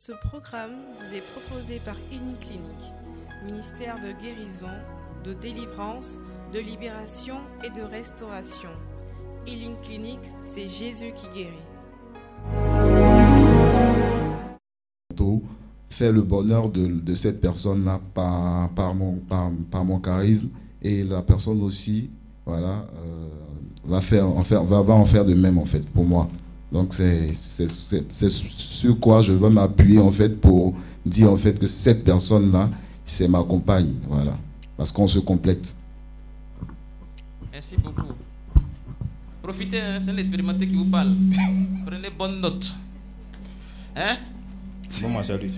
Ce programme vous est proposé par Healing Clinic, ministère de guérison, de délivrance, de libération et de restauration. Healing Clinic, c'est Jésus qui guérit. Faire le bonheur de cette personne-là par mon charisme, et la personne aussi, voilà, va en faire de même en fait pour moi. Donc c'est sur quoi je veux m'appuyer en fait pour dire en fait que cette personne-là, c'est ma compagne, voilà, parce qu'on se complète. Merci beaucoup. Profitez, hein, c'est l'expérimenté qui vous parle. Prenez bonne note. Hein? Bon, salut.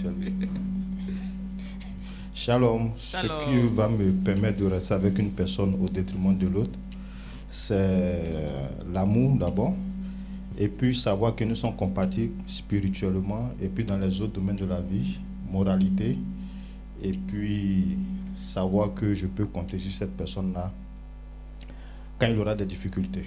Shalom. Ce qui va me permettre de rester avec une personne au détriment de l'autre, c'est l'amour d'abord, et puis savoir que nous sommes compatibles spirituellement, et puis dans les autres domaines de la vie, moralité, et puis savoir que je peux compter sur cette personne-là quand il aura des difficultés.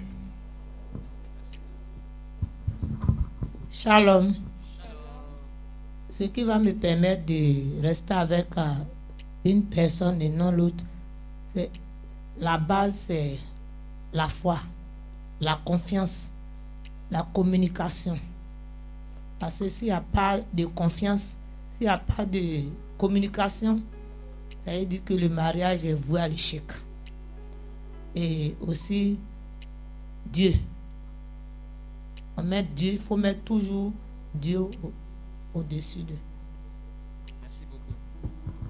Shalom. Ce qui va me permettre de rester avec une personne et non l'autre, c'est la base, c'est la foi, la confiance, la communication. Parce que s'il n'y a pas de confiance, s'il n'y a pas de communication, ça veut dire que le mariage est voué à l'échec. Et aussi Dieu. Il faut mettre toujours Dieu au-dessus d'eux. Merci beaucoup.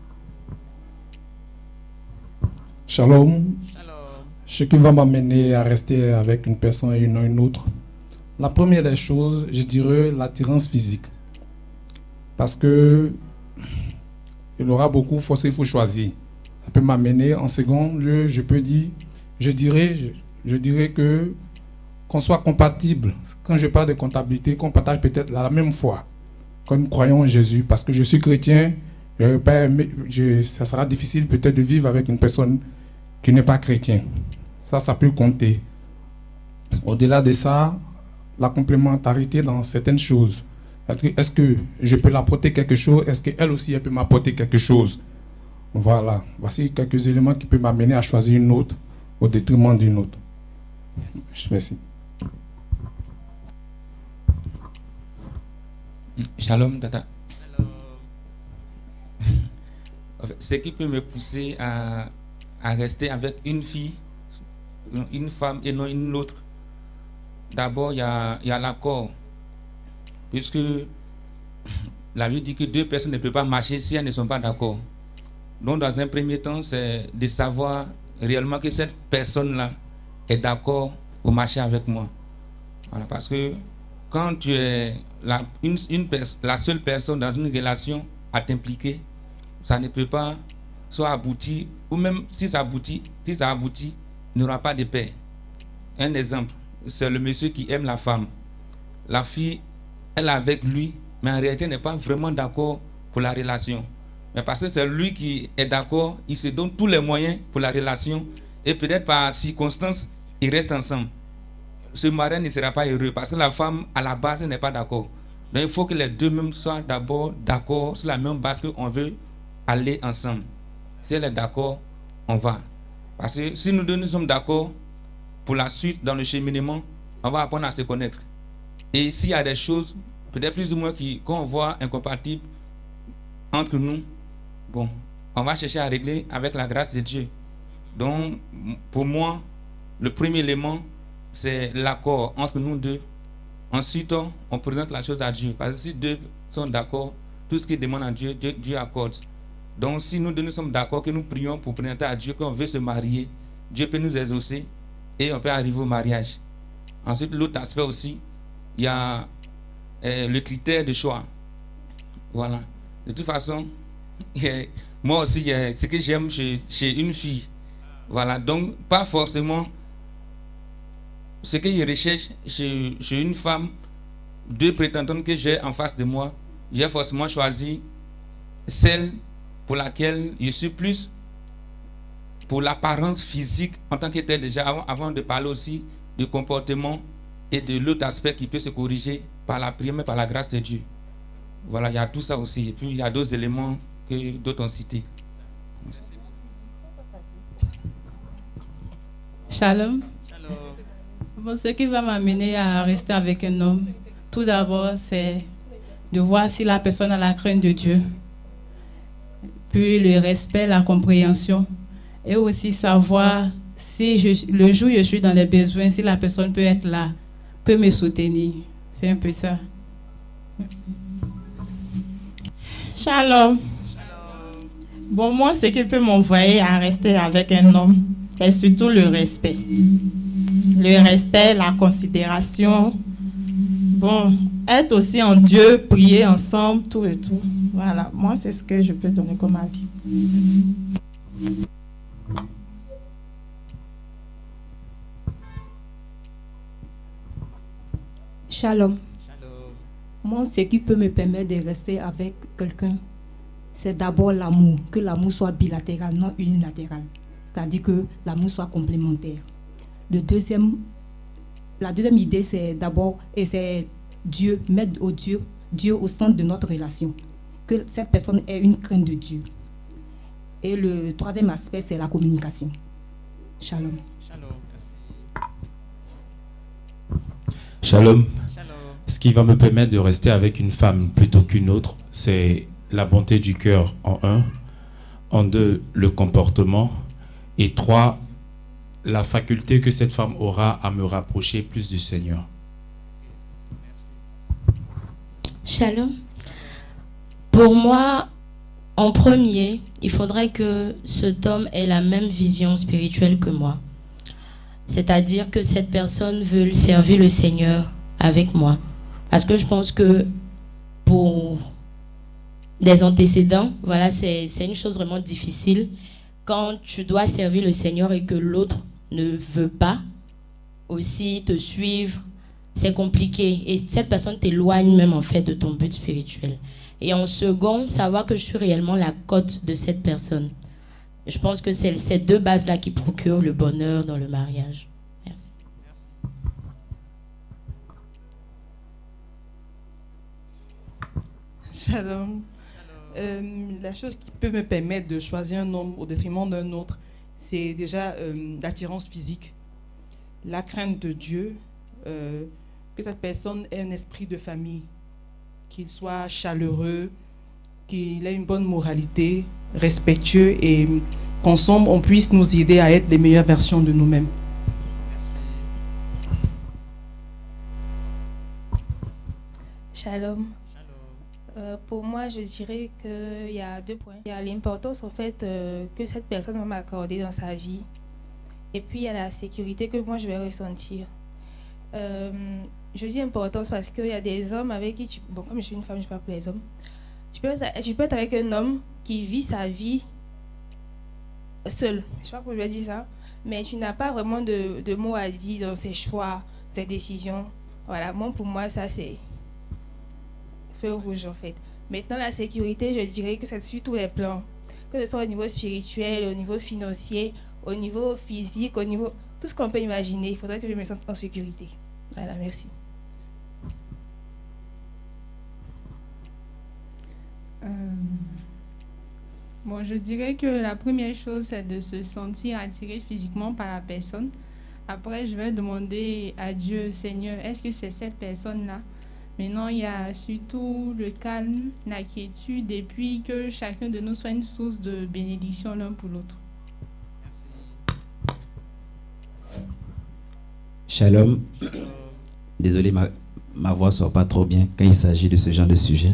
Shalom. Shalom. Ce qui va m'amener à rester avec une personne et non une autre. La première des choses, je dirais l'attirance physique. Parce que il aura beaucoup forcé, il faut choisir. Ça peut m'amener en second lieu, je dirais que qu'on soit compatible. Quand je parle de compatibilité, qu'on partage peut-être la même foi. Quand nous croyons en Jésus, parce que je suis chrétien, ça sera difficile peut-être de vivre avec une personne qui n'est pas chrétien. Ça peut compter. Au-delà de ça, la complémentarité dans certaines choses. Est-ce que je peux l'apporter quelque chose? Est-ce qu'elle aussi elle peut m'apporter quelque chose? Voilà. Voici quelques éléments qui peuvent m'amener à choisir une autre au détriment d'une autre. Merci. Shalom, Tata. Ce qui peut me pousser à rester avec une fille, une femme et non une autre, d'abord, il y a l'accord. Puisque la Bible dit que deux personnes ne peuvent pas marcher si elles ne sont pas d'accord. Donc, dans un premier temps, c'est de savoir réellement que cette personne-là est d'accord pour marcher avec moi. Voilà, parce que quand tu es la seule personne dans une relation à t'impliquer, ça ne peut pas soit aboutir, ou même si ça aboutit, il n'y aura pas de paix. Un exemple, c'est le monsieur qui aime la femme. La fille, elle est avec lui, mais en réalité n'est pas vraiment d'accord pour la relation. Mais parce que c'est lui qui est d'accord, il se donne tous les moyens pour la relation, et peut-être par circonstance, ils restent ensemble. Ce mari ne sera pas heureux parce que la femme, à la base, n'est pas d'accord. Donc il faut que les deux mêmes soient d'abord d'accord sur la même base qu'on veut aller ensemble. Si elle est d'accord, on va. Parce que si nous deux nous sommes d'accord, pour la suite, dans le cheminement, on va apprendre à se connaître. Et s'il y a des choses, peut-être plus ou moins qu'on voit incompatibles entre nous, bon, on va chercher à régler avec la grâce de Dieu. Donc, pour moi, le premier élément, c'est l'accord entre nous deux. Ensuite, on présente la chose à Dieu. Parce que si deux sont d'accord, tout ce qu'ils demandent à Dieu, Dieu accorde. Donc, si nous deux nous sommes d'accord, que nous prions pour présenter à Dieu qu'on veut se marier, Dieu peut nous exaucer et on peut arriver au mariage. Ensuite, l'autre aspect aussi, il y a le critère de choix. Voilà. De toute façon, moi aussi, ce que j'aime chez une fille. Voilà. Donc, pas forcément ce que je recherche chez une femme, deux prétendantes que j'ai en face de moi, j'ai forcément choisi celle pour laquelle je suis plus pour l'apparence physique en tant que tel déjà, avant de parler aussi du comportement et de l'autre aspect qui peut se corriger par la prière, mais par la grâce de Dieu. Voilà, il y a tout ça aussi. Et puis il y a d'autres éléments que d'autres ont cités. Shalom. Bon, ce qui va m'amener à rester avec un homme, tout d'abord, c'est de voir si la personne a la crainte de Dieu. Puis le respect, la compréhension. Et aussi savoir si le jour où je suis dans les besoins, si la personne peut être là, peut me soutenir. C'est un peu ça. Merci. Shalom. Bon, moi, ce qui peut m'envoyer à rester avec un homme, c'est surtout le respect. Le respect, la considération. Bon, être aussi en Dieu, prier ensemble, tout et tout. Voilà, moi, c'est ce que je peux donner comme avis. Shalom. Moi, ce qui peut me permettre de rester avec quelqu'un, c'est d'abord l'amour. Que l'amour soit bilatéral, non unilatéral. C'est-à-dire que l'amour soit complémentaire. La deuxième idée, c'est d'abord, et c'est Dieu, mettre Dieu au centre de notre relation. Que cette personne ait une crainte de Dieu. Et le troisième aspect, c'est la communication. Shalom. Shalom. Ce qui va me permettre de rester avec une femme plutôt qu'une autre, c'est la bonté du cœur en 1, en 2, le comportement, et 3, la faculté que cette femme aura à me rapprocher plus du Seigneur. Shalom. Pour moi, en premier, il faudrait que cet homme ait la même vision spirituelle que moi. C'est-à-dire que cette personne veut servir le Seigneur avec moi. Parce que je pense que pour des antécédents, voilà, c'est une chose vraiment difficile. Quand tu dois servir le Seigneur et que l'autre ne veut pas aussi te suivre, c'est compliqué. Et cette personne t'éloigne même en fait de ton but spirituel. Et en second, savoir que je suis réellement la cote de cette personne. Je pense que c'est ces deux bases-là qui procurent le bonheur dans le mariage. Merci. Shalom. La chose qui peut me permettre de choisir un homme au détriment d'un autre, c'est déjà l'attirance physique, la crainte de Dieu, que cette personne ait un esprit de famille, qu'il soit chaleureux, qu'il ait une bonne moralité, respectueux et qu'ensemble on puisse nous aider à être les meilleures versions de nous-mêmes. Shalom. Pour moi, je dirais qu'il y a 2 points. Il y a l'importance en fait que cette personne va m'accorder dans sa vie. Et puis il y a la sécurité que moi je vais ressentir. Je dis importance parce qu'il y a des hommes avec qui bon, comme je suis une femme, je parle pour les hommes. Tu peux être avec un homme qui vit sa vie seul. Je ne sais pas pourquoi je vais dire ça. Mais tu n'as pas vraiment de mots à dire dans ses choix, ses décisions. Voilà, pour moi, ça c'est feu rouge en fait. Maintenant, la sécurité, je dirais que c'est sur tous les plans. Que ce soit au niveau spirituel, au niveau financier, au niveau physique, au niveau... Tout ce qu'on peut imaginer, il faudrait que je me sente en sécurité. Voilà, merci. Bon, je dirais que la première chose, c'est de se sentir attiré physiquement par la personne. Après, je vais demander à Dieu, Seigneur, est-ce que c'est cette personne-là? Maintenant, il y a surtout le calme, la quiétude, et puis que chacun de nous soit une source de bénédiction l'un pour l'autre. Shalom. Désolé, ma voix ne sort pas trop bien quand il s'agit de ce genre de sujet.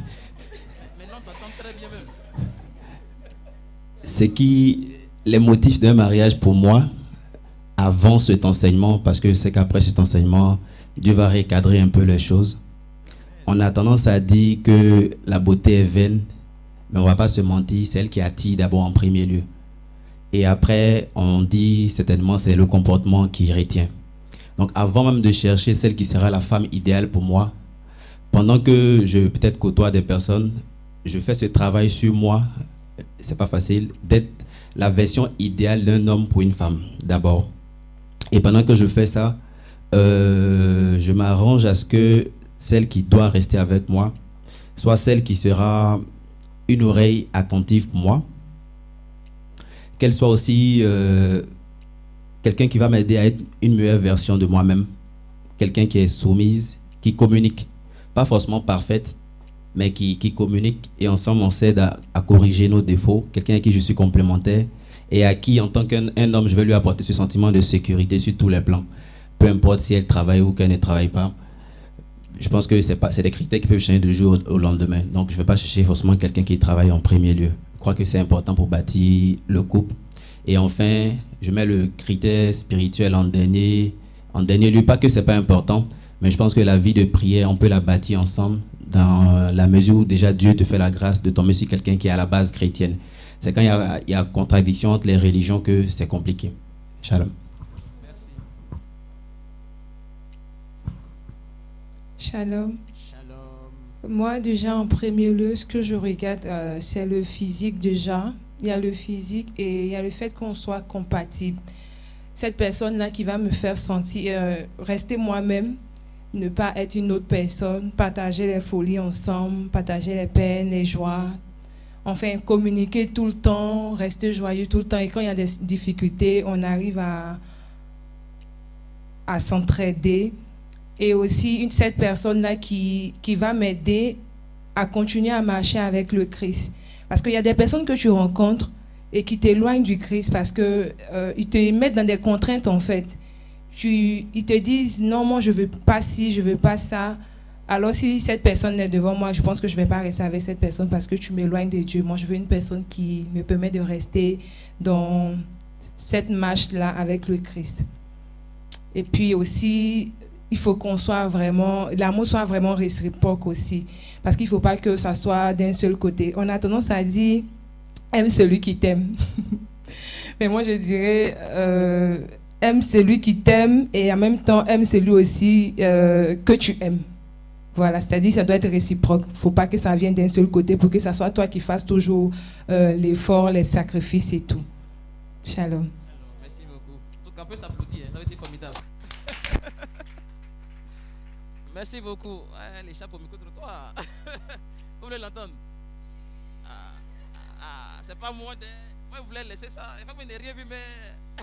Les motifs d'un mariage pour moi, avant cet enseignement, parce que c'est qu'après cet enseignement, Dieu va recadrer un peu les choses. On a tendance à dire que la beauté est vaine, mais on ne va pas se mentir, c'est elle qui attire d'abord en premier lieu. Et après, on dit certainement c'est le comportement qui retient. Donc avant même de chercher celle qui sera la femme idéale pour moi, pendant que je peut-être côtoie des personnes, je fais ce travail sur moi, c'est pas facile, d'être la version idéale d'un homme pour une femme d'abord. Et pendant que je fais ça, je m'arrange à ce que celle qui doit rester avec moi soit celle qui sera une oreille attentive pour moi, qu'elle soit aussi quelqu'un qui va m'aider à être une meilleure version de moi-même, quelqu'un qui est soumise, qui communique, pas forcément parfaite, mais qui communique, et ensemble on s'aide à corriger nos défauts, quelqu'un à qui je suis complémentaire et à qui en tant qu'un homme je vais lui apporter ce sentiment de sécurité sur tous les plans, peu importe si elle travaille ou qu'elle ne travaille pas. Je pense que c'est des critères qui peuvent changer de jour au lendemain, donc je ne vais pas chercher forcément quelqu'un qui travaille en premier lieu. Je crois que c'est important pour bâtir le couple. Et enfin, je mets le critère spirituel en dernier lieu, pas que c'est pas important, mais je pense que la vie de prière, on peut la bâtir ensemble dans la mesure où déjà Dieu te fait la grâce de tomber sur quelqu'un qui est à la base chrétienne. C'est quand il y a contradiction entre les religions que c'est compliqué. Shalom. Merci. Shalom. Moi, déjà, en premier lieu, ce que je regarde, c'est le physique déjà. Il y a le physique et il y a le fait qu'on soit compatible. Cette personne-là qui va me faire sentir, rester moi-même, ne pas être une autre personne, partager les folies ensemble, partager les peines, les joies, enfin communiquer tout le temps, rester joyeux tout le temps. Et quand il y a des difficultés, on arrive à s'entraider. Et aussi cette personne-là qui va m'aider à continuer à marcher avec le Christ. Parce qu'il y a des personnes que tu rencontres et qui t'éloignent du Christ parce qu'ils te mettent dans des contraintes en fait. Ils te disent non, moi je veux pas ci, je veux pas ça. Alors si cette personne est devant moi, je pense que je vais pas rester avec cette personne parce que tu m'éloignes de Dieu. Moi je veux une personne qui me permet de rester dans cette marche-là avec le Christ. Et puis aussi, il faut qu'on soit vraiment, l'amour soit vraiment réciproque aussi. Parce qu'il ne faut pas que ça soit d'un seul côté. On a tendance à dire, aime celui qui t'aime. Mais moi, je dirais, aime celui qui t'aime et en même temps, aime celui aussi que tu aimes. Voilà, c'est-à-dire ça doit être réciproque. Il ne faut pas que ça vienne d'un seul côté pour que ça soit toi qui fasses toujours l'effort, les sacrifices et tout. Shalom. Merci beaucoup. En tout cas, on peut s'applaudir, ça a été formidable. Merci beaucoup. Ouais, les chapeaux au micro-trottoir. Vous voulez l'entendre? C'est pas moi. Moi, je voulais laisser ça. Il faut que vous n'ayez rien vu, mais.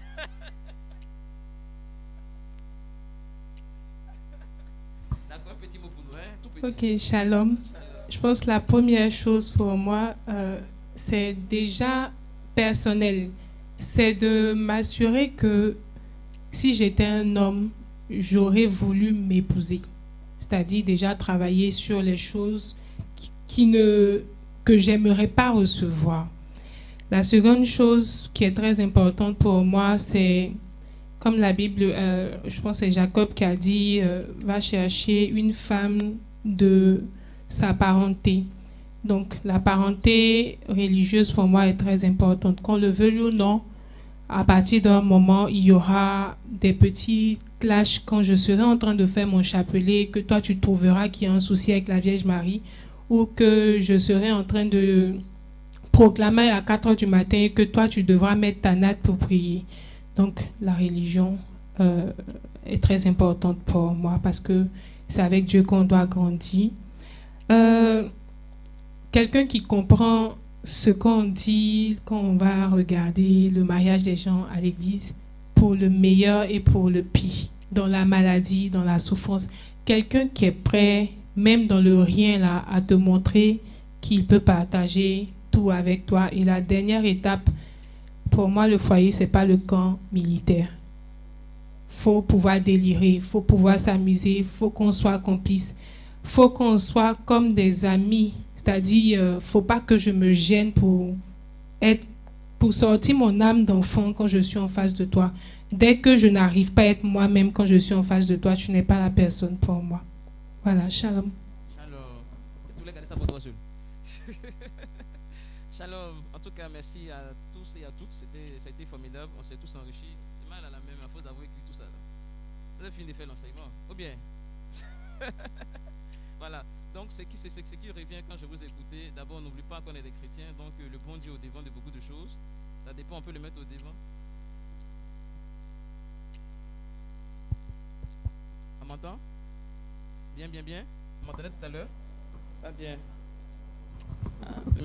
D'accord, un petit mot pour nous, hein? Tout petit. Ok, shalom. Je pense que la première chose pour moi, c'est déjà personnel. C'est de m'assurer que si j'étais un homme, j'aurais voulu m'épouser. C'est-à-dire déjà travailler sur les choses que j'aimerais pas recevoir. La seconde chose qui est très importante pour moi, c'est comme la Bible, je pense que c'est Jacob qui a dit, va chercher une femme de sa parenté. Donc la parenté religieuse pour moi est très importante. Qu'on le veuille ou non, à partir d'un moment, il y aura des petits clashs quand je serai en train de faire mon chapelet, que toi tu trouveras qu'il y a un souci avec la Vierge Marie, ou que je serai en train de proclamer à 4 heures du matin que toi tu devras mettre ta natte pour prier. Donc la religion est très importante pour moi parce que c'est avec Dieu qu'on doit grandir. Quelqu'un qui comprend ce qu'on dit quand on va regarder le mariage des gens à l'église, pour le meilleur et pour le pire, dans la maladie, dans la souffrance. Quelqu'un qui est prêt, même dans le rien, là, à te montrer qu'il peut partager tout avec toi. Et la dernière étape, pour moi, le foyer, ce n'est pas le camp militaire. Il faut pouvoir délirer, il faut pouvoir s'amuser, il faut qu'on soit complice, il faut qu'on soit comme des amis. C'est-à-dire, il ne faut pas que je me gêne pour sortir mon âme d'enfant quand je suis en face de toi. Dès que je n'arrive pas à être moi-même quand je suis en face de toi, tu n'es pas la personne pour moi. Voilà, shalom. Shalom. Tu voulais garder ça pour toi seul. Shalom. En tout cas, merci à tous et à toutes. C'était formidable. On s'est tous enrichis. Demain, à la même, il faut avouer écrit tout ça. Vous avez fini de faire l'enseignement. Ou bien? Voilà. Donc, ce qui revient quand je vous écoutais, d'abord, n'oublie pas qu'on est des chrétiens, donc le bon Dieu est au devant de beaucoup de choses. Ça dépend, on peut le mettre au devant. On m'entend? Bien, bien, bien. On m'entendait tout à l'heure? Pas bien.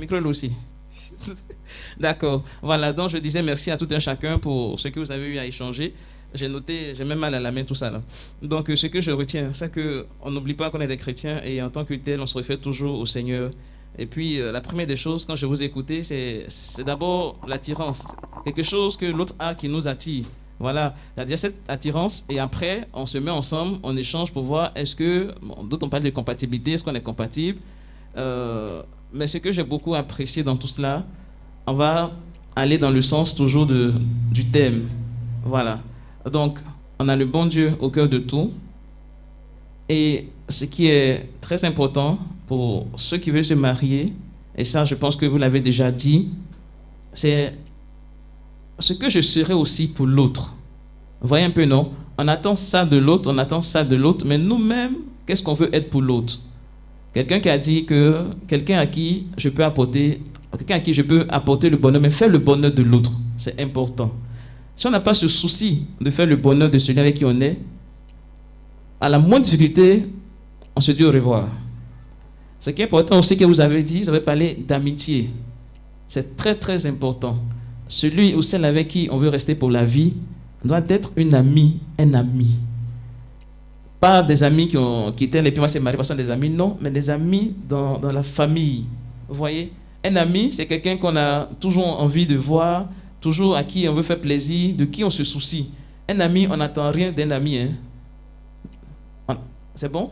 micro là aussi. D'accord. Voilà, donc je disais merci à tout un chacun pour ce que vous avez eu à échanger. J'ai noté, j'ai même mal à la main, tout ça là. Donc ce que je retiens, c'est qu'on n'oublie pas qu'on est des chrétiens et en tant que tel, on se réfère toujours au Seigneur. Et puis la première des choses, quand je vous ai écouté, c'est d'abord l'attirance. Quelque chose que l'autre a qui nous attire. Voilà, c'est-à-dire cette attirance et après, on se met ensemble, on échange pour voir est-ce que, d'autres on parle de compatibilité, est-ce qu'on est compatible. Mais ce que j'ai beaucoup apprécié dans tout cela, on va aller dans le sens toujours du thème. Voilà. Donc, on a le bon Dieu au cœur de tout. Et ce qui est très important pour ceux qui veulent se marier, et ça, je pense que vous l'avez déjà dit, c'est ce que je serai aussi pour l'autre. Vous voyez un peu, non? On attend ça de l'autre, on attend ça de l'autre, mais nous-mêmes, qu'est-ce qu'on veut être pour l'autre? Quelqu'un qui a dit que quelqu'un à qui je peux apporter le bonheur, mais faire le bonheur de l'autre, c'est important. Si on n'a pas ce souci de faire le bonheur de celui avec qui on est, à la moindre difficulté, on se dit au revoir. Ce qui est important aussi que vous avez dit, vous avez parlé d'amitié. C'est très très important. Celui ou celle avec qui on veut rester pour la vie doit être une amie, un ami. Pas des amis qui ont quitté et puis moi c'est marié, parce que des amis, non, mais des amis dans la famille. Vous voyez? Un ami, c'est quelqu'un qu'on a toujours envie de voir, toujours à qui on veut faire plaisir, de qui on se soucie. Un ami, on n'attend rien d'un ami. Hein. C'est bon?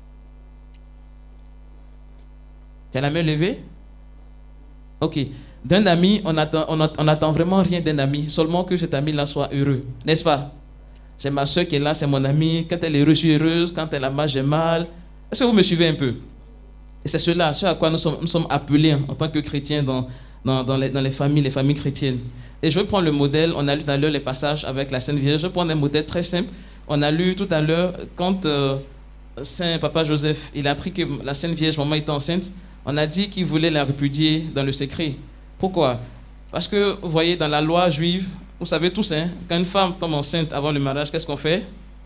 Tu as la main levée? Ok. D'un ami, on attend vraiment rien d'un ami, seulement que cet ami-là soit heureux. N'est-ce pas? J'ai ma soeur qui est là, c'est mon amie. Quand elle est heureuse, je suis heureuse. Quand elle a mal, j'ai mal. Est-ce que vous me suivez un peu? Et c'est cela, ce à quoi nous sommes appelés en tant que chrétiens dans les familles chrétiennes. Et je vais prendre le modèle. On a lu tout à l'heure les passages avec la Sainte Vierge. Je vais prendre un modèle très simple. On a lu tout à l'heure quand Saint Papa Joseph, il a appris que la Sainte Vierge, maman, était enceinte. On a dit qu'il voulait la répudier dans le secret. Pourquoi? Parce que, vous voyez, dans la loi juive, vous savez tous, hein, quand une femme tombe enceinte avant le mariage, qu'est-ce qu'on fait?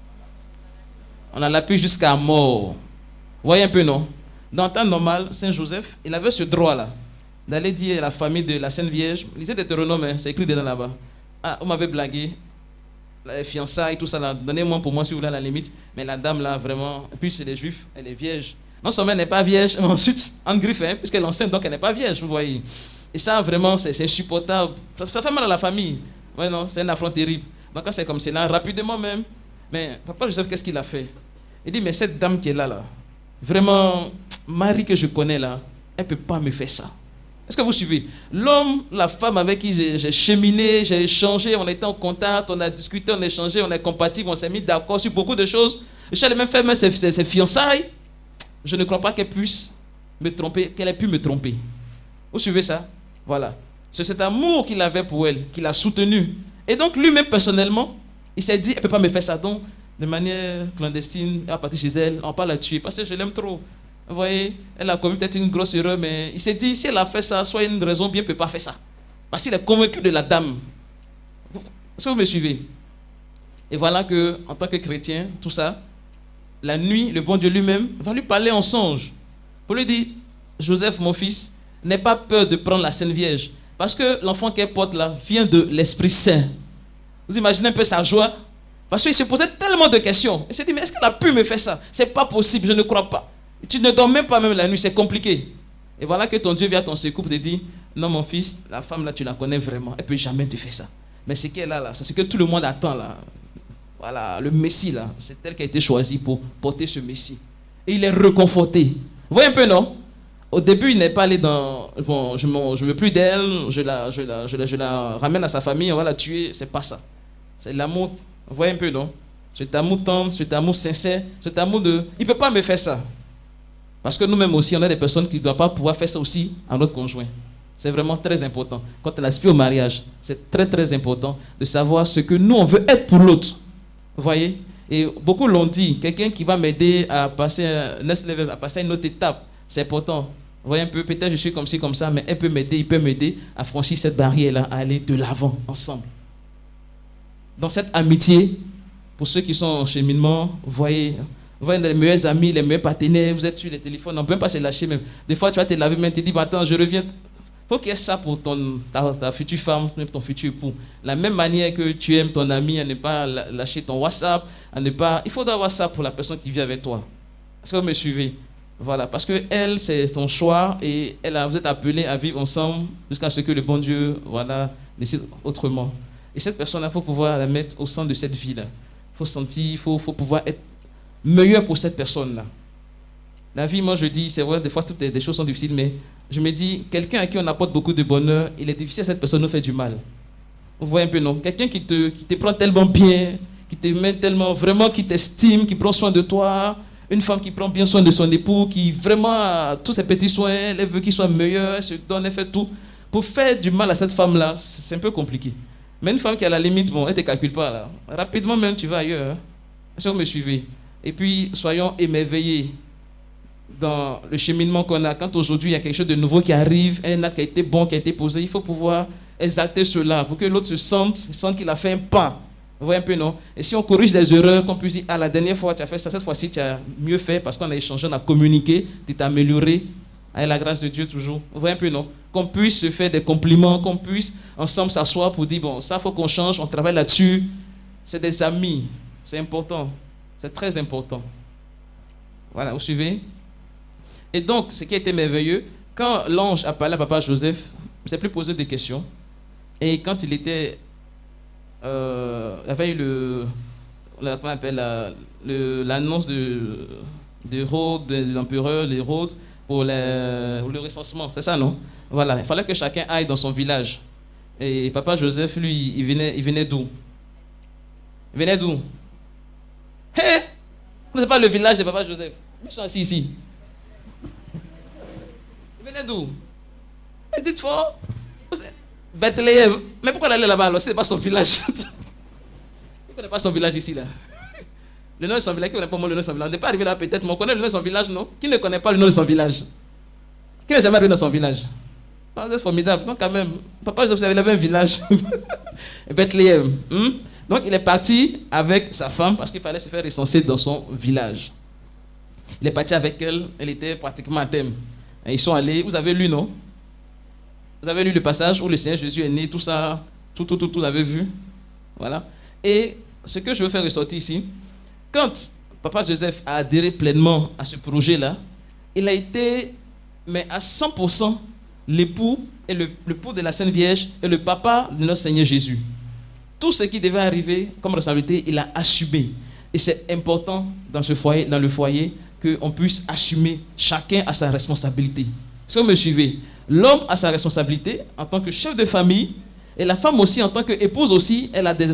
On la lapide jusqu'à mort. Vous voyez un peu, non? Dans le temps normal, Saint Joseph, il avait ce droit-là, d'aller dire à la famille de la Sainte Vierge, lisez Deutéronome, hein, c'est écrit dedans là-bas. Ah, vous m'avez blagué, les fiançailles, tout ça là, donnez-moi pour moi si vous voulez à la limite. Mais la dame là, vraiment, et puis c'est les juifs, elle est vierge. Non seulement elle n'est pas vierge, mais ensuite, en griffe, hein, puisqu'elle est enceinte, donc elle n'est pas vierge, vous voyez. Et ça, vraiment, c'est insupportable. Ça fait mal à la famille. Ouais, non, c'est un affront terrible. Donc, quand c'est comme cela, rapidement même, mais Papa Joseph, qu'est-ce qu'il a fait? Il dit, mais cette dame qui est là, vraiment, Marie que je connais là, elle ne peut pas me faire ça. Est-ce que vous suivez? L'homme, la femme avec qui j'ai cheminé, j'ai échangé, on était en contact, on a discuté, on a échangé, on est compatible, on s'est mis d'accord sur beaucoup de choses. Je suis allé même faire ses fiançailles. Je ne crois pas qu'elle puisse me tromper, qu'elle ait pu me tromper. Vous suivez ça? Voilà. C'est cet amour qu'il avait pour elle, qu'il a soutenu. Et donc lui-même personnellement, il s'est dit, elle ne peut pas me faire ça. Donc, de manière clandestine, à partir chez elle, on ne va pas la tuer parce que je l'aime trop. Vous voyez, elle a commis peut-être une grosse erreur, mais il s'est dit, si elle a fait ça, soit une raison bien, elle ne peut pas faire ça. Parce qu'il est convaincu de la dame. Est-ce que vous me suivez? Et voilà que, en tant que chrétien, tout ça, la nuit, le bon Dieu lui-même va lui parler en songe. Pour lui dire, Joseph, mon fils, n'aie pas peur de prendre la Sainte Vierge. Parce que l'enfant qu'elle porte là vient de l'Esprit Saint. Vous imaginez un peu sa joie? Parce qu'il se posait tellement de questions. Il s'est dit, mais est-ce qu'elle a pu me faire ça? C'est pas possible, je ne crois pas. Tu ne dors même pas même la nuit, c'est compliqué. Et voilà que ton Dieu vient à ton secours et te dit, non mon fils, la femme là, tu la connais vraiment. Elle ne peut jamais te faire ça. Mais ce qu'elle a là, c'est ce que tout le monde attend là. Voilà, le Messie là, c'est elle qui a été choisie pour porter ce Messie. Et il est réconforté. Vous voyez un peu, non? Au début, il n'est pas allé dans... Bon, je ne veux plus d'elle, je la ramène à sa famille, on va la tuer. C'est pas ça. C'est l'amour. Vous voyez un peu, non? Cet amour tendre, cet amour sincère, cet amour de... Il ne peut pas me faire ça. Parce que nous-mêmes aussi, on a des personnes qui ne doivent pas pouvoir faire ça aussi à notre conjoint. C'est vraiment très important. Quand on aspire au mariage, c'est très très important de savoir ce que nous, on veut être pour l'autre. Vous voyez? Et beaucoup l'ont dit, quelqu'un qui va m'aider à passer un next level, à passer à une autre étape, c'est important. Vous voyez un peu, peut-être je suis comme ci, comme ça, mais elle peut m'aider, il peut m'aider à franchir cette barrière-là, à aller de l'avant, ensemble. Dans cette amitié, pour ceux qui sont en cheminement, vous voyez les meilleurs amis, les meilleurs partenaires, vous êtes sur les téléphones, on ne peut même pas se lâcher même. Des fois, tu vas te laver, mais tu te dis, bah, attends, je reviens. faut qu'il y ait ça pour ta future femme, même ton futur époux. La même manière que tu aimes ton ami, à ne pas lâcher ton WhatsApp, il faudra avoir ça pour la personne qui vit avec toi. Est-ce que vous me suivez? Voilà, parce que elle, c'est ton choix et vous êtes appelés à vivre ensemble jusqu'à ce que le bon Dieu, décide autrement. Et cette personne-là, il faut pouvoir la mettre au centre de cette vie-là. Il faut sentir, il faut pouvoir être meilleur pour cette personne-là. La vie, moi je dis, c'est vrai, des fois des choses sont difficiles, mais je me dis, quelqu'un à qui on apporte beaucoup de bonheur, il est difficile à cette personne nous fait du mal. Vous voyez un peu, non? Quelqu'un qui te prend tellement bien, qui te met tellement, vraiment, qui t'estime, qui prend soin de toi, une femme qui prend bien soin de son époux, qui vraiment a tous ses petits soins, elle veut qu'il soit meilleur, elle se donne, elle fait tout. Pour faire du mal à cette femme-là, c'est un peu compliqué. Mais une femme qui est à la limite, bon, elle ne te calcule pas là. Rapidement même, tu vas ailleurs. Hein? Est-ce que vous me suivez? Et puis, soyons émerveillés dans le cheminement qu'on a. Quand aujourd'hui, il y a quelque chose de nouveau qui arrive, un acte qui a été bon, qui a été posé, il faut pouvoir exalter cela pour que l'autre se sente qu'il a fait un pas. Vous voyez un peu, non? Et si on corrige des erreurs, qu'on puisse dire, la dernière fois, tu as fait ça, cette fois-ci, tu as mieux fait parce qu'on a échangé, on a communiqué, tu t'es amélioré. Avec la grâce de Dieu toujours. Vous voyez un peu, non? Qu'on puisse se faire des compliments, qu'on puisse ensemble s'asseoir pour dire, bon, ça, il faut qu'on change, on travaille là-dessus. C'est des amis. C'est important. C'est très important. Voilà, vous suivez? Et donc, ce qui a été merveilleux, quand l'ange a parlé à papa Joseph, il ne s'est plus posé de questions. Et quand il était... il avait eu l'annonce de Hérode, de l'empereur, l'Hérode, pour le recensement, c'est ça, non? Voilà, il fallait que chacun aille dans son village. Et papa Joseph, lui, il venait d'où? Il venait d'où? Hé! Vous n'êtes pas le village de papa Joseph. Ils sont assis ici. Il venait d'où? Dites fort. Bethléem. Mais pourquoi il allait là-bas alors? C'est pas son village. Il ne connaît pas son village ici, là. Le nom de son village, qui ne connaît pas le nom de son village? On n'est pas arrivé là peut-être, mais on connaît le nom de son village, non? Qui ne connaît pas le nom de son village? Qui n'a jamais arrivé dans son village? Ah, c'est formidable. Donc quand même, papa Joseph avait un village. Bethléem. Donc il est parti avec sa femme parce qu'il fallait se faire recenser dans son village. Il est parti avec elle, elle était pratiquement à thème. Et ils sont allés, vous avez lu, non? Vous avez lu le passage où le Seigneur Jésus est né, tout ça, tout, vous avez vu? Voilà. Et ce que je veux faire ressortir ici, quand papa Joseph a adhéré pleinement à ce projet-là, il a été, mais à 100%, l'époux et l'époux de la Sainte Vierge et le papa de notre Seigneur Jésus. Tout ce qui devait arriver comme responsabilité, il a assumé. Et c'est important dans ce foyer, dans le foyer, qu'on puisse assumer chacun à sa responsabilité. Est-ce que vous me suivez? L'homme a sa responsabilité en tant que chef de famille et la femme aussi en tant qu'épouse aussi, elle a des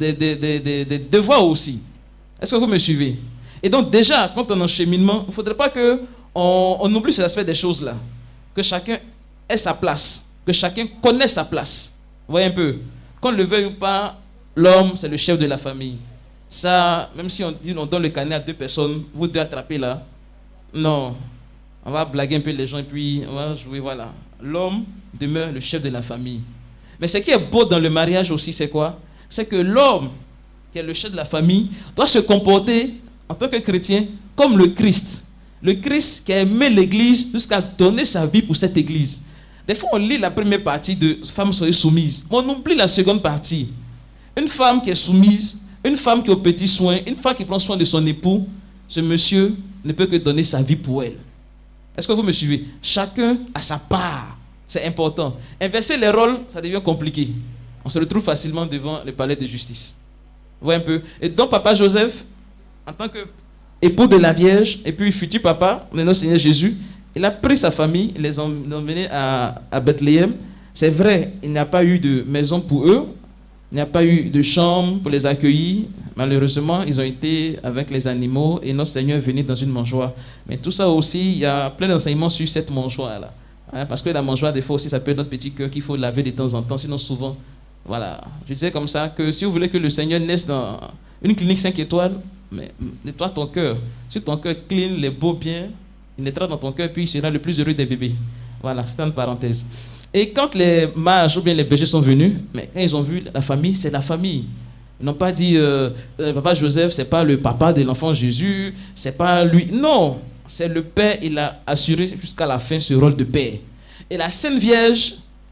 devoirs aussi. Est-ce que vous me suivez? Et donc déjà, quand on est en cheminement, il ne faudrait pas qu'on oublie ces aspects des choses-là. Que chacun ait sa place, que chacun connaisse sa place. Vous voyez un peu? Qu'on le veuille ou pas, l'homme, c'est le chef de la famille. Ça, même si on dit on donne le canet à 2 personnes, vous deux attrapez là. Non. On va blaguer un peu les gens et puis on va jouer, voilà. L'homme demeure le chef de la famille. Mais ce qui est beau dans le mariage aussi, c'est quoi? C'est que l'homme, qui est le chef de la famille, doit se comporter en tant que chrétien comme le Christ. Le Christ qui a aimé l'église jusqu'à donner sa vie pour cette église. Des fois, on lit la première partie de « Femme soyez soumise », mais on oublie la seconde partie. Une femme qui est soumise, une femme qui est aux petits soins, une femme qui prend soin de son époux, ce monsieur ne peut que donner sa vie pour elle. Est-ce que vous me suivez? Chacun a sa part. C'est important. Inverser les rôles, ça devient compliqué. On se retrouve facilement devant le palais de justice. Vous voyez un peu? Et donc, papa Joseph, en tant qu'époux de la Vierge, et puis futur papa de notre Seigneur Jésus, il a pris sa famille, il les a emmenés à Bethléem. C'est vrai, il n'y a pas eu de maison pour eux, il n'y a pas eu de chambre pour les accueillir. Malheureusement, ils ont été avec les animaux et notre Seigneur est venu dans une mangeoire. Mais tout ça aussi, il y a plein d'enseignements sur cette mangeoire-là. Hein, parce que la mangeoire, des fois aussi, ça peut être notre petit cœur qu'il faut laver de temps en temps, sinon souvent. Voilà. Je disais comme ça que si vous voulez que le Seigneur naisse dans une clinique 5 étoiles, mais nettoie ton cœur. Si ton cœur clean, les beaux biens, il naîtra dans ton cœur, puis il sera le plus heureux des bébés. Voilà, c'est une parenthèse. Et quand les mages ou bien les bergers sont venus, mais quand ils ont vu la famille, c'est la famille. Ils n'ont pas dit papa Joseph, c'est pas le papa de l'enfant Jésus, c'est pas lui. Non, c'est le père, il a assuré jusqu'à la fin ce rôle de père. Et la Sainte Vierge,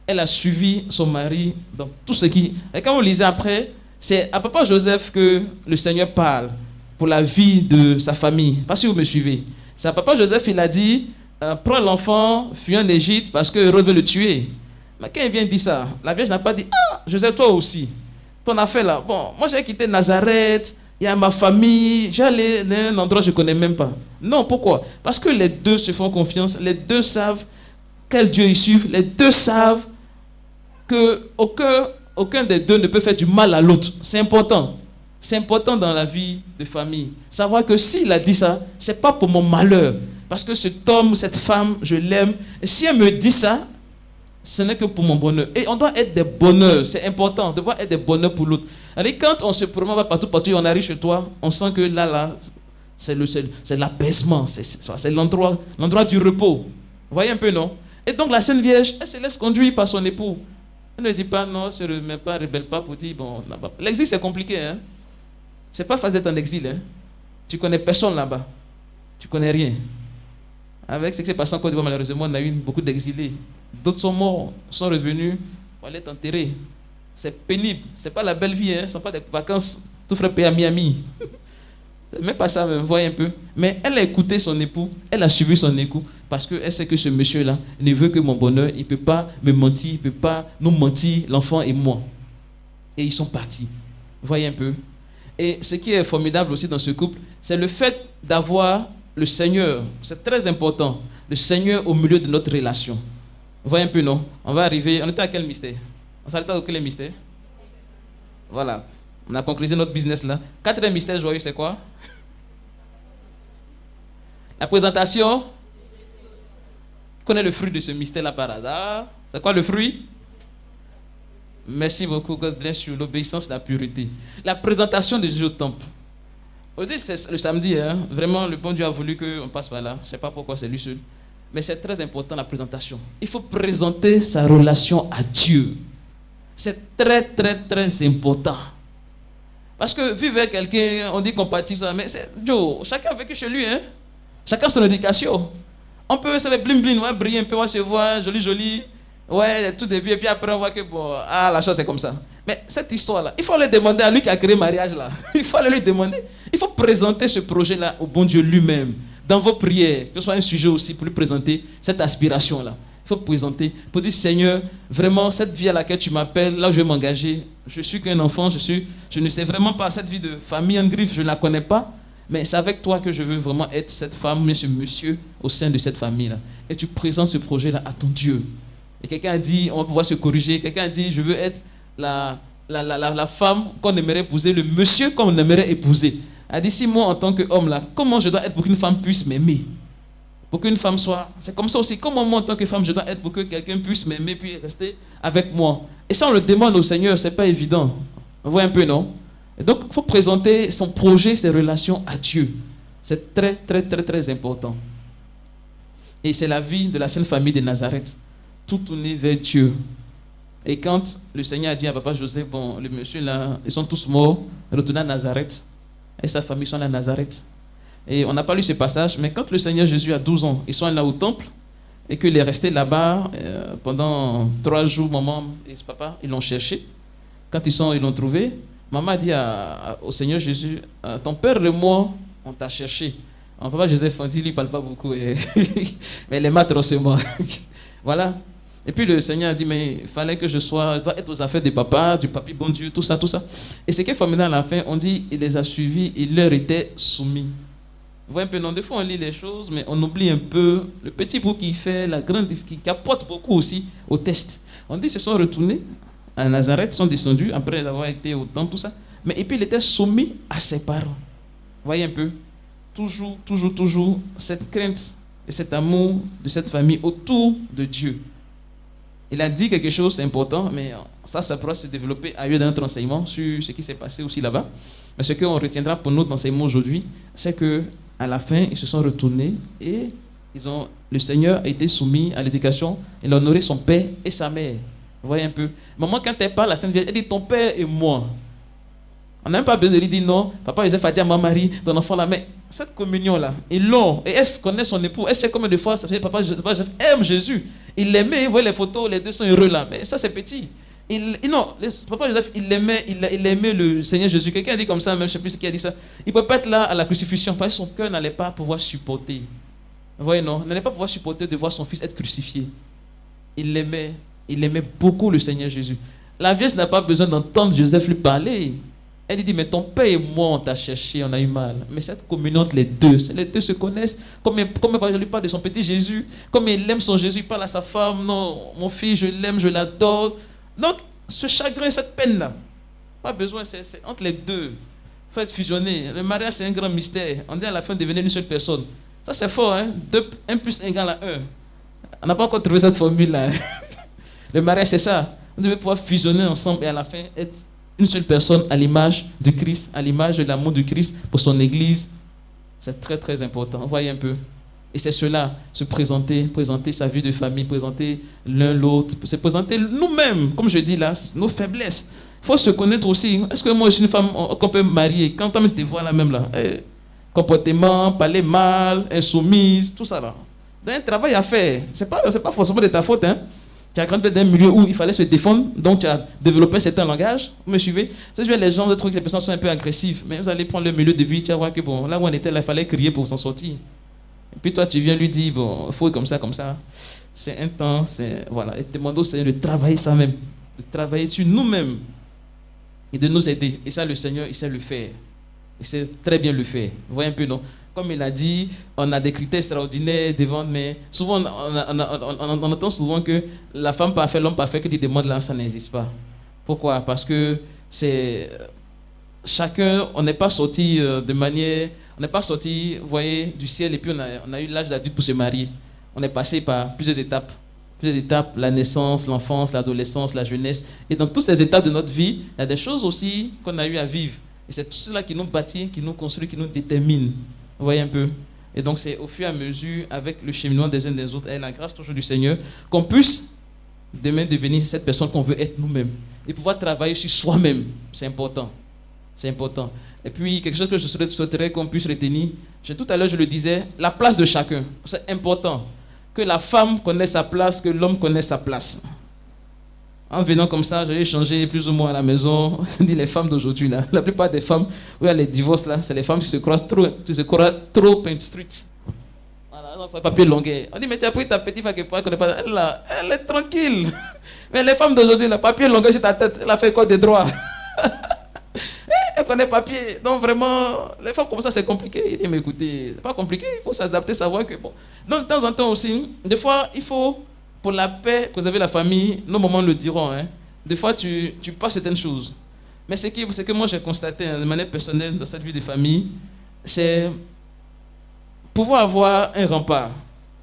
elle a suivi son mari dans tout ce qui... Et quand on lisait après, c'est à papa Joseph que le Seigneur parle pour la vie de sa famille. Pas si vous me suivez. C'est à papa Joseph, il a dit, prends l'enfant, fuis en Égypte parce que Hérode veut le tuer. Mais quand il vient dire ça, la Vierge n'a pas dit, ah, Joseph, toi aussi, ton affaire là. Bon, moi j'ai quitté Nazareth, il y a ma famille, j'allais dans un endroit que je ne connais même pas. Non, pourquoi? Parce que les deux se font confiance, les deux savent quel Dieu ils suivent, les deux savent qu'aucun des deux ne peut faire du mal à l'autre. C'est important. C'est important dans la vie de famille. Savoir que s'il a dit ça, ce n'est pas pour mon malheur. Parce que cet homme ou cette femme, je l'aime. Et si elle me dit ça, ce n'est que pour mon bonheur. Et on doit être des bonheurs. C'est important. On doit être des bonheurs pour l'autre. Quand on se promène partout, on arrive chez toi, on sent que là, c'est l'apaisement. C'est l'endroit du repos. Vous voyez un peu, non? Et donc la Sainte Vierge, elle se laisse conduire par son époux. Elle ne dit pas non, se remet pas, rebelle pas pour dire bon. L'exil c'est compliqué, hein. C'est pas facile d'être en exil, hein. Tu connais personne là-bas. Tu connais rien. Avec ce qui s'est passé en Côte d'Ivoire, malheureusement, on a eu beaucoup d'exilés. D'autres sont morts, sont revenus pour aller être enterrés. C'est pénible. C'est pas la belle vie, hein. Ce sont pas des vacances tout frais payé à Miami. Même pas ça, vous voyez un peu. Mais elle a écouté son époux, elle a suivi son époux, parce qu'elle sait que ce monsieur-là ne veut que mon bonheur. Il ne peut pas me mentir, il ne peut pas nous mentir, l'enfant et moi. Et ils sont partis. Vous voyez un peu. Et ce qui est formidable aussi dans ce couple, c'est le fait d'avoir le Seigneur. C'est très important. Le Seigneur au milieu de notre relation. Vous voyez un peu, non? On va arriver. On était à quel mystère? On s'arrête à quel mystère? Voilà. On a conclusé notre business là. Quatrième mystère joyeux, c'est quoi? La présentation. Vous connaissez le fruit de ce mystère là par hasard? C'est quoi le fruit? Merci beaucoup, God bless you. L'obéissance, la pureté. La présentation de Jésus au temple. Au début, c'est le samedi, hein? Vraiment, le bon Dieu a voulu qu'on passe par là. Je ne sais pas pourquoi c'est lui seul. Mais c'est très important la présentation. Il faut présenter sa relation à Dieu. C'est très, très, très important. Parce que vivre avec quelqu'un, on dit compatible, ça, mais c'est Joe, chacun a vécu chez lui, hein? Chacun son éducation. On peut, ça va bling bling, on va briller un peu, on va se voir, joli, joli. Ouais, tout début, et puis après on voit que bon, la chose c'est comme ça. Mais cette histoire-là, il faut le demander à lui qui a créé le mariage là. Il faut lui demander. Il faut présenter ce projet-là au bon Dieu lui-même. Dans vos prières, que ce soit un sujet aussi pour lui présenter cette aspiration-là. Il faut présenter, pour dire Seigneur, vraiment cette vie à laquelle tu m'appelles, là où je vais m'engager, je suis qu'un enfant, je ne sais vraiment pas cette vie de famille en griffe, je ne la connais pas, mais c'est avec toi que je veux vraiment être cette femme, ce monsieur au sein de cette famille-là. Et tu présentes ce projet-là à ton Dieu. Et quelqu'un a dit, on va pouvoir se corriger, quelqu'un a dit, je veux être la femme qu'on aimerait épouser, le monsieur qu'on aimerait épouser. Elle a dit, si moi en tant qu'homme là, comment je dois être pour qu'une femme puisse m'aimer? Pour qu'une femme soit... C'est comme ça aussi. Comment moi, en tant que femme, je dois être pour que quelqu'un puisse m'aimer puis rester avec moi? Et ça, on le demande au Seigneur, c'est pas évident. Vous voyez un peu, non? Et donc, il faut présenter son projet, ses relations à Dieu. C'est très, très, très, très important. Et c'est la vie de la Sainte Famille de Nazareth. Tout tourné vers Dieu. Et quand le Seigneur a dit à papa Joseph, bon, le monsieur là, ils sont tous morts, retournez à Nazareth. Et sa famille sont à Nazareth. Et on n'a pas lu ce passage, mais quand le Seigneur Jésus a 12 ans, ils sont allés au temple et qu'il est resté là-bas pendant 3 jours, maman et papa, ils l'ont cherché. Quand ils l'ont trouvé, maman a dit au Seigneur Jésus, ton père et moi, on t'a cherché. Papa Joseph, on dit, lui, il ne parle pas beaucoup, mais les maths moi. Voilà. Et puis le Seigneur a dit, mais il fallait que je dois être aux affaires de papa, du papi bon Dieu, tout ça, tout ça. Et ce qui est formidable à la fin, on dit, il les a suivis, il leur était soumis. Vous voyez un peu, non, des fois on lit les choses, mais on oublie un peu le petit bout qui fait la grande, qui apporte beaucoup aussi au test. On dit qu'ils se sont retournés à Nazareth, sont descendus après avoir été au temple, tout ça. Mais et puis il était soumis à ses parents. Vous voyez un peu, toujours, toujours, toujours cette crainte et cet amour de cette famille autour de Dieu. Il a dit quelque chose, c'est important, mais ça pourra se développer ailleurs dans notre enseignement sur ce qui s'est passé aussi là-bas. Mais ce qu'on retiendra pour notre enseignement aujourd'hui, c'est que à la fin, ils se sont retournés et le Seigneur a été soumis à l'éducation. Il a honoré son père et sa mère. Vous voyez un peu. Maman, quand elle parle, la Sainte Vierge, elle dit ton père et moi. On n'a même pas besoin de lui dire non, papa Joseph a dit à ma Marie, ton enfant là, mais cette communion-là, ils l'ont. Et est-ce qu'on connaît son époux? Est-ce que combien de fois papa Joseph aime Jésus? Il l'aimait, vous voyez les photos, les deux sont heureux là, mais ça c'est petit. Papa Joseph, il aimait le Seigneur Jésus. Quelqu'un a dit comme ça, même je ne sais plus qui a dit ça. Il ne peut pas être là à la crucifixion parce que son cœur n'allait pas pouvoir supporter. Vous voyez, non? Il n'allait pas pouvoir supporter de voir son fils être crucifié. Il aimait beaucoup le Seigneur Jésus. La Vierge n'a pas besoin d'entendre Joseph lui parler. Elle lui dit, mais ton père et moi, on t'a cherché, on a eu mal. Mais cette communion entre les deux se connaissent. Comme je lui parle de son petit Jésus, comme il aime son Jésus, il parle à sa femme, non, mon fils, je l'aime, je l'adore. Donc, ce chagrin, cette peine-là, pas besoin, c'est entre les deux. Il faut être fusionné. Le mariage, c'est un grand mystère. On dit à la fin de devenir une seule personne. Ça, c'est fort, hein? 1 + 1 = 1. On n'a pas encore trouvé cette formule-là. Le mariage, c'est ça. On devait pouvoir fusionner ensemble et à la fin être une seule personne à l'image de Christ, à l'image de l'amour de Christ pour son Église. C'est très, très important. Voyez un peu. Et c'est cela, se présenter sa vie de famille, présenter l'un l'autre, se présenter nous-mêmes, comme je dis là, nos faiblesses. Il faut se connaître aussi. Est-ce que moi, je suis une femme qu'on peut marier? Quand on te voit là même là, comportement, parler mal, insoumise, tout ça là. Il y a un travail à faire. C'est pas forcément de ta faute, hein. Tu as grandi dans un milieu où il fallait se défendre, donc tu as développé un certain langage. Vous me suivez? C'est que les gens trouvent que les personnes sont un peu agressives, mais vous allez prendre le milieu de vie, tu vas voir que bon, là où on était, là, il fallait crier pour s'en sortir. Et puis toi, tu viens lui dire, bon, il faut comme ça. C'est un temps, voilà. Et demande au Seigneur de travailler ça même, de travailler sur nous-mêmes et de nous aider. Et ça, le Seigneur, il sait le faire. Il sait très bien le faire. Vous voyez un peu, non? Comme il a dit, on a des critères extraordinaires devant, mais souvent, on entend souvent que la femme parfaite, l'homme parfait, que des demandes là, ça n'existe pas. Pourquoi? Parce que c'est... Chacun, on n'est pas sorti de manière... On n'est pas sorti, vous voyez, du ciel et puis on a eu l'âge d'adulte pour se marier. On est passé par plusieurs étapes. La naissance, l'enfance, l'adolescence, la jeunesse. Et dans toutes ces étapes de notre vie, il y a des choses aussi qu'on a eu à vivre. Et c'est tout cela qui nous bâtit, qui nous construit, qui nous détermine. Vous voyez un peu? Et donc c'est au fur et à mesure, avec le cheminement des uns des autres, et la grâce toujours du Seigneur, qu'on puisse demain devenir cette personne qu'on veut être nous-mêmes. Et pouvoir travailler sur soi-même. C'est important. C'est important. Et puis, quelque chose que je souhaiterais qu'on puisse retenir, tout à l'heure je le disais, la place de chacun. C'est important. Que la femme connaisse sa place, que l'homme connaisse sa place. En venant comme ça, j'ai échangé plus ou moins à la maison. On dit les femmes d'aujourd'hui, là. La plupart des femmes où il y a les divorces, là, c'est les femmes qui se croient trop instruites. Voilà, on fait papier longuet. On dit, mais tu as pris ta petite femme qui ne connaît pas. Elle est tranquille. Mais les femmes d'aujourd'hui, le papier longuet sur ta tête, elle a fait quoi de droit? Elle connaît papier. Donc vraiment, les femmes comme ça, c'est compliqué. Il dit, mais écoutez, c'est pas compliqué. Il faut s'adapter, savoir que bon. Donc de temps en temps aussi, des fois, il faut, pour la paix, que vous avez la famille, nos moments le diront. Hein. Des fois, tu passes certaines choses. Mais ce que moi j'ai constaté de manière personnelle dans cette vie de famille, c'est pouvoir avoir un rempart.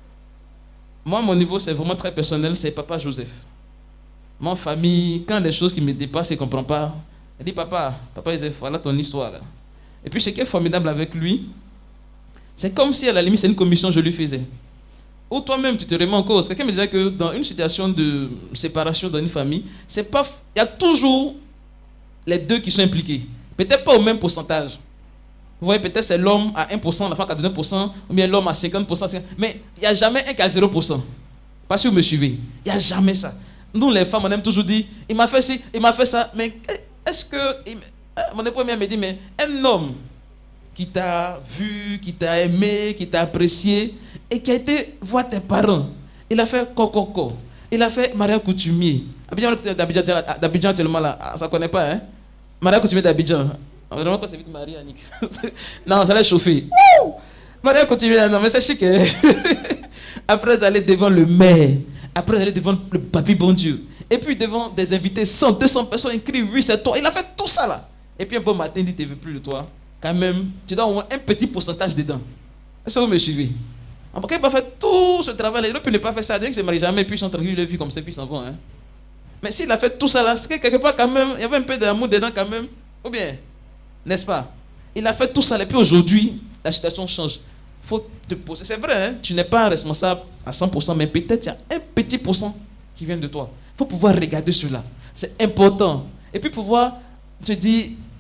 Moi, mon niveau, c'est vraiment très personnel, c'est Papa Joseph. Mon famille, quand des choses qui me dépassent et ne comprend pas, elle dit, Papa Joseph, voilà ton histoire. Là. Et puis, ce qui est formidable avec lui, c'est comme si, à la limite, c'est une commission que je lui faisais. Ou toi-même, tu te remets en cause. Quelqu'un me disait que dans une situation de séparation dans une famille, il y a toujours les deux qui sont impliqués. Peut-être pas au même pourcentage. Vous voyez, peut-être c'est l'homme à 1%, la femme à 49%, ou bien l'homme à 50%. Mais il n'y a jamais un qui a 0%. Pas si vous me suivez. Il n'y a jamais ça. Nous, les femmes, on aime toujours dire, il m'a fait ci, il m'a fait ça. Mais est-ce que... Mon époux me dit, mais un homme qui t'a vu, qui t'a aimé, qui t'a apprécié, et qui a été voir tes parents, il a fait coco, il a fait mariage coutumier. D'Abidjan tellement là, ça ne connaît pas, hein? Mariage coutumier d'Abidjan. Vraiment, quand c'est vite marié, Annick. Non, ça l'a chauffé. Mariage coutumier, non, mais c'est chic. Hein? Après, aller devant le maire, après, aller devant le papy bon Dieu, et puis devant des invités, 100, 200 personnes, il crie, oui, c'est toi. Il a fait tout ça là. Et puis un bon matin, il dit, tu ne veux plus de toi. Quand même, tu dois au moins un petit pourcentage dedans. Est-ce que vous me suivez? En tout cas, il n'a pas fait tout ce travail. Il aurait pu ne pas faire ça. Il dit que je ne me marie jamais, puis ils sont tranquilles, ils le vivent comme ça, puis ils s'en vont. Hein. Mais s'il a fait tout ça là, c'est que quelque part, quand même, il y avait un peu d'amour dedans, quand même. Ou bien, n'est-ce pas? Il a fait tout ça, et puis aujourd'hui, la situation change. Il faut te poser. C'est vrai, hein? Tu n'es pas responsable à 100%, mais peut-être il y a un petit pourcent qui vient de toi. Il faut pouvoir regarder cela. C'est important. Et puis pouvoir te dire,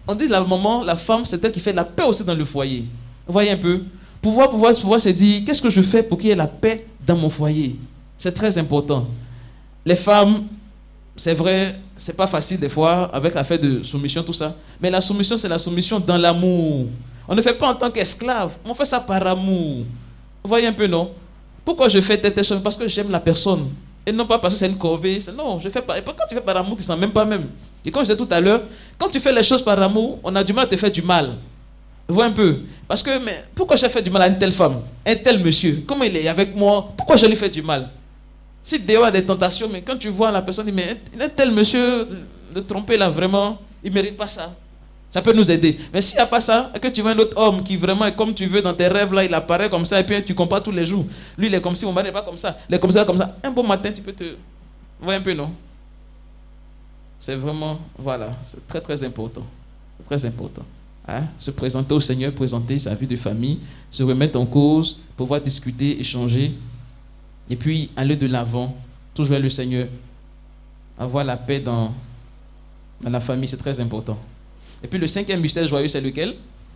on dit la maman, la femme, c'est elle qui fait la paix aussi dans le foyer. Vous voyez un peu? Pouvoir se dire, qu'est-ce que je fais pour qu'il y ait la paix dans mon foyer? C'est très important. Les femmes, c'est vrai, c'est pas facile des fois avec l'affaire de soumission, tout ça. Mais la soumission, c'est la soumission dans l'amour. On ne fait pas en tant qu'esclave, on fait ça par amour. Vous voyez un peu, non? Pourquoi je fais telle chose? Parce que j'aime la personne. Et non pas parce que c'est une corvée. Non, je fais pas. Et quand tu fais par amour, tu ne sens même pas même. Et comme je disais tout à l'heure, quand tu fais les choses par amour, on a du mal à te faire du mal. Vous voyez un peu? Parce que, mais pourquoi j'ai fait du mal à une telle femme, un tel monsieur? Comment il est avec moi? Pourquoi je lui fais du mal? Si dehors a des tentations, mais quand tu vois la personne, mais un tel monsieur, de tromper là, vraiment, il ne mérite pas ça. Ça peut nous aider. Mais s'il n'y a pas ça, et que tu vois un autre homme qui vraiment est comme tu veux dans tes rêves, là, il apparaît comme ça, et puis tu compares tous les jours. Lui, il est comme si, mon mari n'est pas comme ça. Il est comme ça, comme ça. Un bon matin, tu peux te... Vous voyez un peu, non? C'est vraiment... Voilà, c'est très, très important. Très important. Hein? Se présenter au Seigneur, présenter sa vie de famille, se remettre en cause, pouvoir discuter, échanger, et puis aller de l'avant, toujours vers le Seigneur. Avoir la paix dans la famille, c'est très important. Et puis le 5e mystère joyeux, c'est lequel?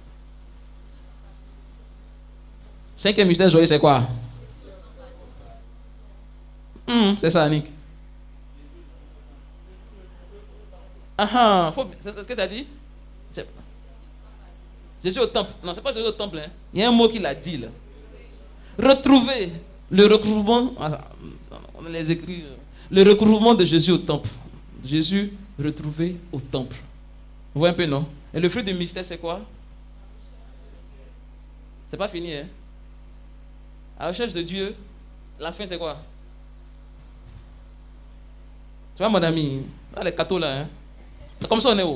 5e mystère joyeux, c'est quoi? C'est ça, Annick. C'est ce que tu as dit? Jésus au temple. Non, c'est pas Jésus au temple. Hein. Il y a un mot qu'il a dit là. Retrouver le recouvrement. On les écrit. Le recouvrement de Jésus au temple. Jésus retrouvé au temple. Vous voyez un peu, non? Et le fruit du mystère, c'est quoi? C'est pas fini, hein? À la recherche de Dieu, la fin, c'est quoi? Tu vois, mon ami, là, les cathos, là, hein? Comme ça, on est où?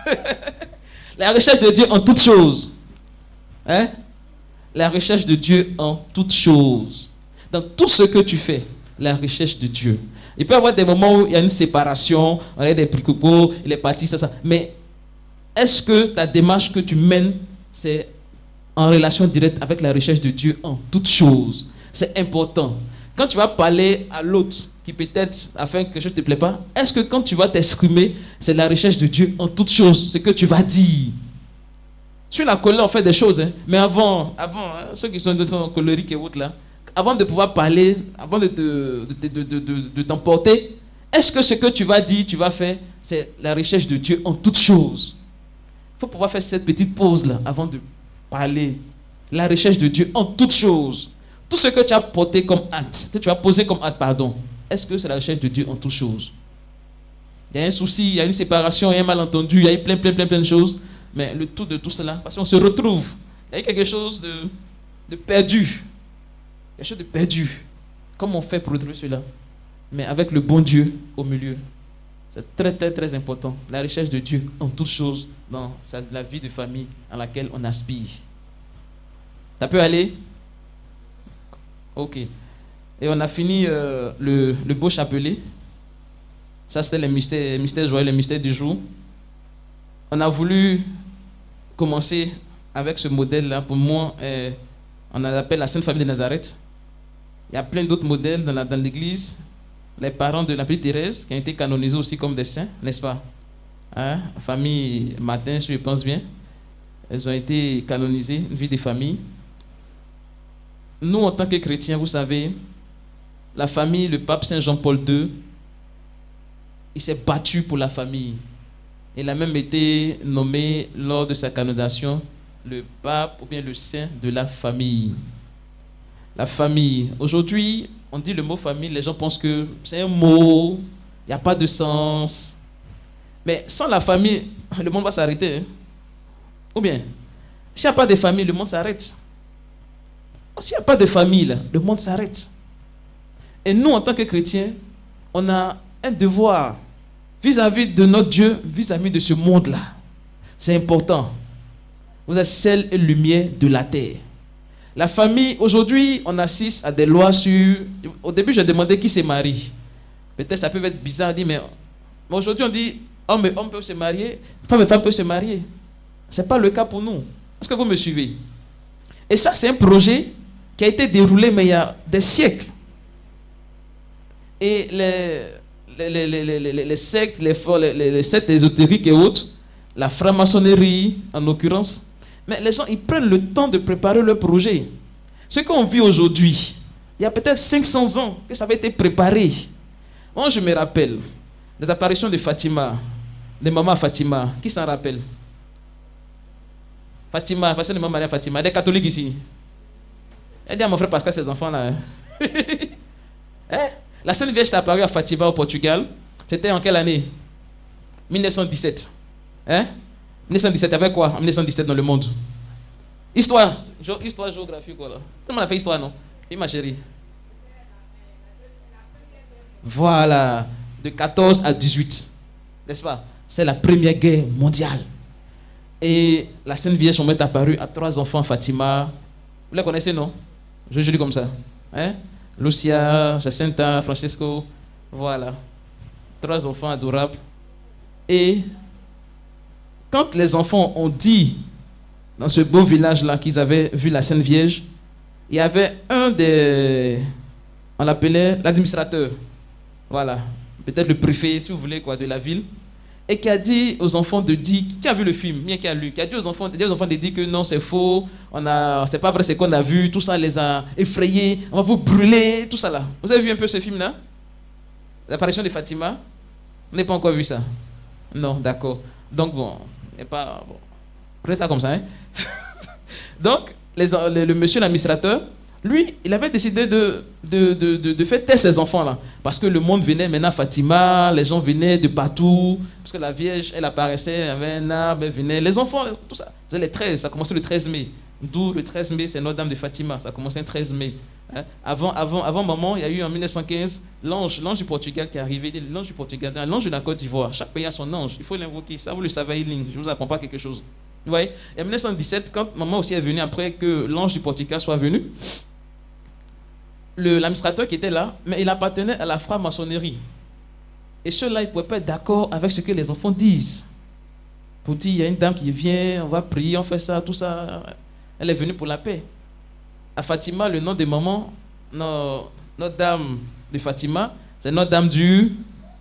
La recherche de Dieu en toutes choses. Hein? La recherche de Dieu en toutes choses. Dans tout ce que tu fais, la recherche de Dieu. Il peut y avoir des moments où il y a une séparation, on a des pricoupos, il est parti, ça. Mais est-ce que ta démarche que tu mènes, c'est en relation directe avec la recherche de Dieu en toutes choses? C'est important. Quand tu vas parler à l'autre qui peut-être a fait quelque chose qui ne te plaît pas, est-ce que quand tu vas t'exprimer, c'est la recherche de Dieu en toutes choses, ce que tu vas dire? Sur la colère, on fait des choses, hein, mais avant hein, ceux qui sont colériques et autres là, avant de pouvoir parler, avant de t'emporter, est-ce que ce que tu vas dire, tu vas faire, c'est la recherche de Dieu en toutes choses? Il faut pouvoir faire cette petite pause-là avant de parler. La recherche de Dieu en toutes choses. Tout ce que tu as porté comme acte, que tu as posé comme acte, pardon, est-ce que c'est la recherche de Dieu en toutes choses? Il y a un souci, il y a une séparation, il y a un malentendu, il y a plein de choses. Mais le tout de tout cela, parce qu'on se retrouve, il y a quelque chose de perdu. Quelque chose de perdu. Comment on fait pour retrouver cela? Mais avec le bon Dieu au milieu. C'est très, très, très important. La recherche de Dieu en toutes choses dans la vie de famille à laquelle on aspire. Ça peut aller? Ok. Et on a fini le beau chapelet. Ça, c'était le mystère joyeux, le mystère du jour. On a voulu commencer avec ce modèle-là. Pour moi, on l'appelle la Sainte Famille de Nazareth. Il y a plein d'autres modèles dans l'église. Les parents de la petite Thérèse, qui ont été canonisés aussi comme des saints, n'est-ce pas? Hein? Famille Martin, si je pense bien. Elles ont été canonisées, une vie de famille. Nous, en tant que chrétiens, vous savez, la famille, le pape Saint Jean-Paul II, il s'est battu pour la famille. Il a même été nommé lors de sa canonisation le pape ou bien le saint de la famille. La famille. Aujourd'hui, on dit le mot famille, les gens pensent que c'est un mot, il n'y a pas de sens. Mais sans la famille, le monde va s'arrêter. Hein? Ou bien, s'il n'y a pas de famille, le monde s'arrête. S'il n'y a pas de famille, là, le monde s'arrête. Et nous, en tant que chrétiens, on a un devoir vis-à-vis de notre Dieu, vis-à-vis de ce monde-là. C'est important. Vous êtes sel et lumière de la terre. La famille, aujourd'hui, on assiste à des lois sur... Au début, j'ai demandé qui se marie. Peut-être ça peut être bizarre à dire, mais aujourd'hui, on dit homme et homme peuvent se marier, femme et femme peuvent se marier. Ce n'est pas le cas pour nous. Est-ce que vous me suivez? Et ça, c'est un projet qui a été déroulé, mais il y a des siècles. Et les sectes, les sectes ésotériques et autres la franc-maçonnerie en l'occurrence. Mais les gens, ils prennent le temps de préparer leur projet. Ce qu'on vit aujourd'hui, il y a peut-être 500 ans que ça avait été préparé. Moi, je me rappelle les apparitions de Fatima, de Maman Fatima. Qui s'en rappelle? Fatima, parce que Maman Maria Fatima, des catholiques ici. Elle dit à mon frère Pascal, ces enfants-là. La Sainte Vierge est apparue à Fatima au Portugal. C'était en quelle année? 1917. 1917, il y avait quoi en 1917 dans le monde? Histoire. Histoire, géographie, quoi là. Tout le monde a fait histoire, non? Oui, ma chérie. Voilà. De 14 à 18. N'est-ce pas? C'est la première guerre mondiale. Et la Sainte Vierge est apparue à 3 enfants, Fatima. Vous les connaissez, non? Je dis comme ça. Lucia, Jacinta, Francesco. Voilà. 3 enfants adorables. Et quand les enfants ont dit dans ce beau village-là qu'ils avaient vu la Sainte Vierge, il y avait un des... On l'appelait l'administrateur. Voilà. Peut-être le préfet, si vous voulez, quoi, de la ville. Et qui a dit aux enfants de dire... Qui a vu le film? Bien qui a lu. Qui a dit aux enfants de dire que non, c'est faux. C'est pas vrai ce qu'on a vu. Tout ça les a effrayés. On va vous brûler. Tout ça là. Vous avez vu un peu ce film-là? L'apparition de Fatima? On n'a pas encore vu ça. Non, d'accord. Donc bon, et pas... Bon. Prenez ça comme ça, hein. Donc, le monsieur l'administrateur, lui, il avait décidé de faire taire ses enfants-là. Parce que le monde venait maintenant, Fatima, les gens venaient de partout. Parce que la Vierge, elle apparaissait, elle avait un arbre, elle venait. Les enfants, tout ça. C'est les 13, ça a commencé le 13 mai. D'où le 13 mai, c'est Notre-Dame de Fatima. Ça a commencé le 13 mai. Hein? Avant maman, il y a eu en 1915 l'ange du Portugal qui est arrivé. L'ange du Portugal, l'ange de la Côte d'Ivoire. Chaque pays a son ange. Il faut l'invoquer. Ça, vous le savez, je vous apprends pas quelque chose. Vous voyez? Et en 1917, quand maman aussi est venue, après que l'ange du Portugal soit venu, l'administrateur qui était là, mais il appartenait à la franc-maçonnerie. Et ceux-là, ils ne pouvaient pas être d'accord avec ce que les enfants disent. Pour dire, il y a une dame qui vient, on va prier, on fait ça, tout ça. Elle est venue pour la paix. À Fatima, le nom de maman, Notre-Dame de Fatima, c'est Notre-Dame du...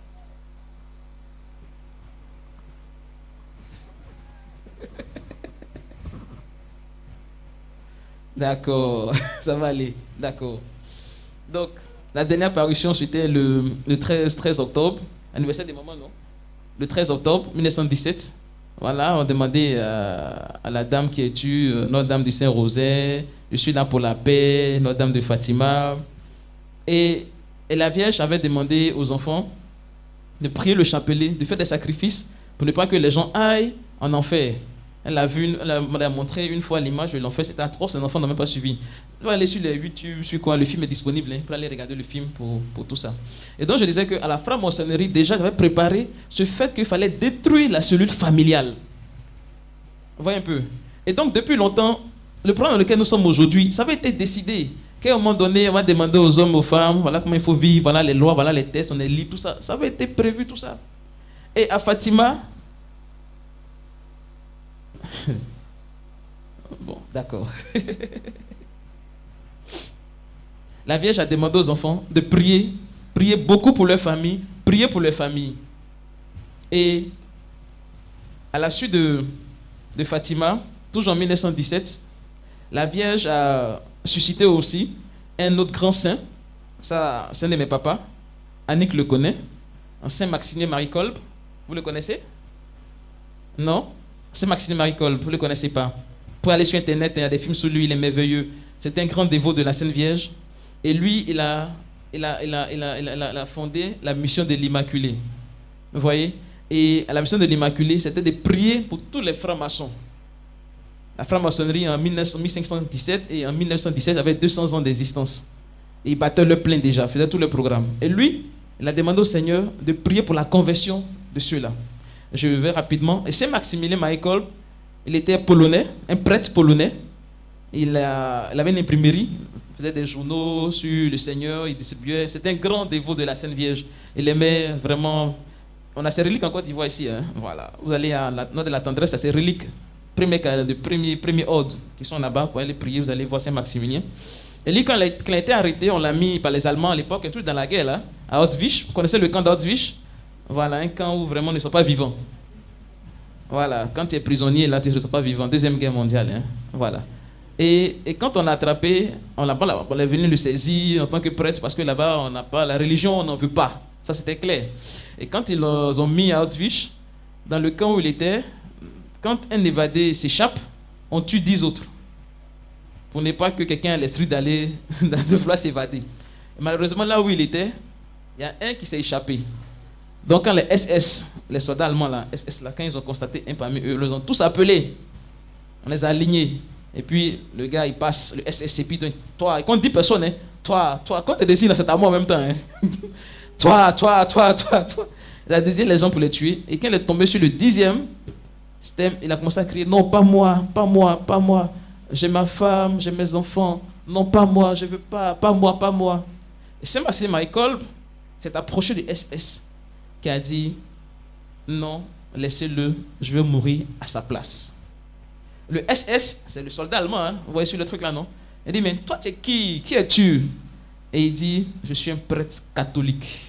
D'accord, ça va aller, d'accord. Donc, la dernière parution, c'était le 13 octobre, anniversaire des mamans, non? Le 13 octobre 1917. Voilà, on demandait à la dame qui est tue, Notre-Dame du Saint-Rosaire, je suis là pour la paix, Notre-Dame de Fatima. Et la Vierge avait demandé aux enfants de prier le chapelet, de faire des sacrifices pour ne pas que les gens aillent en enfer. Elle a montré une fois l'image de l'enfer, c'était atroce, les enfants n'ont même pas suivi. On va aller sur les YouTube, sur quoi, le film est disponible, pour aller regarder le film pour tout ça. Et donc je disais qu'à la franc-maçonnerie, déjà j'avais préparé ce fait qu'il fallait détruire la cellule familiale. Vous voyez un peu. Et donc depuis longtemps, le problème dans lequel nous sommes aujourd'hui, ça avait été décidé. Qu'à un moment donné, on va demander aux hommes, aux femmes, voilà comment il faut vivre, voilà les lois, voilà les tests, on est libre, tout ça. Ça avait été prévu, tout ça. Et à Fatima... Bon, d'accord. La Vierge a demandé aux enfants de prier beaucoup pour leur famille, prier pour leur famille. Et à la suite de Fatima, toujours en 1917, la Vierge a suscité aussi un autre grand saint, ça, c'est un de mes papas, Annick le connaît, un saint Maximilien Marie Kolb. Vous le connaissez? Non? C'est Maxime Marie-Kolb, vous ne le connaissez pas. Pour aller sur Internet, il y a des films sur lui, il est merveilleux. C'est un grand dévot de la Sainte Vierge. Et lui, il a fondé la mission de l'Immaculée. Vous voyez? Et la mission de l'Immaculée, c'était de prier pour tous les francs-maçons. La franc-maçonnerie en 1517 et en 1917 avait 200 ans d'existence. Et ils battaient le plein déjà, faisaient tout le programme. Et lui, il a demandé au Seigneur de prier pour la conversion de ceux-là. Je vais rapidement. Et c'est Maximilien Marie-Kolb. Il était polonais, un prêtre polonais. Il avait une imprimerie, il faisait des journaux sur le Seigneur, il distribuait. C'était un grand dévot de la Sainte Vierge. Il aimait vraiment. On a ses reliques en Côte d'Ivoire ici. Hein. Voilà. Vous allez à la Note de la Tendresse, à ces reliques de premier ordre qui sont là-bas. Pour aller prier, vous allez voir Saint-Maximilien. Et lui, quand il a été arrêté, on l'a mis par les Allemands à l'époque, et tout dans la guerre, là, à Auschwitz. Vous connaissez le camp d'Auschwitz? Voilà, un camp où vraiment ils ne sont pas vivants. Voilà, quand tu es prisonnier, là, tu ne seras pas vivant. Deuxième guerre mondiale. Hein. Voilà. Et quand on l'a attrapé, on est venu le saisir en tant que prêtre parce que là-bas, on n'a pas la religion, on n'en veut pas. Ça, c'était clair. Et quand ils l'ont mis à Auschwitz, dans le camp où il était, quand un évadé s'échappe, on tue 10 autres. Pour ne pas que quelqu'un ait l'esprit d'aller, de vouloir s'évader. Et malheureusement, là où il était, il y a un qui s'est échappé. Donc quand les SS, les soldats allemands, là, SS, là, quand ils ont constaté un parmi eux, ils les ont tous appelés. On les a alignés. Et puis le gars, il passe, le SS, et puis toi, et quand 10 personnes, hein, toi, quand tu désignes, c'est à moi en même temps. Hein. Toi. Il a désigné les gens pour les tuer. Et quand il est tombé sur le 10e, il a commencé à crier, non, pas moi. J'ai ma femme, j'ai mes enfants. Non, pas moi, je veux pas moi. Et c'est Michael s'est approché du SS qui a dit, non, laissez-le, je vais mourir à sa place. Le SS, c'est le soldat allemand, hein? Vous voyez sur le truc là, non? Il dit, mais toi, tu es qui? Qui es-tu? Et il dit, je suis un prêtre catholique.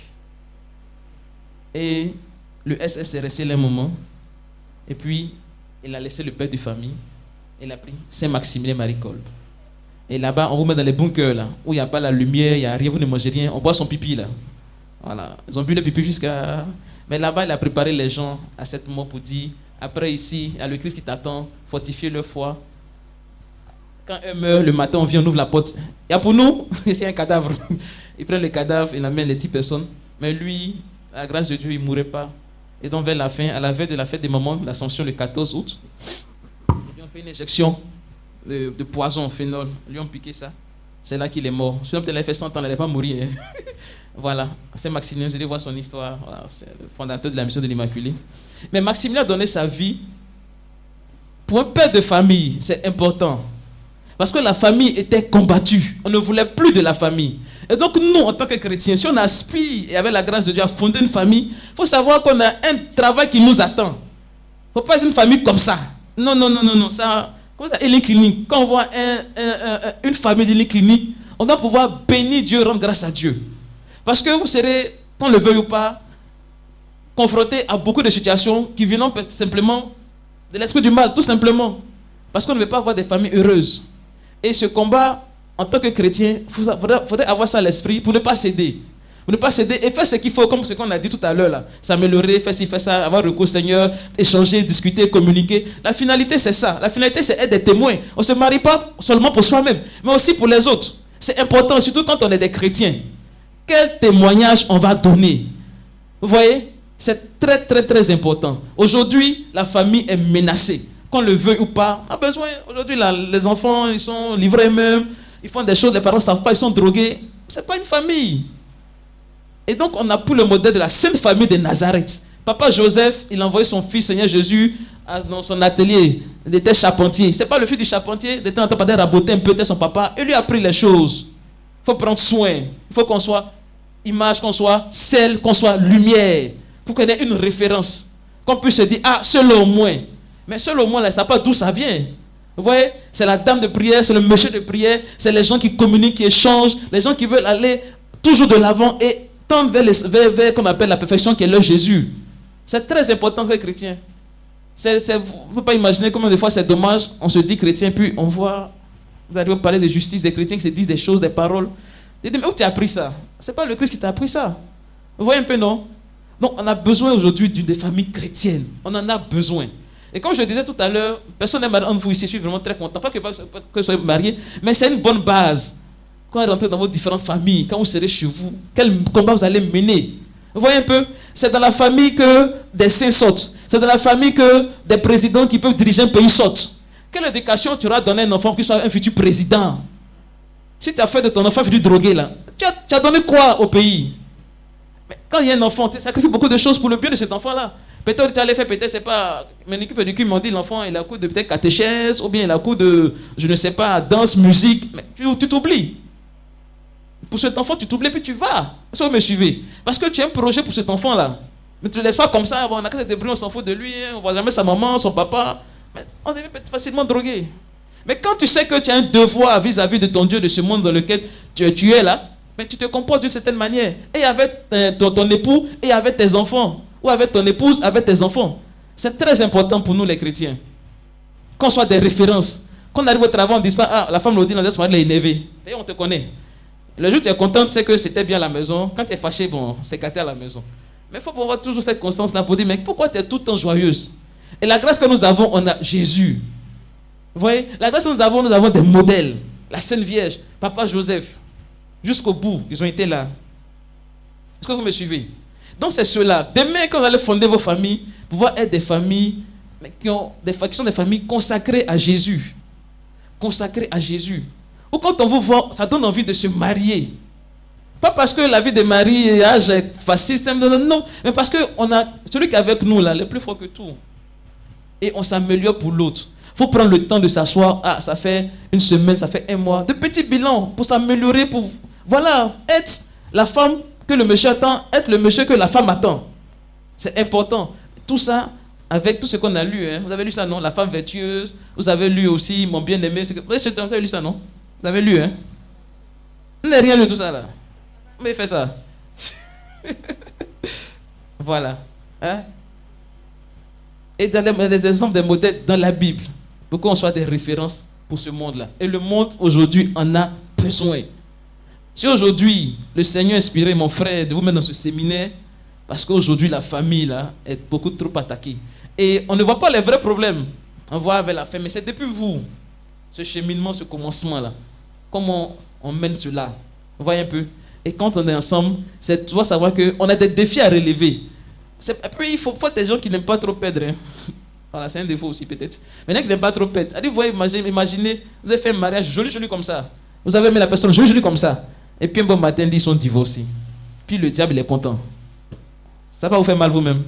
Et le SS est resté là un moment. Et puis, il a laissé le père de famille. Il a pris Saint-Maximilien Marie-Kolb. Et là-bas, on vous met dans les bunkers, là, où il n'y a pas la lumière, il n'y a rien, vous ne mangez rien. On boit son pipi, là. Voilà. Ils ont bu le pipi jusqu'à... Mais là-bas, il a préparé les gens à cette mort pour dire, après ici, il y a le Christ qui t'attend, fortifiez leur foi. Quand eux meurent, le matin, on vient, on ouvre la porte. Et pour nous, c'est un cadavre. Ils prennent le cadavre, ils l'amènent les 10 personnes. Mais lui, à la grâce de Dieu, il ne mourrait pas. Et donc, vers la fin, à la veille de la fête des mamans, l'Ascension, le 14 août, ils lui ont fait une injection de poison, phénol. Ils lui ont piqué ça. C'est là qu'il est mort. Sinon, peut-être il a fait 100 ans, il n'allait pas mourir. Voilà. C'est Maximilien, vous allez voir son histoire. Voilà. C'est le fondateur de la mission de l'Immaculée. Mais Maximilien a donné sa vie. Pour un père de famille, c'est important. Parce que la famille était combattue. On ne voulait plus de la famille. Et donc nous, en tant que chrétiens, si on aspire, et avec la grâce de Dieu, à fonder une famille, il faut savoir qu'on a un travail qui nous attend. Il ne faut pas être une famille comme ça. Non. Ça, quand on voit une famille de clinique, on doit pouvoir bénir Dieu, rendre grâce à Dieu. Parce que vous serez, qu'on le veuille ou pas, confronté à beaucoup de situations qui viennent simplement de l'esprit du mal, tout simplement. Parce qu'on ne veut pas avoir des familles heureuses. Et ce combat, en tant que chrétien, il faudrait avoir ça à l'esprit pour ne pas céder. Pour ne pas céder et faire ce qu'il faut, comme ce qu'on a dit tout à l'heure, là. S'améliorer, faire ci, faire ça, avoir recours au Seigneur, échanger, discuter, communiquer. La finalité, c'est ça. La finalité, c'est être des témoins. On ne se marie pas seulement pour soi-même, mais aussi pour les autres. C'est important, surtout quand on est des chrétiens. Quel témoignage on va donner? Vous voyez? C'est très, très, très important. Aujourd'hui, la famille est menacée. Qu'on le veuille ou pas, on a besoin. Aujourd'hui, les enfants, ils sont livrés eux-mêmes. Ils font des choses, les parents ne savent pas, ils sont drogués. Ce n'est pas une famille. Et donc, on a pris le modèle de la sainte famille de Nazareth. Papa Joseph, il a envoyé son fils, Seigneur Jésus, dans son atelier. Il était charpentier. Ce n'est pas le fils du charpentier. Il était en train de raboter un peu son papa. Il lui a appris les choses. Il faut prendre soin. Il faut qu'on soit image, qu'on soit sel, qu'on soit lumière. Pour qu'on ait une référence. Qu'on puisse se dire, ah, selon moi. Mais selon moi, là, ça ne sait pas d'où ça vient. Vous voyez, c'est la dame de prière, c'est le monsieur de prière, c'est les gens qui communiquent, qui échangent, les gens qui veulent aller toujours de l'avant et tendre vers qu'on appelle la perfection qui est leur Jésus. C'est très important, frère chrétien. Vous ne pouvez pas imaginer comment des fois c'est dommage, on se dit chrétien, puis on voit, vous allez parler de justice, des chrétiens qui se disent des choses, des paroles. Vous dites, mais où tu as appris ça? Ce n'est pas le Christ qui t'a appris ça. Vous voyez un peu, non? Donc on a besoin aujourd'hui d'une famille chrétienne. On en a besoin. Et comme je disais tout à l'heure, personne n'est marié entre vous ici, je suis vraiment très content. Pas que vous soyez mariés, mais c'est une bonne base. Quand vous rentrez dans vos différentes familles, quand vous serez chez vous, quel combat vous allez mener? Vous voyez un peu? C'est dans la famille que des saints sortent. C'est dans la famille que des présidents qui peuvent diriger un pays sortent. Quelle éducation tu auras donné à un enfant qui soit un futur président? Si tu as fait de ton enfant un futur drogué, là, tu as donné quoi au pays? Mais quand il y a un enfant, tu sacrifies beaucoup de choses pour le bien de cet enfant-là. Peut-être tu allais faire, peut-être c'est pas. Mes équipes d'éducation m'ont dit l'enfant il a cours de peut-être catéchèse, ou bien il a cours de, je ne sais pas, danse, musique. Mais tu t'oublies. Pour cet enfant, tu t'oublies puis tu vas. Est-ce que vous me suivez? Parce que tu as un projet pour cet enfant-là. Mais tu ne le laisses pas comme ça. Bon, on a qu'à se débrouiller, on s'en fout de lui, hein, on ne voit jamais sa maman, son papa. Mais on devait être facilement drogué. Mais quand tu sais que tu as un devoir vis-à-vis de ton Dieu, de ce monde dans lequel tu es là, mais tu te comportes d'une certaine manière. Et avec ton époux, et avec tes enfants. Ou avec ton épouse, avec tes enfants. C'est très important pour nous les chrétiens. Qu'on soit des références. Quand on arrive au travail, on ne dit pas, ah, la femme le dit, on dit, elle est énervée. Et on te connaît. Le jour où tu es contente, c'est que c'était bien à la maison. Quand tu es fâché, bon, c'est gâté à la maison. Mais il faut avoir toujours cette constance-là pour dire, mais pourquoi tu es tout le temps joyeuse? Et la grâce que nous avons, on a Jésus. Vous voyez, la grâce que nous avons des modèles. La Sainte Vierge, Papa Joseph. Jusqu'au bout, ils ont été là. Est-ce que vous me suivez? Donc c'est cela. Demain, quand vous allez fonder vos familles, pouvoir être des familles qui sont des familles consacrées à Jésus. Consacrées à Jésus. Ou quand on vous voit, ça donne envie de se marier. Pas parce que la vie de mariage est facile, non, mais parce que on a celui qui est avec nous là, le plus fort que tout. Et on s'améliore pour l'autre. Il faut prendre le temps de s'asseoir. Ah, ça fait une semaine, ça fait un mois. De petits bilans pour s'améliorer, pour voilà, être la femme que le monsieur attend, être le monsieur que la femme attend. C'est important. Tout ça avec tout ce qu'on a lu. Hein. Vous avez lu ça, non? La femme vertueuse. Vous avez lu aussi Mon bien-aimé. Vous avez lu ça, non? Vous avez lu, hein? Vous n'avez rien lu de tout ça, là. Vous avez fait ça. Voilà. Hein? Et dans les exemples des modèles dans la Bible, pour qu'on soit des références pour ce monde-là. Et le monde, aujourd'hui, en a besoin. Si aujourd'hui, le Seigneur a inspiré mon frère de vous mettre dans ce séminaire, parce qu'aujourd'hui, la famille là, est beaucoup trop attaquée. Et on ne voit pas les vrais problèmes. On voit avec la fin, mais c'est depuis vous, ce cheminement, ce commencement-là. Comment on mène cela? Vous voyez un peu? Et quand on est ensemble, tu dois savoir qu'on a des défis à relever. Et puis, il faut des gens qui n'aiment pas trop perdre. Hein. Voilà, c'est un défaut aussi peut-être. Mais il y en a qui n'aiment pas trop perdre. Allez, vous voyez, imaginez, vous avez fait un mariage joli comme ça. Vous avez mis la personne joli comme ça. Et puis un bon matin, ils sont divorcés. Puis le diable est content. Ça va vous faire mal vous-même.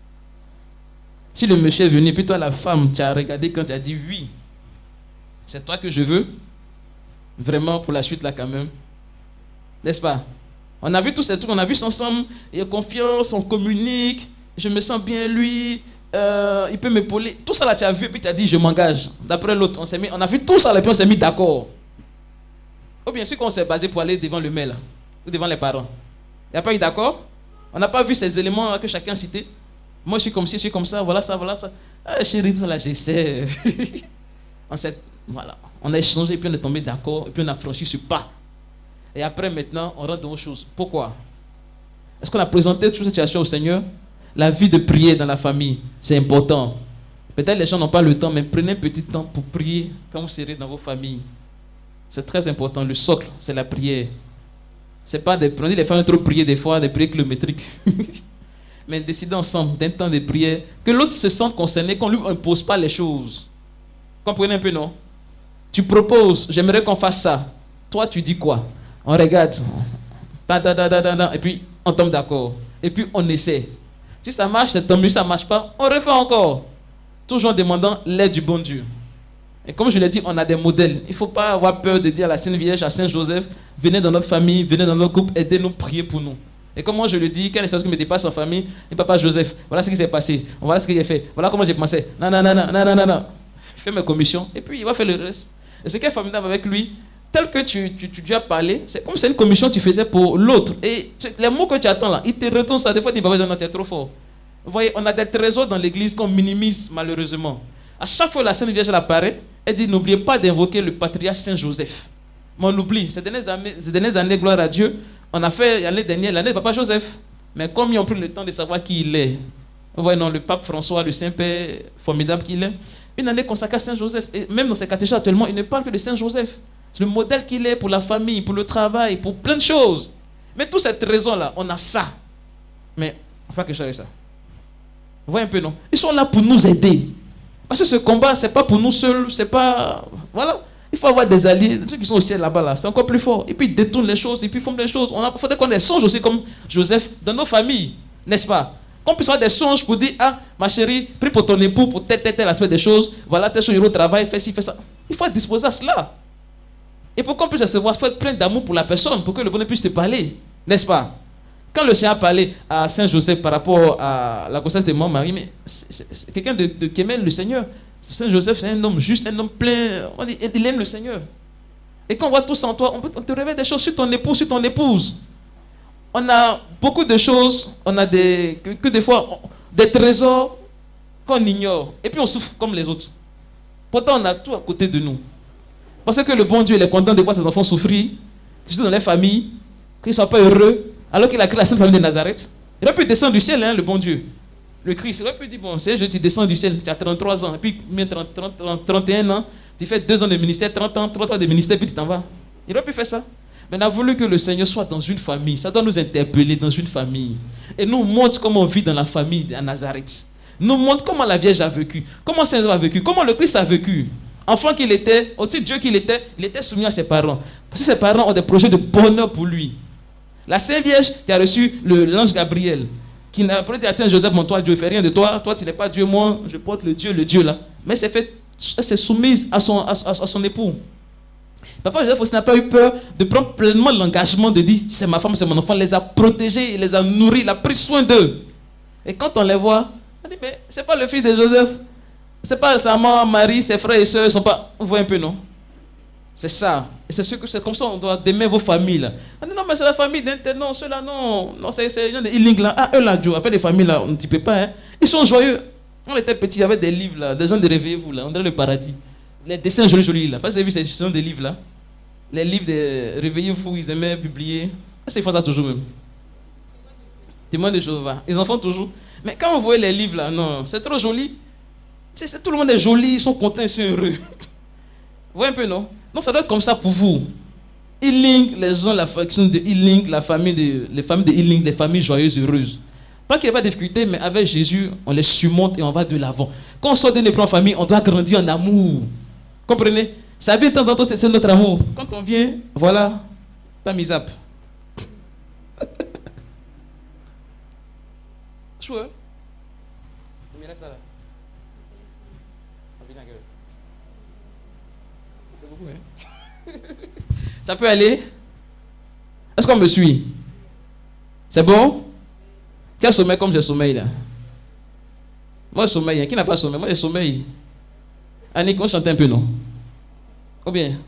Si le monsieur est venu, puis toi la femme, tu as regardé quand tu as dit oui, c'est toi que je veux, vraiment pour la suite là quand même, n'est-ce pas? On a vu tous ces trucs, on a vu ça ensemble, il y a confiance, on communique, je me sens bien lui, il peut m'épauler. Tout ça là tu as vu, puis tu as dit je m'engage. D'après l'autre, on a vu tout ça là, puis on s'est mis d'accord. Ou bien sûr qu'on s'est basé pour aller devant le maire là, ou devant les parents. Il n'y a pas eu d'accord? On n'a pas vu ces éléments là que chacun citait. Moi je suis comme ci, je suis comme ça, voilà ça, voilà ça. Ah chérie, tout ça là, j'essaie. Voilà. On a échangé, puis on est tombé d'accord, et puis on a franchi ce pas. Et après maintenant, on rentre dans autre chose. Pourquoi? Est-ce qu'on a présenté toute cette situation au Seigneur? La vie de prière dans la famille, c'est important. Peut-être les gens n'ont pas le temps, mais prenez un petit temps pour prier quand vous serez dans vos familles. C'est très important. Le socle, c'est la prière. C'est pas des... On dit les femmes trop prier des fois, des prières kilométriques. Mais décider ensemble d'un temps de prière, que l'autre se sente concerné, qu'on ne lui impose pas les choses. Comprenez un peu, non? Tu proposes, j'aimerais qu'on fasse ça. Toi, tu dis quoi? On regarde. Et puis, on tombe d'accord. Et puis, on essaie. Si ça marche, c'est tant mieux. Si ça ne marche pas, on refait encore. Toujours en demandant l'aide du bon Dieu. Et comme je l'ai dit, on a des modèles. Il ne faut pas avoir peur de dire à la Sainte Vierge, à Saint Joseph, venez dans notre famille, venez dans notre groupe, aidez-nous, priez pour nous. Et comme moi je le dis, quelle est chose qui me dépasse en famille, et papa Joseph, voilà ce qui s'est passé, voilà ce que j'ai fait, voilà comment j'ai pensé. Non. Fais mes commissions, et puis il va faire le reste. Et ce qui est formidable avec lui, tel que tu as parlé, c'est comme c'est une commission que tu faisais pour l'autre. Et les mots que tu attends là, il te retourne ça. Des fois, tu dis, non, tu es trop fort. Vous voyez, on a des trésors dans l'église qu'on minimise malheureusement. À chaque fois que la Sainte Vierge apparaît, elle dit, n'oubliez pas d'invoquer le patriarche Saint Joseph. Mais on oublie. Ces dernières années, gloire à Dieu, on a fait l'année dernière, l'année de Papa Joseph. Mais comme ils ont pris le temps de savoir qui il est, vous voyez, non, le pape François, le Saint-Père, formidable qu'il est, une année consacrée à Saint Joseph. Et même dans ses catéchèses actuellement, il ne parle que de Saint Joseph. Le modèle qu'il est pour la famille, pour le travail, pour plein de choses. Mais toutes ces raisons-là, on a ça. Mais on va faire quelque chose avec ça. Vous voyez un peu, non? Ils sont là pour nous aider. Parce que ce combat, ce n'est pas pour nous seuls, c'est pas... Voilà. Il faut avoir des alliés, ceux qui sont aussi là-bas, là, c'est encore plus fort. Et puis ils détournent les choses, et puis ils font des choses. Il faudrait qu'on ait des songes aussi comme Joseph dans nos familles, n'est-ce pas? Qu'on puisse avoir des songes pour dire, ah, ma chérie, prie pour ton époux, pour tel aspect des choses. Voilà, tel chose, il au travail, fais ci, fais ça. Il faut être disposé à cela. Et pour qu'on puisse recevoir, il faut être plein d'amour pour la personne, pour que le bonheur puisse te parler, n'est-ce pas? Quand le Seigneur a parlé à Saint Joseph par rapport à la grossesse de mon mari, mais c'est quelqu'un qui aime le Seigneur. Saint Joseph, c'est un homme juste, un homme plein. Il aime le Seigneur. Et quand on voit tout ça en toi, on te révèle des choses sur ton époux, sur ton épouse. On a beaucoup de choses, on a des fois des trésors qu'on ignore. Et puis on souffre comme les autres. Pourtant, on a tout à côté de nous. Parce que le bon Dieu, il est content de voir ses enfants souffrir, surtout dans les familles, qu'ils ne soient pas heureux, alors qu'il a créé la sainte famille de Nazareth. Il aurait pu descendre du ciel, hein, le bon Dieu. Le Christ, il aurait pu dire, bon, c'est tu descends du ciel, tu as 33 ans, et puis 31 ans, tu fais 2 ans de ministère, 30 ans de ministère, puis tu t'en vas. Il aurait pu faire ça. Mais on a voulu que le Seigneur soit dans une famille. Ça doit nous interpeller dans une famille. Et nous montre comment on vit dans la famille à Nazareth. Nous montre comment la Vierge a vécu, comment Saint-Jean a vécu, comment le Christ a vécu. Enfant qu'il était, aussi Dieu qu'il était, il était soumis à ses parents. Parce que ses parents ont des projets de bonheur pour lui. La Sainte Vierge qui a reçu l'ange Gabriel, qui n'a pas dit, tiens Joseph, mon toi, Dieu ne fait rien de toi, toi tu n'es pas Dieu, moi je porte le Dieu là. Mais elle s'est soumise à son époux. Papa Joseph aussi n'a pas eu peur de prendre pleinement l'engagement de dire, c'est ma femme, c'est mon enfant, il les a protégés, il les a nourris, il a pris soin d'eux. Et quand on les voit, on dit, mais c'est pas le fils de Joseph. C'est pas sa maman, Marie, ses frères et sœurs, ils sont pas. Vous voyez un peu, non? C'est ça. Et c'est comme ça on doit aimer vos familles. Là. Ah non, mais c'est la famille d'Internet. Non, ceux-là, non. Non, c'est les gens de healing là. Ah, eux là, Joe, avec des familles là, on ne t'y peut pas. Hein. Ils sont joyeux. On était petits, il y avait des livres là, des gens de réveillez-vous là, on dirait le paradis. Les dessins jolis là. Vous avez vu ces gens de livres là? Les livres de réveillez-vous, ils aimaient publier. Ils font ça toujours même. Témoins de Jéhovah. Ils en font toujours. Mais quand on voit les livres là, non, c'est trop joli. Tout le monde est joli, ils sont contents, ils sont heureux. Vous voyez un peu, non? Donc ça doit être comme ça pour vous. Healing, les gens, la faction de healing, les familles de healing, les familles joyeuses, heureuses. Pas qu'il n'y ait pas de difficulté, mais avec Jésus, on les surmonte et on va de l'avant. Quand on sort de notre famille, on doit grandir en amour. Comprenez? Ça vient de temps en temps, c'est notre amour. Quand on vient, voilà, pas mis up. Chouette. Ça peut aller? Est-ce qu'on me suit? C'est bon? Quel sommeil comme j'ai sommeil là? Moi je sommeil, qui n'a pas sommeil? Moi j'ai sommeil. Annick, on chante un peu, non? Ou bien?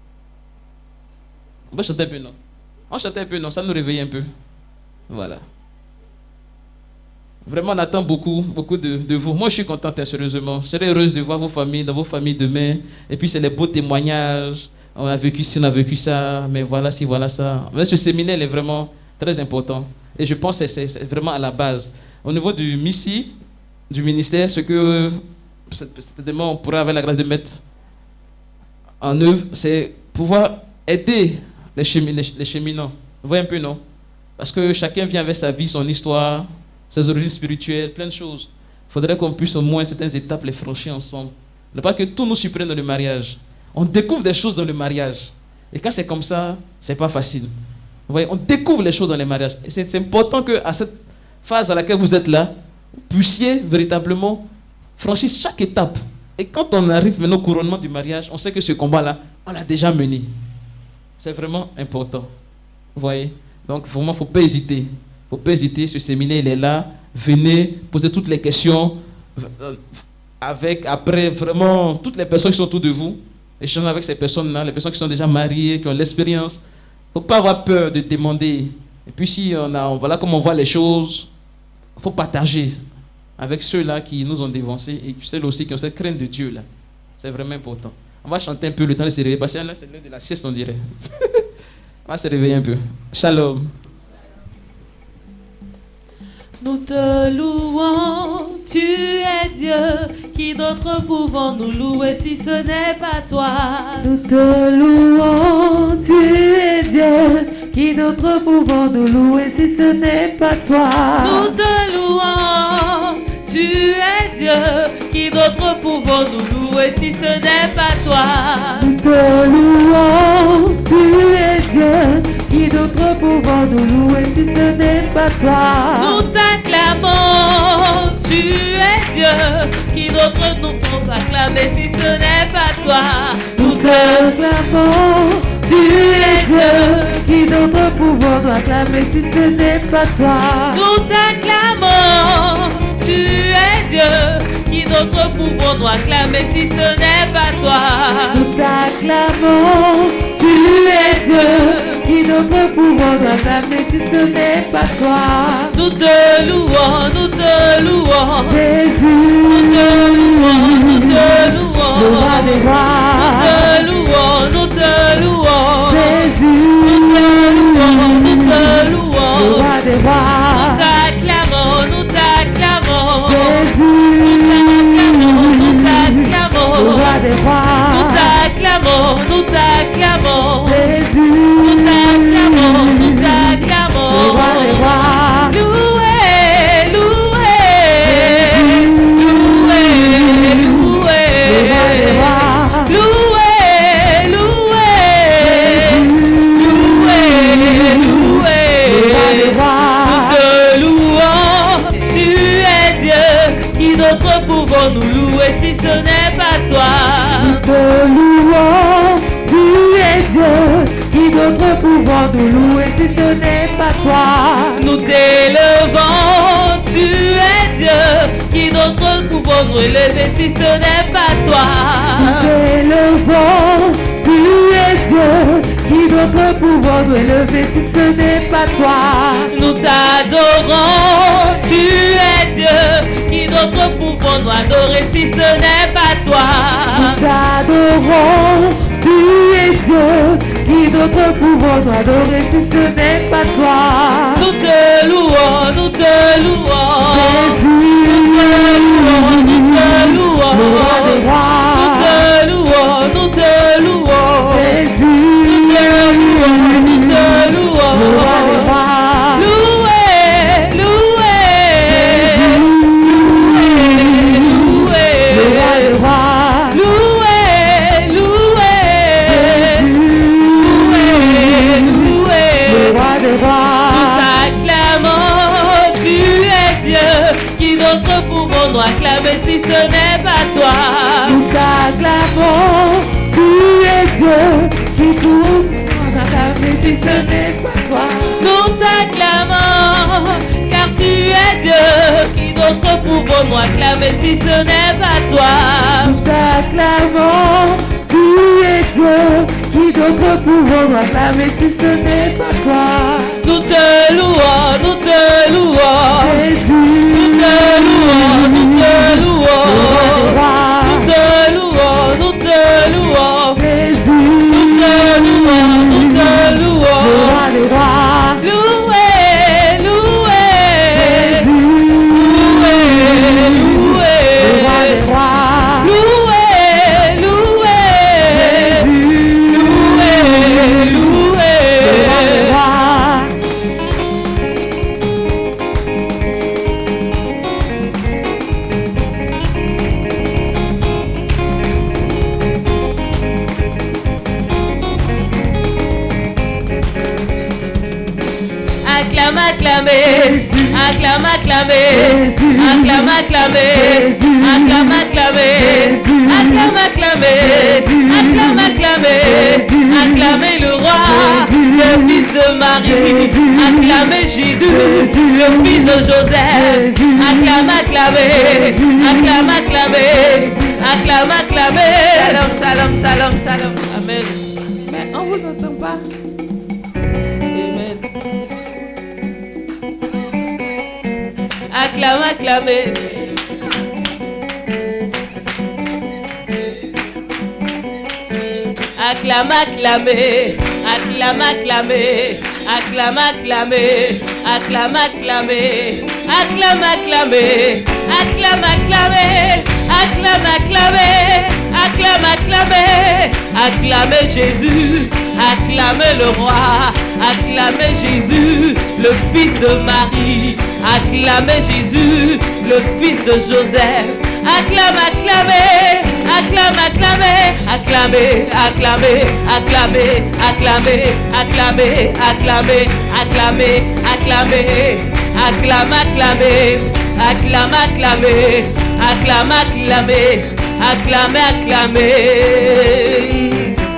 On peut chanter un peu, non? On chante un peu, non? Ça nous réveille un peu. Voilà. Vraiment, on attend beaucoup de vous. Moi, je suis contente, sérieusement. Je serais heureuse de voir vos familles, dans vos familles demain. Et puis, c'est les beaux témoignages. On a vécu ci, on a vécu ça. Mais voilà ci, voilà ça. Mais ce séminaire est vraiment très important. Et je pense que c'est vraiment à la base. Au niveau du MISI, du ministère, ce que certainement on pourrait avoir la grâce de mettre en œuvre, c'est pouvoir aider les cheminants. Vous voyez un peu, non? Parce que chacun vient avec sa vie, son histoire, ses origines spirituelles, plein de choses. Il faudrait qu'on puisse au moins certaines étapes les franchir ensemble. Ne pas que tout nous surprenne dans le mariage. On découvre des choses dans le mariage. Et quand c'est comme ça, c'est pas facile. Vous voyez, on découvre les choses dans les mariages. Et c'est important qu'à cette phase à laquelle vous êtes là, vous puissiez véritablement franchir chaque étape. Et quand on arrive maintenant au couronnement du mariage, on sait que ce combat-là, on l'a déjà mené. C'est vraiment important. Vous voyez? Donc vraiment, il ne faut pas hésiter. Il ne faut pas hésiter. Ce séminaire, il est là. Venez poser toutes les questions avec, après, vraiment, toutes les personnes qui sont autour de vous. Échanger avec ces personnes-là, les personnes qui sont déjà mariées, qui ont l'expérience. Il ne faut pas avoir peur de demander. Et puis si voilà comment on voit les choses, il faut partager avec ceux-là qui nous ont dévancés et ceux aussi qui ont cette crainte de Dieu là. C'est vraiment important. On va chanter un peu le temps de se réveiller parce que là c'est l'heure de la sieste on dirait. On va se réveiller un peu. Shalom. Nous te louons, tu es Dieu, qui d'autre pouvons nous louer si ce n'est pas toi? Nous te louons, tu es Dieu, qui d'autre pouvons nous louer si ce n'est pas toi? Nous te louons, tu es Dieu, qui d'autre pouvons nous louer si ce n'est pas toi? Nous te louons, tu es Dieu, qui d'autre pouvons nous louer si ce n'est pas toi? Nous t'acclamons, tu es Dieu, qui d'autre nous pouvons acclamer si ce n'est pas toi? Nous t'acclamons, tu es Dieu, qui d'autre pouvons nous acclamer si ce n'est pas toi? Nous t'acclamons, tu es Dieu, qui d'autre pouvons nous acclamer si ce n'est pas toi? Nous t'acclamons, tu es Dieu, qui d'autre pouvons nous acclamer si ce n'est pas toi? Nous te louons, Jésus, nous te pouvons nous louer si ce n'est pas toi? Nous te louons, tu es Dieu. Qui d'autre pouvons nous louer si ce n'est pas toi? Nous t'élevons, tu es Dieu. Qui d'autre pouvons nous élever si ce n'est pas toi? Nous t'élevons, tu es Dieu. Qui d'autre pouvons nous élever si ce n'est pas toi? Nous t'adorons, tu es Dieu. Qui d'autre pouvons nous adorer si ce n'est pas toi? Nous t'adorons, tu es Dieu. Qui d'autre pouvons nous adorer si ce n'est pas toi? Nous te louons, nous te louons. Jésus, nous te louons, nous te louons. Le roi des rois. Nous te louons, nous te louons. Jésus, nous te louons, nous te louons. Le roi des rois. Loué, loué. Loué, le roi des rois. Loué, loué. Loué, le roi des rois. Nous t'acclamons, tu es Dieu. Qui d'autre pouvons nous acclamer si ce n'est pas toi? Nous t'acclamons, tu es Dieu. Qui pouvons nous acclamer si ce n'est pas toi? Nous t'acclamons, car tu es Dieu. Qui d'autre pouvons nous acclamer si ce n'est pas toi? Nous t'acclamons, tu es Dieu. Qui d'autre pouvons nous acclamer si ce n'est pas toi? Nous te louons, nous te louons. Jésus, nous te louons, nous te louons. Le roi des rois. Nous te louons, nous te louons. Jésus, nous te louons, nous te louons. Le roi des rois. Loué, loué. Jésus, loué, loué. Le roi des rois. Loué, loué. Jésus, loué, loué. Le roi des rois. Acclame, acclamez, acclame, acclamez, acclame, acclamez, acclame, acclamez, acclame, acclamez, acclame, acclamez, acclamez le roi, le fils de Marie, acclamez Jésus, le fils de Joseph, acclame, acclamez, acclame, acclamez, acclame, acclamez. Salam, salam, salam, salam. Amen. Mais on vous entend pas. Amen. Acclame, acclamez. Acclame, acclamez. Acclame, acclamez. Acclame, acclamez. Acclame, acclamez. Acclame, acclamez. Acclame, acclamez. Acclame, acclamez. Acclame, acclamez. Acclamez Jésus. Acclamez le roi. Acclamez Jésus, le fils de Marie. Acclamez Jésus, le fils de Joseph. Acclame, acclamez, acclame, acclamez, acclamez, acclamez, acclamez, acclamez, acclamez, acclamez, acclamez, acclamez, acclame, acclamez, acclame, acclamez, acclame, acclamez, acclame, acclamez.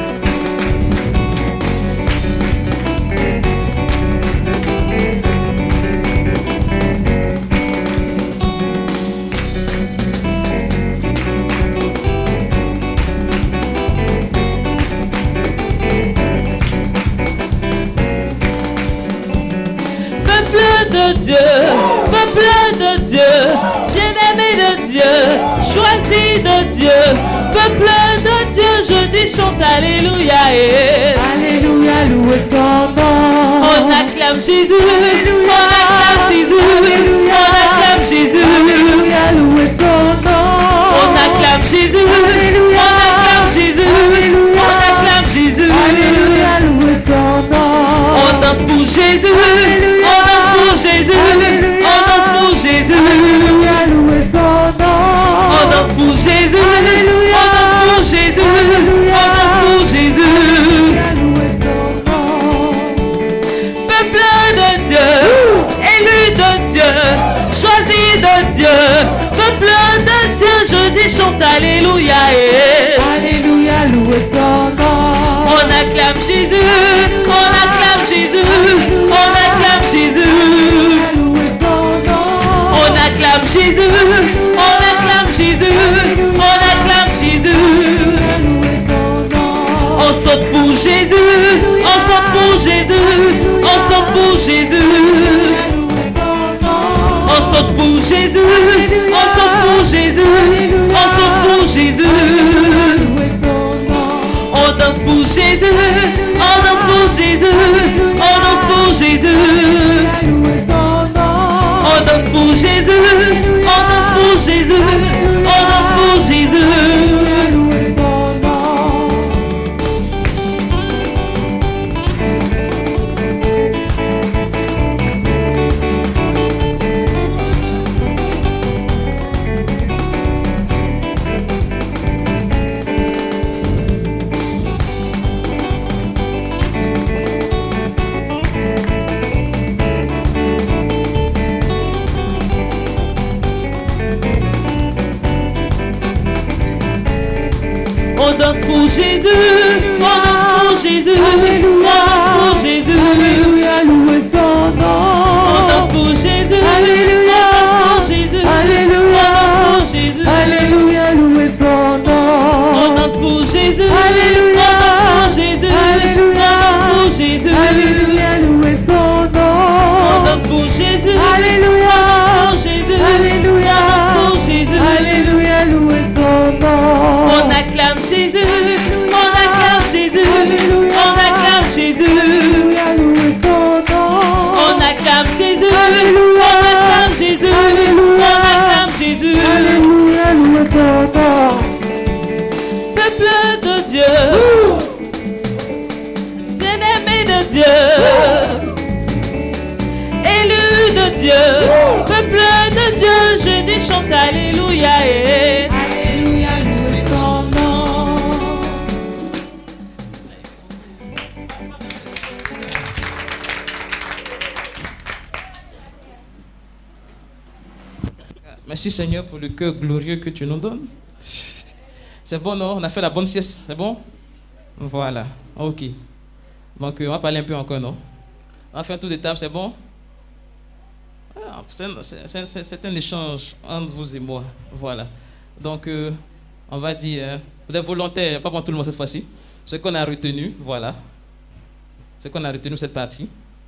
De Dieu, peuple de Dieu, bien-aimé de Dieu, choisi de Dieu, peuple de Dieu, je dis chante Alléluia et Alléluia, louez son nom. On acclame Jésus, on acclame Jésus, on acclame Jésus, Alléluia, louez son nom. On acclame Jésus, on acclame Jésus, on acclame Jésus, Alléluia, louez son nom. On danse pour Jésus, on danse pour Jésus, on danse pour Jésus, Alléluia, louez son nom. On danse pour Jésus, on danse pour Jésus, on danse pour Jésus. Louez son nom. Peuple de Dieu, élu de Dieu, choisi de Dieu, peuple de Dieu, je Jésus chante Alléluia. Alléluia, louez son nom. On acclame Jésus, on acclame Jésus, on acclame Jésus. Louez son nom. On acclame Jésus, on acclame Jésus, on acclame Jésus. Louez son nom. On saute pour Jésus, on saute pour Jésus, on saute pour Jésus. On saute pour Jésus, on saute pour Jésus, on saute pour Jésus. On danse pour Jésus, on danse pour Jésus, on danse pour Jésus. On danse pour Jésus, on danse pour Jésus, on danse pour Jésus. On danse pour Jésus, on danse pour Jésus, on danse pour Jésus. Alléluia, louez son nom. On danse pour Jésus, Alléluia, on danse pour Jésus, Alléluia, on danse pour Jésus. Alléluia, louez son nom. On danse pour Jésus, Alléluia, on danse pour Jésus, Alléluia, on danse pour Jésus. Alléluia, louez son nom. On danse pour Jésus, Alléluia, on danse pour Jésus, Alléluia, on danse pour Jésus. Alléluia, louez son nom. On acclame Jésus, on acclame Jésus, on acclame Jésus. On acclame Jésus, on acclame Jésus, on acclame Jésus. Peuple de Dieu, bien-aimé de Dieu, élu de Dieu, peuple de Dieu, je dis chante Alléluia. Alléluia, louez son nom. Merci Seigneur pour le cœur glorieux que tu nous donnes. C'est bon, non? On a fait la bonne sieste, c'est bon? Voilà, ok. Donc on va parler un peu encore, non? On va faire un tour de table, c'est bon? Ah, c'est un échange entre vous et moi. Voilà. Donc on va dire, vous êtes volontaires, pas pour tout le monde cette fois-ci. Ce qu'on a retenu, voilà. Ce qu'on a retenu cette partie.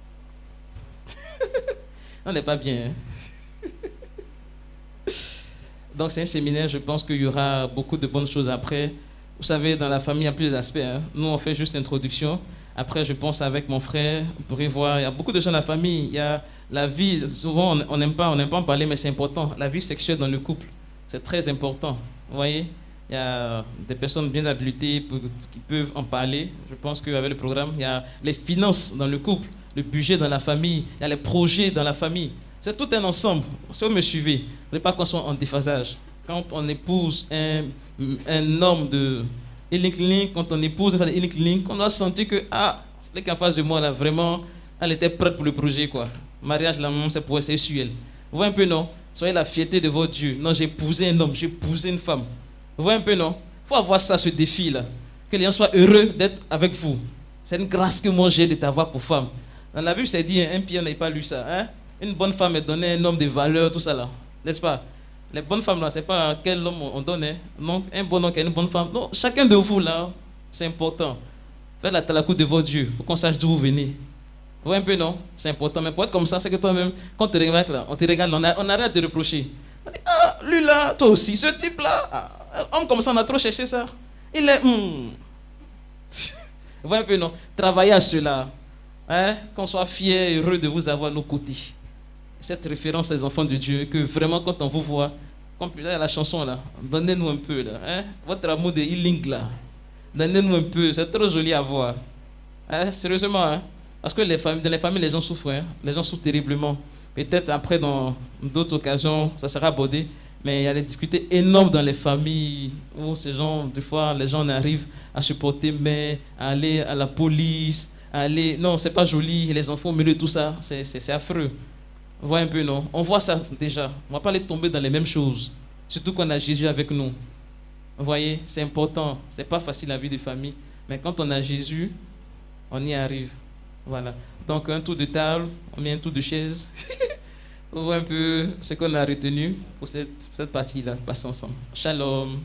On n'est pas bien. Hein? Donc c'est un séminaire, je pense qu'il y aura beaucoup de bonnes choses après. Vous savez, dans la famille, il y a plusieurs aspects. Hein. Nous, on fait juste l'introduction. Après, je pense avec mon frère, vous pourrez voir, il y a beaucoup de gens dans la famille. Il y a la vie, souvent, on n'aime pas en parler, mais c'est important. La vie sexuelle dans le couple, c'est très important. Vous voyez, il y a des personnes bien habilitées qui peuvent en parler. Je pense qu'avec le programme, il y a les finances dans le couple, le budget dans la famille, il y a les projets dans la famille. C'est tout un ensemble. Si vous me suivez, vous ne voulez pas qu'on soit en déphasage. Quand on épouse un homme de healing clinic, quand on épouse un femme de healing clinic, on doit sentir que, celle qui est en face de moi, là, vraiment, elle était prête pour le projet, quoi. Mariage, là, c'est sur elle. Vous voyez un peu, non? Soyez la fierté de votre Dieu. Non, j'ai épousé un homme, j'ai épousé une femme. Vous voyez un peu, non? Il faut avoir ça, ce défi-là. Que les gens soient heureux d'être avec vous. C'est une grâce que moi j'ai de t'avoir pour femme. Dans la Bible, c'est dit, un Pierre n'a pas lu ça, hein? Une bonne femme est donnée à un homme de valeur, tout ça là. N'est-ce pas? Les bonnes femmes là, c'est pas quel homme on donne. Hein? Non, un bon homme qui a une bonne femme. Non, chacun de vous là, c'est important. Faites la talakout de votre Dieu. Il faut qu'on sache d'où vous venez. Vous voyez un peu, non? C'est important. Mais pour être comme ça, c'est que toi-même, quand on te regarde là, on te regarde, on arrête de reprocher. On dit, lui là, toi aussi, ce type là, homme comme ça, on a trop cherché ça. Il est. Vous voyez un peu, non? Travaillez à cela. Hein? Qu'on soit fiers et heureux de vous avoir à nos côtés. Cette référence aux enfants de Dieu, que vraiment quand on vous voit, comme il y a la chanson là, donnez-nous un peu là, hein? Votre amour de healing là, donnez-nous un peu, c'est trop joli à voir. Hein? Sérieusement, hein? Parce que dans les familles, les gens souffrent, hein? Les gens souffrent terriblement. Peut-être après, dans d'autres occasions, ça sera abordé, mais il y a des difficultés énormes dans les familles où ces gens, des fois, les gens arrivent à supporter, mais à aller à la police, non, c'est pas joli, les enfants au milieu de tout ça, c'est affreux. Vous voyez un peu, non? On voit ça déjà. On ne va pas les tomber dans les mêmes choses. Surtout qu'on a Jésus avec nous. Vous voyez, c'est important. C'est pas facile la vie de famille. Mais quand on a Jésus, on y arrive. Voilà. Donc un tour de table, on met un tour de chaise. On voit un peu ce qu'on a retenu pour cette partie-là. Passons ensemble. Shalom.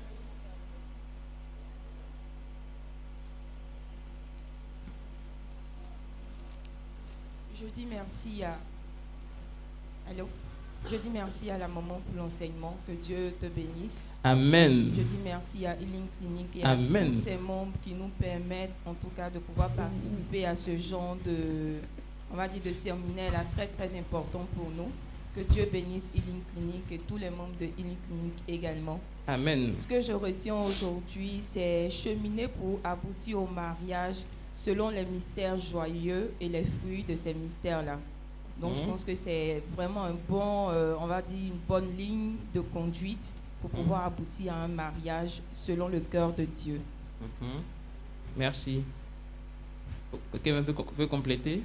Je dis merci à... Allô? Je dis merci à la maman pour l'enseignement. Que Dieu te bénisse. Amen. Je dis merci à Healing Clinic et Amen. à tous ces membres qui nous permettent, en tout cas, de pouvoir participer à ce genre de, on va dire, de séminaire là, très très important pour nous. Que Dieu bénisse Healing Clinic et tous les membres de Healing Clinic également. Amen. Ce que je retiens aujourd'hui, c'est cheminer pour aboutir au mariage selon les mystères joyeux et les fruits de ces mystères-là. Donc, je pense que c'est vraiment un bon, on va dire, une bonne ligne de conduite pour pouvoir aboutir à un mariage selon le cœur de Dieu. Merci. Quelqu'un peut compléter?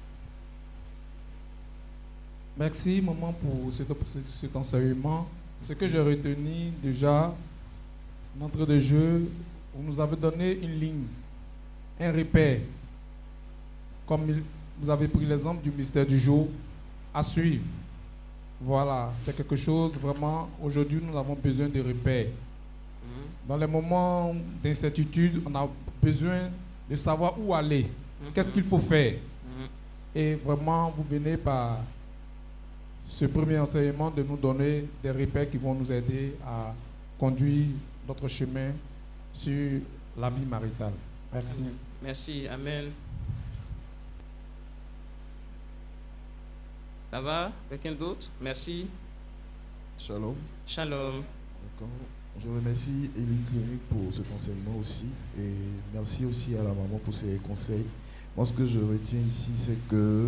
Merci, maman, pour cet enseignement. Ce que j'ai retenu déjà, l'entrée de jeu, vous nous avez donné une ligne, un repère, comme vous avez pris l'exemple du mystère du jour, à suivre. Voilà, c'est quelque chose vraiment, aujourd'hui nous avons besoin de repères. Dans les moments d'incertitude, on a besoin de savoir où aller, qu'est-ce qu'il faut faire. Et vraiment, vous venez par ce premier enseignement de nous donner des repères qui vont nous aider à conduire notre chemin sur la vie maritale. Merci. Merci. Amen. Ça va? Quelqu'un d'autre? Merci. Shalom. Shalom. D'accord. Je remercie Healing Clinic pour cet enseignement aussi. Et merci aussi à la maman pour ses conseils. Moi, ce que je retiens ici, c'est que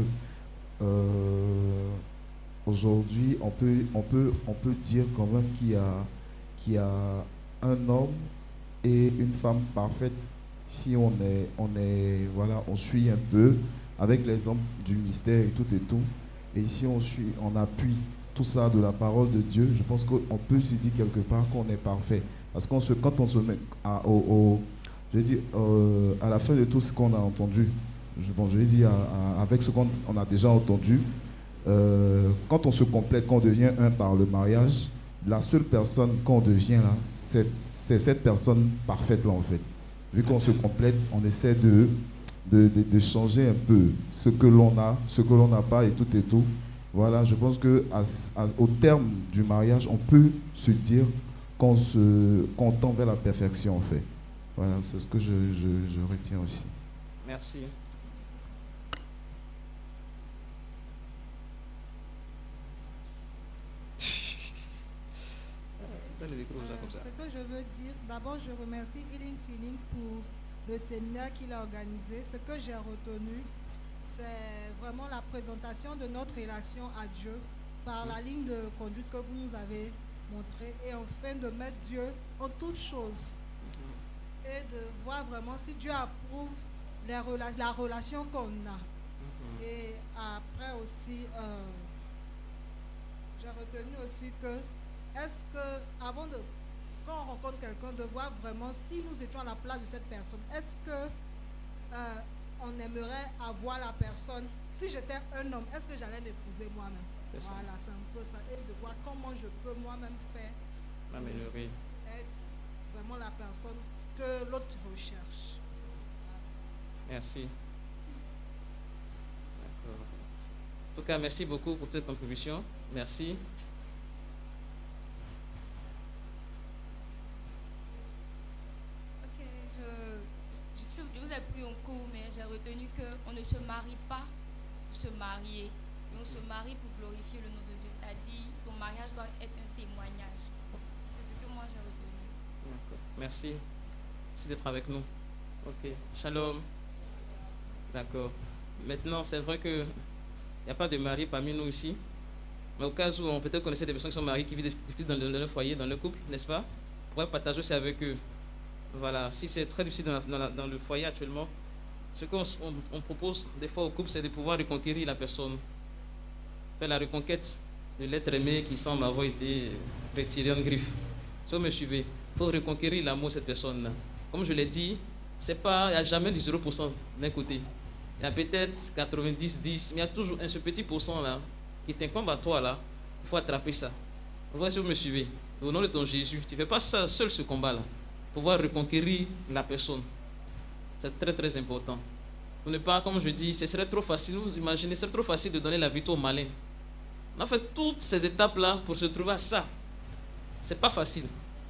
aujourd'hui, on peut dire quand même qu'il y a un homme et une femme parfaite si on suit un peu avec l'exemple du mystère et tout. Et si on appuie tout ça de la parole de Dieu, je pense qu'on peut se dire quelque part qu'on est parfait. Parce que quand on se met à la fin de tout ce qu'on a entendu, je vais dire avec ce qu'on a déjà entendu, quand on se complète, quand on devient un par le mariage, la seule personne qu'on devient là, c'est cette personne parfaite là en fait. Vu qu'on se complète, on essaie de changer un peu ce que l'on a, ce que l'on n'a pas et tout. Voilà, je pense qu'au terme du mariage, on peut se dire qu'on tend vers la perfection en fait. Voilà, c'est ce que je retiens aussi. Merci. Ce que je veux dire, d'abord je remercie Healing Clinic pour le séminaire qu'il a organisé. Ce que j'ai retenu, c'est vraiment la présentation de notre relation à Dieu par la ligne de conduite que vous nous avez montrée et enfin de mettre Dieu en toutes choses et de voir vraiment si Dieu approuve la relation qu'on a. Et après aussi, j'ai retenu aussi que est-ce que quand on rencontre quelqu'un, de voir vraiment si nous étions à la place de cette personne, est-ce que on aimerait avoir la personne, si j'étais un homme, est-ce que j'allais m'épouser moi-même? Voilà, c'est un peu ça. Et de voir comment je peux moi-même faire améliorer, être vraiment la personne que l'autre recherche. Merci. D'accord. En tout cas, merci beaucoup pour cette contribution. Merci. Je vous ai pris un cours, mais j'ai retenu qu'on ne se marie pas pour se marier, mais on se marie pour glorifier le nom de Dieu. C'est-à-dire, ton mariage doit être un témoignage. C'est ce que moi j'ai retenu. D'accord. Merci. Merci d'être avec nous. Ok. Shalom. D'accord. Maintenant, c'est vrai qu'il n'y a pas de mari parmi nous ici. Mais au cas où on peut-être connaissait des personnes qui sont mariées, qui vivent dans le foyer, dans le couple, n'est-ce pas? On pourrait partager aussi avec eux. Voilà, si c'est très difficile dans le foyer actuellement, ce qu'on propose des fois au couple, c'est de pouvoir reconquérir la personne, faire la reconquête de l'être aimé qui semble avoir été retiré en griffe. Si vous me suivez, il faut reconquérir l'amour de cette personne-là. Comme je l'ai dit, il n'y a jamais du 0% d'un côté. Il y a peut-être 90, 10, mais il y a toujours ce petit pourcent là qui t'incombe à toi là. Il faut attraper ça. Voilà si vous me suivez. Au nom de ton Jésus, tu ne fais pas ça seul ce combat-là. Pouvoir reconquérir la personne. C'est très très important. Pour ne pas, comme je dis, ce serait trop facile. Vous imaginez, ce serait trop facile de donner la victoire au malin. On a fait toutes ces étapes-là pour se trouver à ça. C'est pas facile.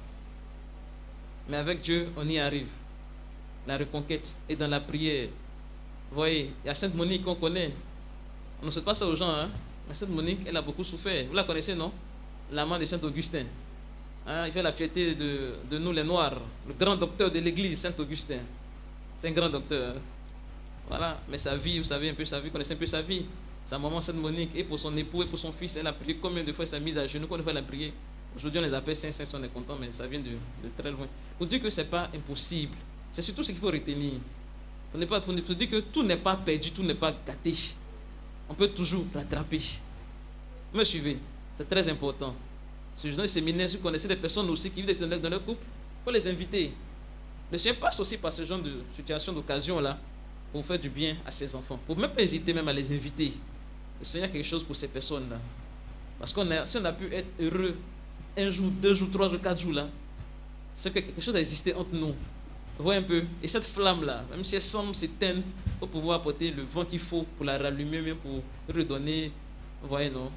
Mais avec Dieu, on y arrive. La reconquête est dans la prière. Vous voyez, il y a Sainte Monique qu'on connaît. On ne sait pas ça aux gens, hein. Mais Sainte Monique, elle a beaucoup souffert. Vous la connaissez, non? L'amant de Saint Augustin. Hein, il fait la fierté de nous les Noirs. Le grand docteur de l'église, Saint Augustin. C'est un grand docteur. Voilà. Mais sa vie, vous savez un peu sa vie, vous connaissez un peu sa vie. Sa maman Sainte Monique, et pour son époux et pour son fils, elle a prié combien de fois, elle s'est mise à genoux, combien de fois elle a prié. Aujourd'hui, on les appelle saints, on est content, mais ça vient de très loin. Pour dire que ce n'est pas impossible. C'est surtout ce qu'il faut retenir. Pour dire que tout n'est pas perdu, tout n'est pas gâté. On peut toujours rattraper. Vous me suivez? C'est très important. Si je donne un séminaire, si vous connaissez des personnes aussi qui vivent dans leur couple, il faut les inviter. Le Seigneur passe aussi par ce genre de situation, d'occasion-là, pour faire du bien à ses enfants. Pour même pas hésiter même à les inviter. Le Seigneur a quelque chose pour ces personnes-là. Parce que si on a pu être heureux un jour, 2 jours, 3 jours, 4 jours là, c'est que quelque chose a existé entre nous. Vous voyez un peu? Et cette flamme-là, même si elle semble s'éteindre, il faut pouvoir apporter le vent qu'il faut pour la rallumer, même pour redonner. Vous voyez, non?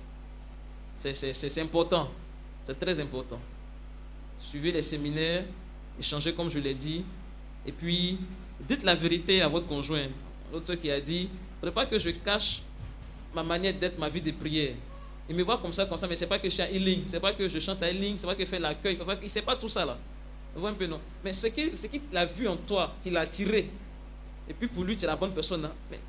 C'est important. C'est très important. Suivez les séminaires, échangez comme je l'ai dit, et puis dites la vérité à votre conjoint. L'autre qui a dit, il ne faudrait pas que je cache ma manière d'être, ma vie de prière. Il me voit comme ça, mais c'est pas que je suis à healing, c'est pas que je chante à healing, c'est pas que je fais l'accueil, il ne sait pas tout ça là. Vous voyez un peu, non? Mais ce qu'il a vu en toi, qu'il a attiré, et puis pour lui, tu es la bonne personne. Hein? Mais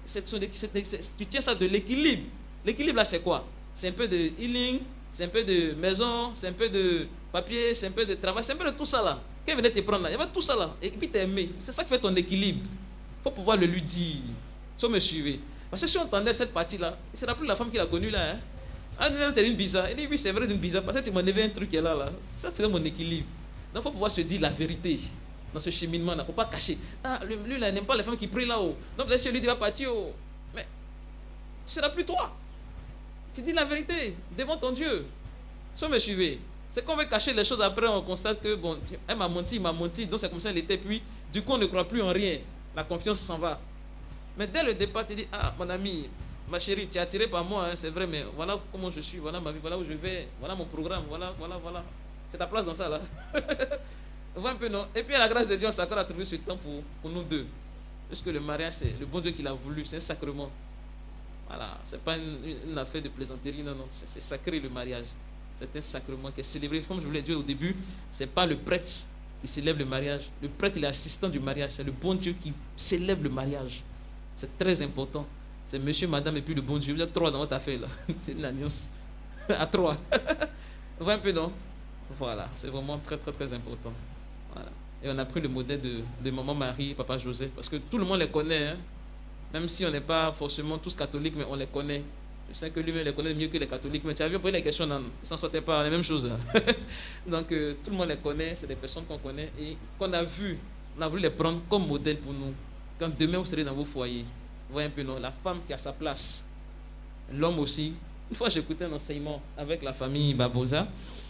tu tiens ça de l'équilibre. L'équilibre là, c'est quoi? C'est un peu de healing, c'est un peu de maison, c'est un peu de papier, c'est un peu de travail, c'est un peu de tout ça là. Quand il venait te prendre là, il y avait tout ça là, et puis tu es aimé. C'est ça qui fait ton équilibre. Il faut pouvoir le lui dire. Si vous me suivez. Parce que si on entendait cette partie-là, il ne sera plus la femme qu'il a connue là. Hein? Ah, t'es une bizarre. Il dit oui, c'est vrai, une bizarre. Parce que tu m'as enlevé un truc qui est là. Ça fait mon équilibre. Donc il faut pouvoir se dire la vérité dans ce cheminement-là. Il ne faut pas cacher. Ah, lui là, il n'aime pas les femmes qui prient là-haut. Donc peut-être que lui, il va partir. Oh. Mais ce ne sera plus toi. Tu dis la vérité devant ton Dieu. Si vous me suivez. C'est qu'on veut cacher les choses après, on constate que bon, elle m'a menti, il m'a menti, donc c'est comme ça elle était. Puis du coup, on ne croit plus en rien. La confiance s'en va. Mais dès le départ, tu dis, ah, mon ami, ma chérie, tu es attiré par moi, hein, c'est vrai, mais voilà comment je suis, voilà ma vie, voilà où je vais, voilà mon programme, voilà. C'est ta place dans ça, là. Vois un peu, non? Et puis, à la grâce de Dieu, on s'accorde à trouver ce temps pour nous deux. Parce que le mariage, c'est le bon Dieu qui l'a voulu, c'est un sacrement. Voilà, c'est pas une affaire de plaisanterie, non, c'est sacré le mariage. C'est un sacrement qui est célébré. Comme je vous l'ai dit au début, c'est pas le prêtre qui célèbre le mariage. Le prêtre, il est assistant du mariage. C'est le bon Dieu qui célèbre le mariage. C'est très important. C'est monsieur, madame et puis le bon Dieu. Vous êtes 3 dans votre affaire là. C'est une alliance à 3. Vous voyez un peu, non? Voilà, c'est vraiment très très très important. Voilà. Et on a pris le modèle de maman Marie, papa Joseph, parce que tout le monde les connaît. Hein? Même si on n'est pas forcément tous catholiques, mais on les connaît. Je sais que lui-même les connaît mieux que les catholiques, mais tu as vu poser les questions, ils ne s'en sortaient pas les mêmes choses. Hein? Donc tout le monde les connaît, c'est des personnes qu'on connaît et qu'on a vu, on a voulu les prendre comme modèle pour nous. Quand demain vous serez dans vos foyers, vous voyez un peu, non, la femme qui a sa place, l'homme aussi. Une fois j'écoutais un enseignement avec la famille Barbosa,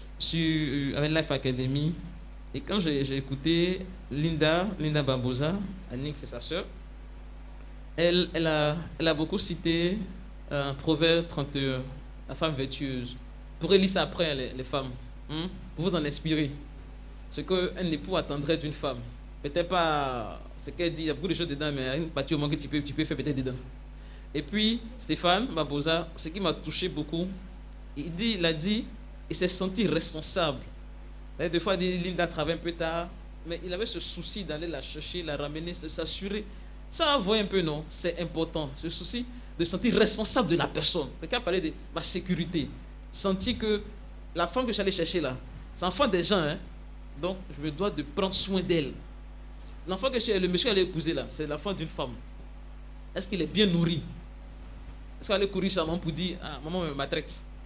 avec Life Academy, et quand j'ai écouté Linda Barbosa, Annick c'est sa soeur, elle a beaucoup cité Proverbe 31, la femme vertueuse. Vous pourrez lire ça après, les femmes, pour vous en inspirer. Ce qu'un époux attendrait d'une femme. Peut-être pas ce qu'elle dit, il y a beaucoup de choses dedans, mais il y a une partie au moins que tu peux faire peut-être dedans. Et puis, Stéphane Barbosa, ce qui m'a touché beaucoup, il a dit, il s'est senti responsable. Des fois, il dit, Linda travaille un peu tard, mais il avait ce souci d'aller la chercher, la ramener, s'assurer. Ça, vous voyez un peu, non? C'est important, ce souci de se sentir responsable de la personne. Quelqu'un parlait de ma sécurité. Sentir que la femme que j'allais chercher là, c'est l'enfant des gens, hein? Donc je me dois de prendre soin d'elle. L'enfant que le monsieur allait épouser là, c'est l'enfant d'une femme. Est-ce qu'il est bien nourri? Est-ce qu'elle allait courir chez maman pour dire, ah, maman me maltraite?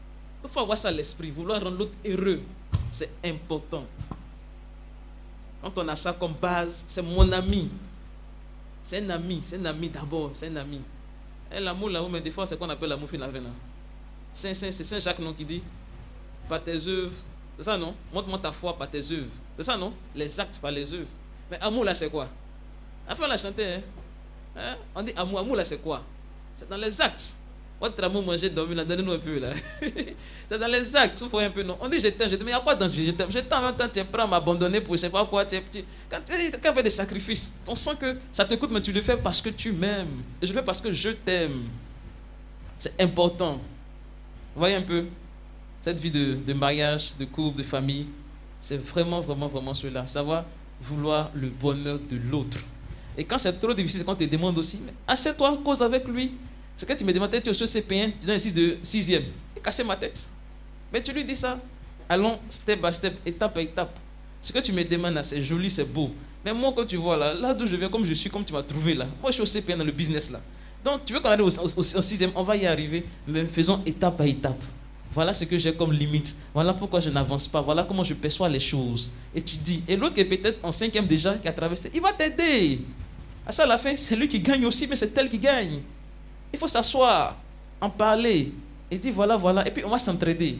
Il faut avoir ça à l'esprit, vouloir rendre l'autre heureux. C'est important. Quand on a ça comme base, c'est mon ami. C'est un ami d'abord, c'est un ami. Et l'amour, mais des fois, c'est qu'on appelle l'amour finalement. C'est Saint Jacques non, qui dit, par tes œuvres, c'est ça non? Montre-moi ta foi par tes œuvres. C'est ça non? Les actes par les œuvres. Mais amour là, c'est quoi? Enfin, on l'a chanté, hein? On dit amour là, c'est quoi? C'est dans les actes. Votre amour, manger, dormir, là, donnez-nous un peu là. C'est dans les actes, il faut un peu non. On dit je t'aime, mais il n'y a pas dans je t'aime. Je t'aime en temps, tu es prêt à m'abandonner pour je ne sais pas quoi. Quand tu fais des sacrifices, on sent que ça te coûte, mais tu le fais parce que tu m'aimes. Et je le fais parce que je t'aime. C'est important. Vous voyez un peu, cette vie de mariage, de couple, de famille, c'est vraiment cela. Savoir vouloir le bonheur de l'autre. Et quand c'est trop difficile, c'est quand tu te demandes aussi, mais assieds-toi, cause avec lui. C'est quand tu me demandes, tu es au CP1, tu donnes un 6 de 6e. Il cassé ma tête. Mais tu lui dis ça. Allons step by step, étape par étape. Ce que tu me demandes là, c'est joli, c'est beau. Mais moi, quand tu vois là d'où je viens, comme je suis, comme tu m'as trouvé là, moi je suis au CP1 dans le business là. Donc tu veux qu'on arrive au 6e, on va y arriver, mais faisons étape par étape. Voilà ce que j'ai comme limite. Voilà pourquoi je n'avance pas. Voilà comment je perçois les choses. Et tu dis, et l'autre qui est peut-être en 5e déjà, qui a traversé, il va t'aider. À ça, à la fin, c'est lui qui gagne aussi, mais c'est elle qui gagne. Il faut s'asseoir, en parler, et dire voilà, et puis on va s'entraider.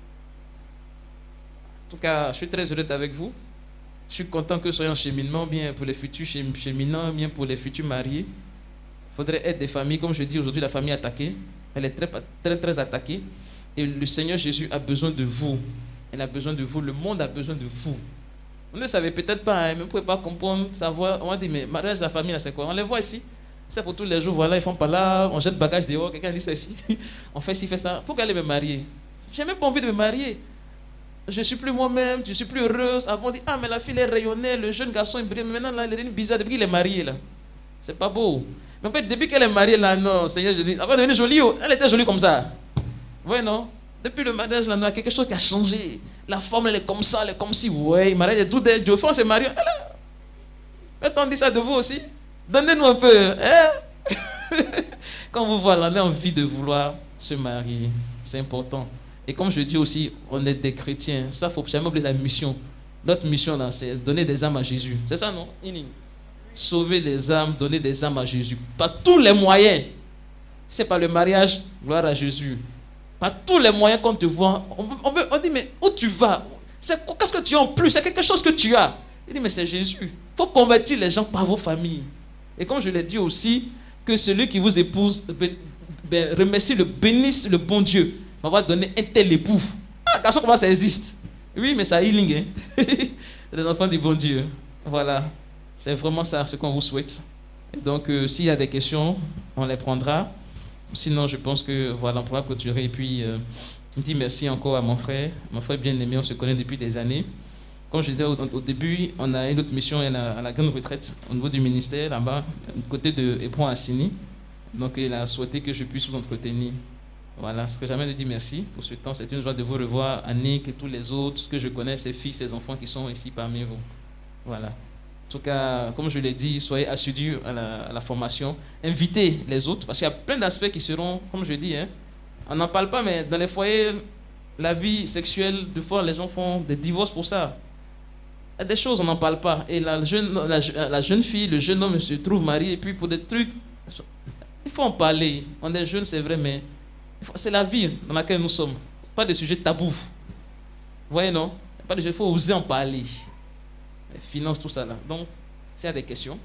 En tout cas, je suis très heureux d'être avec vous. Je suis content que ce soit un cheminement, bien pour les futurs cheminants, bien pour les futurs mariés. Il faudrait être des familles, comme je dis aujourd'hui, la famille attaquée. Elle est très attaquée. Et le Seigneur Jésus a besoin de vous. Elle a besoin de vous. Le monde a besoin de vous. Vous ne savez peut-être pas, mais vous ne pouvez pas comprendre, savoir. On va dire, mais mariage, la famille, c'est quoi? On les voit ici. C'est pour tous les jours, voilà, ils font pas là, on jette bagage dehors, quelqu'un dit ça ici. On fait ci, fait ça. Pourquoi aller me marier? J'ai même pas envie de me marier. Je suis plus moi-même, je suis plus heureuse. Avant, on dit, ah, mais la fille, elle rayonnait, le jeune garçon, il brille. Maintenant, là, elle est bizarre depuis qu'il est marié, là. C'est pas beau. Mais en fait, depuis qu'elle est mariée, là, non, Seigneur Jésus, elle va devenir jolie, elle était jolie comme ça. Ouais, non? Depuis le mariage, là, il y a quelque chose qui a changé. La forme, elle est comme ça, elle est comme si, ouais, le mariage est tout de Dieu. On s'est marié. Peut-être on dit ça de vous aussi. Donnez-nous un peu. Hein? Quand vous voyez, on a envie de vouloir se marier. C'est important. Et comme je dis aussi, on est des chrétiens. Ça, il ne faut jamais oublier la mission. Notre mission, là, c'est donner des âmes à Jésus. C'est ça, non? Sauver les âmes, donner des âmes à Jésus. Par tous les moyens. C'est par le mariage, gloire à Jésus. Par tous les moyens qu'on te voit. On dit, mais où tu vas? Qu'est-ce que tu as en plus? C'est quelque chose que tu as. Il dit, mais c'est Jésus. Il faut convertir les gens par vos familles. Et comme je l'ai dit aussi, que celui qui vous épouse, remercie, bénisse le bon Dieu. On va donner un tel époux. Ah, garçon, comment ça existe? Oui, mais ça healing. Hein? C'est les enfants du bon Dieu. Voilà. C'est vraiment ça, ce qu'on vous souhaite. Et donc, s'il y a des questions, on les prendra. Sinon, je pense que voilà, on pourra clôturer. Et puis, je dis merci encore à mon frère bien-aimé. On se connaît depuis des années. Comme je disais au début, on a une autre mission à la grande retraite au niveau du ministère, là-bas, du côté de Hébron-Assini. Donc, il a souhaité que je puisse vous entretenir. Voilà, ce que jamais de dire merci pour ce temps. C'est une joie de vous revoir, Annick et tous les autres que je connais, ces filles, ces enfants qui sont ici parmi vous. Voilà. En tout cas, comme je l'ai dit, soyez assidus à la formation. Invitez les autres, parce qu'il y a plein d'aspects qui seront, comme je dis, hein, on n'en parle pas, mais dans les foyers, la vie sexuelle, des fois, les gens font des divorces pour ça. Il y a des choses, on n'en parle pas. Et la jeune fille, le jeune homme se trouve marié, et puis pour des trucs, il faut en parler. On est jeunes, c'est vrai, mais c'est la vie dans laquelle nous sommes. Pas de sujet tabou. Vous voyez, non? Il faut oser en parler. Les finances, tout ça là. Donc, s'il y a des questions.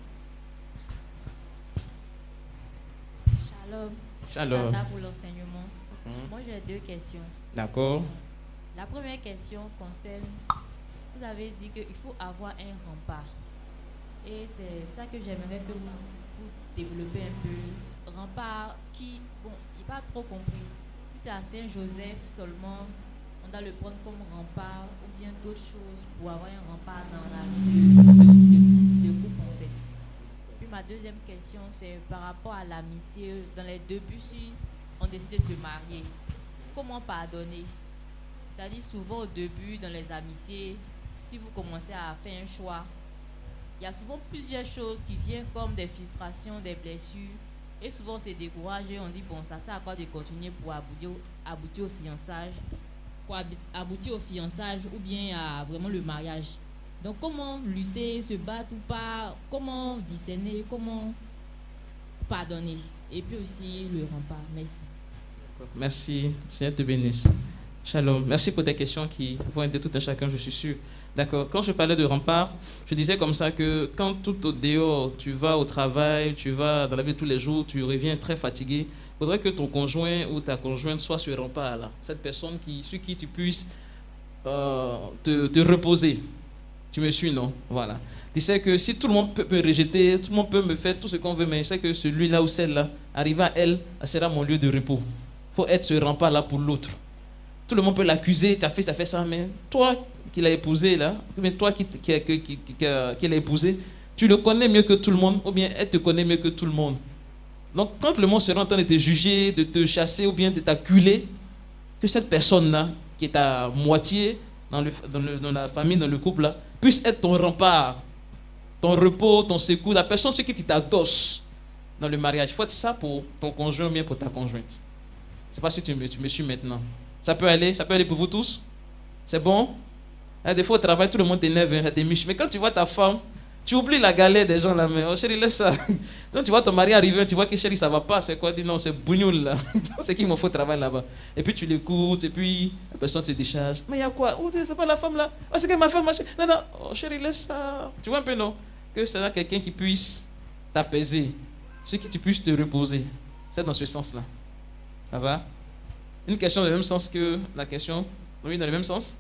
Shalom. Shalom. Pour l'enseignement. Moi, j'ai 2 questions. D'accord. La première question concerne, vous avez dit qu'il faut avoir un rempart. Et c'est ça que j'aimerais que vous développez un peu. Rempart qui, bon, il n'est pas trop compris. Si c'est à Saint-Joseph seulement, on doit le prendre comme rempart ou bien d'autres choses pour avoir un rempart dans la vie de couple en fait. Puis ma deuxième question, c'est par rapport à l'amitié. Dans les débuts, si on décide de se marier, comment pardonner? C'est-à-dire souvent au début, dans les amitiés, si vous commencez à faire un choix, il y a souvent plusieurs choses qui viennent comme des frustrations, des blessures. Et souvent, on se décourage et on dit, bon, ça sert à quoi de continuer pour aboutir au fiançage. pour aboutir au fiançage ou bien à vraiment le mariage. Donc, comment lutter, se battre ou pas, comment discerner, comment pardonner, et puis aussi le rempart. Merci. Merci, Seigneur te bénisse. Shalom. Merci pour tes questions qui vont aider tout un chacun, je suis sûr. D'accord. Quand je parlais de rempart, je disais comme ça que quand tout au dehors, tu vas au travail, tu vas dans la vie de tous les jours, tu reviens très fatigué, il faudrait que ton conjoint ou ta conjointe soit ce rempart-là. Cette personne sur qui tu puisses te reposer. Tu me suis, non? Voilà. Tu sais que si tout le monde peut me rejeter, tout le monde peut me faire tout ce qu'on veut, mais je sais que celui-là ou celle-là, arrivé à elle, elle sera mon lieu de repos. Il faut être ce rempart-là pour l'autre. Tout le monde peut l'accuser, tu as fait ça, fait ça, mais toi qui l'as épousé, là, mais toi qui l'as épousé, tu le connais mieux que tout le monde, ou bien elle te connaît mieux que tout le monde. Donc, quand le monde sera en train de te juger, de te chasser, ou bien de t'acculer, que cette personne-là, qui est à moitié dans la famille, dans le couple, là, puisse être ton rempart, ton repos, ton secours, la personne sur qui tu t'adosses dans le mariage. Il faut être ça pour ton conjoint ou bien pour ta conjointe. Je ne sais pas si tu me suis maintenant. Ça peut aller pour vous tous? C'est bon? Des fois au travail, tout le monde t'énerve, hein, t'émiche. Mais quand tu vois ta femme, tu oublies la galère des gens là. Mais oh chérie, laisse ça. Quand tu vois ton mari arriver, tu vois que chérie, ça va pas. C'est quoi? Dis non, c'est bougnoul là. C'est qui m'en faut travail là-bas. Et puis tu l'écoutes, et puis la personne se décharge. Mais il y a quoi? Oh, c'est pas la femme là. Ah, c'est que ma femme, non, non. Oh chérie, laisse ça. Tu vois un peu, non? Que c'est là quelqu'un qui puisse t'apaiser. Ce qui tu puisses te reposer. C'est dans ce sens-là. Ça va? Une question dans le même sens que la question. Oui, dans le même sens.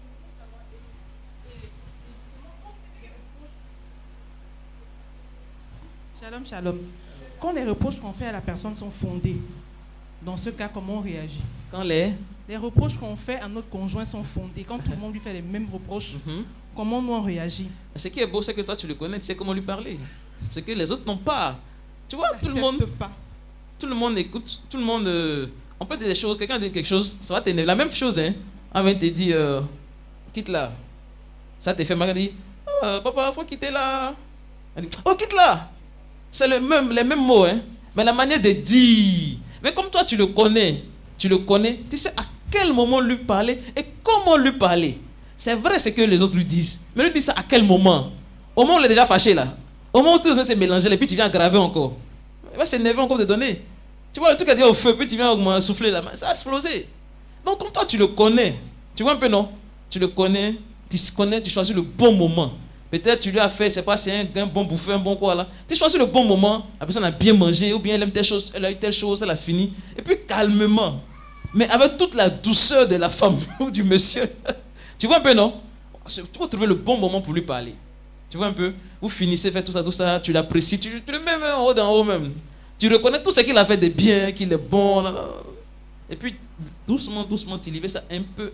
Shalom, shalom. Quand les reproches qu'on fait à la personne sont fondés, dans ce cas, comment on réagit? Quand les reproches qu'on fait à notre conjoint sont fondés, quand tout le monde lui fait les mêmes reproches, comment nous on réagit? Ce qui est beau, c'est que toi tu le connais, tu sais comment lui parler. C'est que les autres n'ont pas. Tu vois, tout le monde écoute, tout le monde... on peut dire des choses, quelqu'un dit quelque chose, ça va t'énerver. La même chose, hein. On vient te dire, quitte là. Ça te fait mal, elle dit, papa, faut quitter là. Elle dit, oh, quitte là. C'est les mêmes mots, hein. Mais la manière de dire. Mais comme toi, tu le connais, tu sais à quel moment lui parler et comment lui parler. C'est vrai ce que les autres lui disent. Mais lui dit ça à quel moment? Au moment où il est déjà fâché là. Au moment où tout s'est mélangé, et puis tu viens aggraver encore. Il va s'énerver encore de donner. Tu vois, le truc a dit au feu, puis tu viens souffler là, ça a explosé. Donc, comme toi, tu le connais. Tu vois un peu, non? Tu le connais, tu choisis le bon moment. Peut-être tu lui as fait, c'est pas, c'est un bon bouffeur, un bon quoi là. Tu choisis le bon moment, la personne a bien mangé, ou bien elle aime telle chose, elle a eu telle chose, elle a fini. Et puis, calmement, mais avec toute la douceur de la femme ou du monsieur. Tu vois un peu, non? Tu vas trouver le bon moment pour lui parler. Tu vois un peu? Vous finissez, faites tout ça, tu l'apprécies, tu le mets en haut d'en haut même. Tu reconnais tout ce qu'il a fait de bien, qu'il est bon. Là, là. Et puis, doucement, tu livres ça un peu.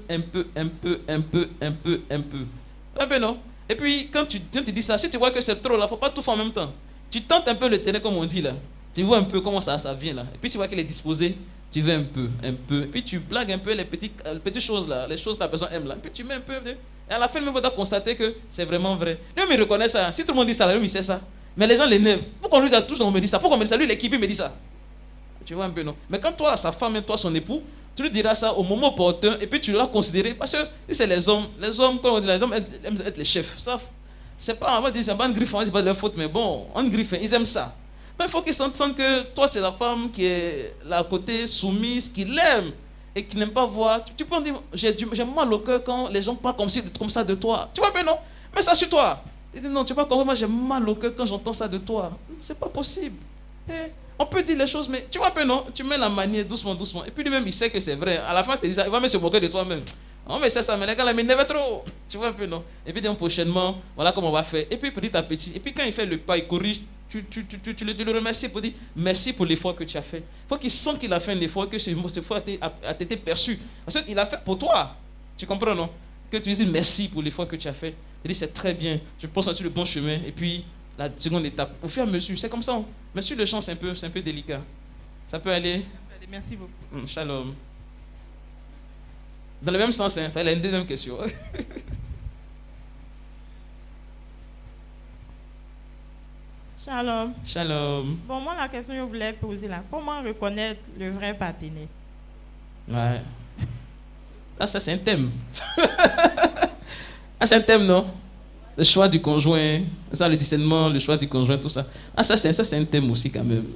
Un peu, non? Et puis, quand tu dis ça, si tu vois que c'est trop, là, il ne faut pas tout faire en même temps. Tu tentes un peu le terrain, comme on dit, là. Tu vois un peu comment ça vient, là. Et puis, tu vois qu'il est disposé, tu veux un peu. Et puis, tu blagues un peu les petites choses, là, les choses que la personne aime, là. Et puis, tu mets un peu. Et à la fin, même, on doit constater que c'est vraiment vrai. Lui, il reconnaît ça. Si tout le monde dit ça, lui, il sait ça. Mais les gens l'énervent. Pourquoi lui, tous on me dit ça? Pourquoi on me dit ça? Lui, l'équipe, il me dit ça. Tu vois un peu, non? Mais quand toi, sa femme et toi, son époux, tu lui diras ça au moment opportun et puis tu l'auras considéré. Parce que c'est les hommes, comme on dit, les hommes aiment être les chefs. Ça, c'est pas, on va dire, c'est pas une griffe, on va dire pas de leur faute, mais bon, en griffe, ils aiment ça. Donc il faut qu'ils sentent que toi, c'est la femme qui est là à côté, soumise, qui l'aime et qui n'aime pas voir. Tu peux dire, j'ai mal au cœur quand les gens parlent comme ça de toi. Tu vois un peu, non? Mais ça sur toi. Il dit non, tu vois pas comprendre, moi j'ai mal au cœur quand j'entends ça de toi. C'est pas possible. On peut dire les choses, mais tu vois un peu, non? Tu mets la manière doucement. Et puis lui-même, il sait que c'est vrai. À la fin, il va même se moquer de toi-même. Non, mais c'est ça, mais les gars, là, m'énerve trop. Tu vois un peu, non? Et puis, donc, prochainement, voilà comment on va faire. Et puis, petit à petit. Et puis, quand il fait le pas, il corrige. Tu le remercies pour dire merci pour l'effort que tu as fait. Il faut qu'il sente qu'il a fait un effort, que ce effort a été perçu. Parce qu'il a fait pour toi. Tu comprends, non? Que tu lui dises merci pour l'effort que tu as fait. Il dit c'est très bien, je pense que sur le bon chemin. Et puis la seconde étape, au fur et à mesure, c'est comme ça. Mais sur le champ, c'est un peu délicat. Ça peut aller. Merci beaucoup. Shalom. Dans le même sens, hein, il y a une deuxième question. Shalom. Shalom. Bon, moi, la question que je voulais poser là, comment reconnaître le vrai partenaire? Ouais. Ah, ça, c'est un thème. Ah, c'est un thème, non? Le choix du conjoint, ça, le discernement, le choix du conjoint, tout ça. Ah, ça, c'est un thème aussi, quand même.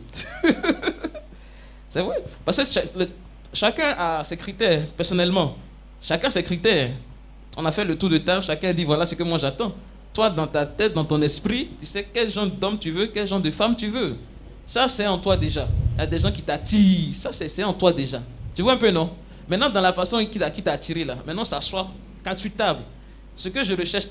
C'est vrai. Parce que chacun a ses critères, personnellement. Chacun a ses critères. On a fait le tour de table, chacun dit, voilà ce que moi j'attends. Toi, dans ta tête, dans ton esprit, tu sais quel genre d'homme tu veux, quel genre de femme tu veux. Ça, c'est en toi déjà. Il y a des gens qui t'attirent. Ça, c'est en toi déjà. Tu vois un peu, non? Maintenant, dans la façon qui t'a attiré, là, maintenant, s'assoit, quand tu tables. Ce que je recherche,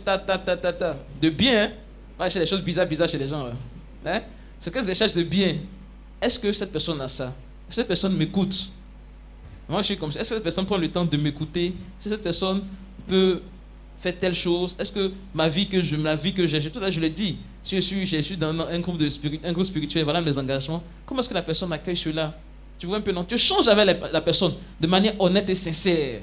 de bien, hein? C'est des choses bizarres chez les gens. Là. Hein? Ce que je recherche de bien, est-ce que cette personne a ça? Est-ce que cette personne m'écoute? Moi, je suis comme ça. Est-ce que cette personne prend le temps de m'écouter? Est-ce que cette personne peut faire telle chose? Est-ce que la vie que j'ai, tout ça, je le dis. Si je suis dans un groupe spirituel, voilà mes engagements. Comment est-ce que la personne accueille cela? Tu vois un peu, non? Tu changes avec la personne de manière honnête et sincère.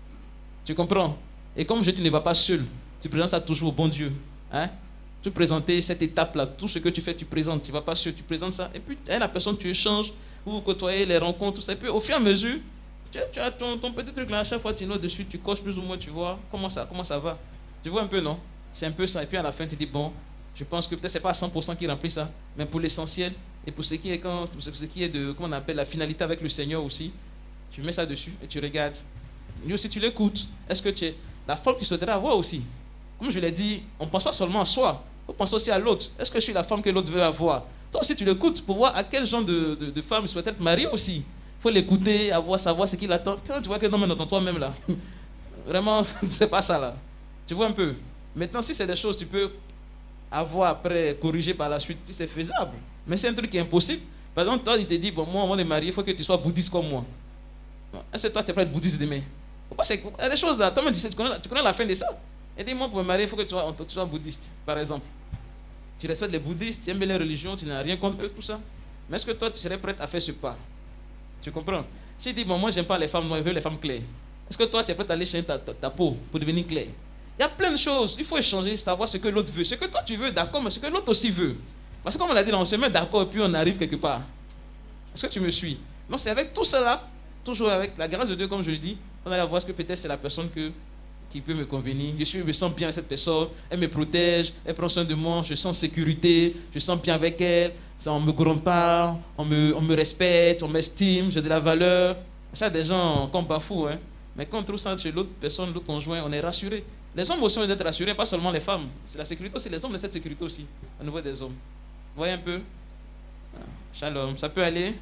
Tu comprends? Et comme tu ne vas pas seul, tu présentes ça toujours au bon Dieu. Hein? Tu présentes cette étape-là, tout ce que tu fais, tu présentes. Tu ne vas pas seul, tu présentes ça. Et puis, la personne, tu échanges, vous côtoyez les rencontres, tout ça. Et puis, au fur et à mesure, tu as ton petit truc là, à chaque fois tu notes dessus, tu coches plus ou moins, tu vois comment ça va. Tu vois un peu, non? C'est un peu ça. Et puis à la fin, tu dis, bon, je pense que peut-être c'est pas à 100% qui remplit ça, mais pour l'essentiel, et pour ce qui est de, comment on appelle, la finalité avec le Seigneur aussi, tu mets ça dessus et tu regardes. Lui aussi, tu l'écoutes. Est-ce que tu es la femme qu'il souhaiterait avoir aussi? Comme je l'ai dit, on ne pense pas seulement à soi, on pense aussi à l'autre. Est-ce que je suis la femme que l'autre veut avoir? Toi aussi, tu l'écoutes pour voir à quel genre de femme il souhaite être marié aussi. Il faut l'écouter, savoir ce qu'il attend. Quand tu vois que non, mais dans toi-même là, vraiment, c'est pas ça là. Tu vois un peu. Maintenant, si c'est des choses que tu peux avoir après, corriger par la suite, c'est faisable. Mais c'est un truc qui est impossible. Par exemple, toi, il te dit, bon, moi, avant de marier, il faut que tu sois bouddhiste comme moi. Est-ce que toi, tu es prêt à être bouddhiste demain? Il y a des choses là, toi-même, tu connais la fin de ça. Et dis, moi, pour me marier, il faut que tu sois bouddhiste, par exemple. Tu respectes les bouddhistes, tu aimes bien les religions, tu n'as rien contre eux, tout ça. Mais est-ce que toi, tu serais prêt à faire ce pas? Tu comprends? Si tu dis, bon, moi, j'aime pas les femmes noires, je veux les femmes claires. Est-ce que toi, tu es prêt à aller changer ta peau pour devenir clair? Il y a plein de choses. Il faut échanger, savoir ce que l'autre veut. Ce que toi, tu veux, d'accord, mais ce que l'autre aussi veut. Parce que comme on l'a dit, là, on se met d'accord et puis on arrive quelque part. Est-ce que tu me suis? Non, c'est avec tout cela, toujours avec la grâce de Dieu, comme je le dis, on va voir ce que peut-être c'est la personne qui peut me convenir. Je me sens bien avec cette personne, elle me protège, elle prend soin de moi, je sens sécurité, je sens bien avec elle, ça, on me gronde pas, on me respecte, on m'estime, j'ai de la valeur. Ça, des gens qu'on bafoue, hein. Mais quand on trouve ça chez l'autre personne, l'autre conjoint, on est rassuré. Les hommes aussi ont d'être rassurés, pas seulement les femmes. C'est la sécurité aussi, les hommes de cette sécurité aussi, au niveau des hommes. Vous voyez un peu? Shalom, ça peut aller?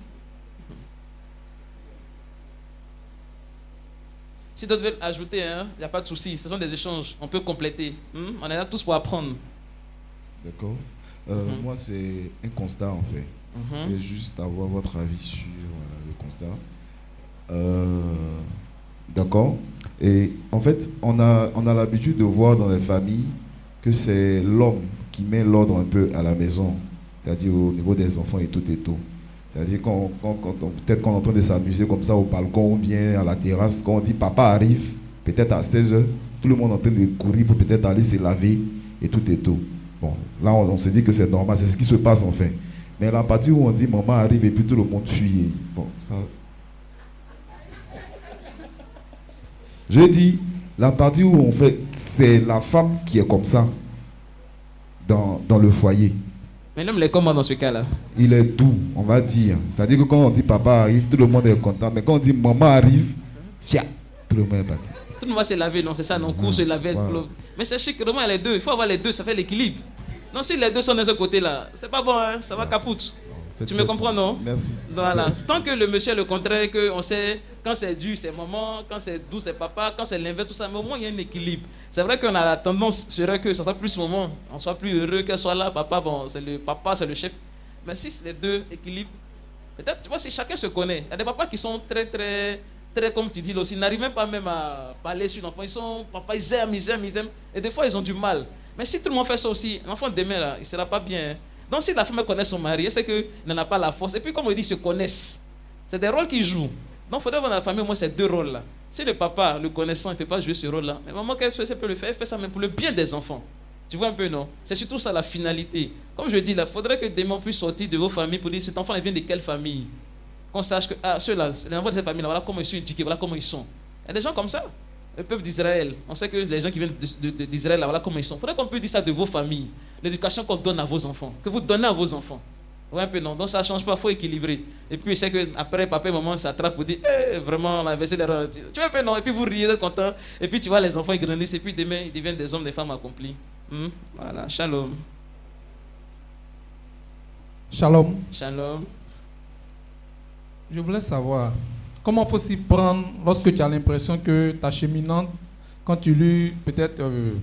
Si d'autres veulent ajouter, il n'y a pas de souci. Ce sont des échanges. On peut compléter. On est là tous pour apprendre. D'accord. Moi, c'est un constat, en fait. C'est juste avoir votre avis sur le constat. D'accord. Et en fait, on a l'habitude de voir dans les familles que c'est l'homme qui met l'ordre un peu à la maison. C'est-à-dire au niveau des enfants et tout et tout. C'est-à-dire peut-être qu'on est en train de s'amuser comme ça au balcon ou bien à la terrasse, quand on dit papa arrive, peut-être à 16h, tout le monde est en train de courir pour peut-être aller se laver et tout et tout. Bon, là on se dit que c'est normal, c'est ce qui se passe en fait. Mais la partie où on dit maman arrive et puis tout le monde fuit, bon, ça... Je dis, la partie où on fait, c'est la femme qui est comme ça dans le foyer. Mais l'homme est comment dans ce cas-là? Il est doux, on va dire. C'est-à-dire que quand on dit papa arrive, tout le monde est content. Mais quand on dit maman arrive, fia, tout le monde est parti. Tout le monde va se laver, non, c'est ça, non, court se laver. Voilà. Mais c'est chic, vraiment, les deux. Il faut avoir les deux, ça fait l'équilibre. Non, si les deux sont de ce côté-là, c'est pas bon, hein, ça va capoute. Tu me comprends, non? Merci. Voilà. Tant que le monsieur est le contraire, qu'on sait quand c'est dur, c'est maman, quand c'est doux, c'est papa, quand c'est l'inverse, tout ça. Mais au moins, il y a un équilibre. C'est vrai qu'on a la tendance, serait que ça soit plus maman, on soit plus heureux qu'elle soit là. Papa, bon, c'est le papa, c'est le chef. Mais si les deux équilibrent, peut-être, tu vois, si chacun se connaît, il y a des papas qui sont très, comme tu dis là aussi, n'arrivent même pas même à parler sur l'enfant. Ils sont, papa, ils aiment. Et des fois, ils ont du mal. Mais si tout le monde fait ça aussi, l'enfant demain, là, il ne sera pas bien. Donc si la femme connaît son mari, c'est qu'il n'en a pas la force. Et puis comme on dit, ils se connaissent. C'est des rôles qu'ils jouent. Donc il faudrait voir dans la famille, moi, ces deux rôles-là. Si le papa, le connaissant, il ne peut pas jouer ce rôle-là, mais maman, qu'elle peut le faire, elle fait ça même pour le bien des enfants. Tu vois un peu, non? C'est surtout ça la finalité. Comme je dis, il faudrait que des démons puissent sortir de vos familles pour dire, cet enfant, il vient de quelle famille? Qu'on sache que, ceux-là, les enfants de cette famille-là, voilà comment ils sont éduqués, voilà comment ils sont. Il y a des gens comme ça. le peuple d'Israël. On sait que les gens qui viennent d'Israël, voilà comment ils sont. Il faudrait qu'on puisse dire ça de vos familles. L'éducation qu'on donne à vos enfants, que vous donnez à vos enfants. Ouais, un peu non. Donc ça ne change pas, il faut équilibrer. Et puis c'est qu'après, papa et maman s'attrapent pour dire vraiment, on a versé l'erreur. Tu vois un peu non. Et puis vous riez, vous êtes content. Et puis tu vois les enfants, ils grandissent. Et puis demain, ils deviennent des hommes, des femmes accomplis. Voilà, shalom. Shalom. Shalom. Je voulais savoir, comment faut s'y prendre lorsque tu as l'impression que ta cheminante, quand tu lui, peut-être,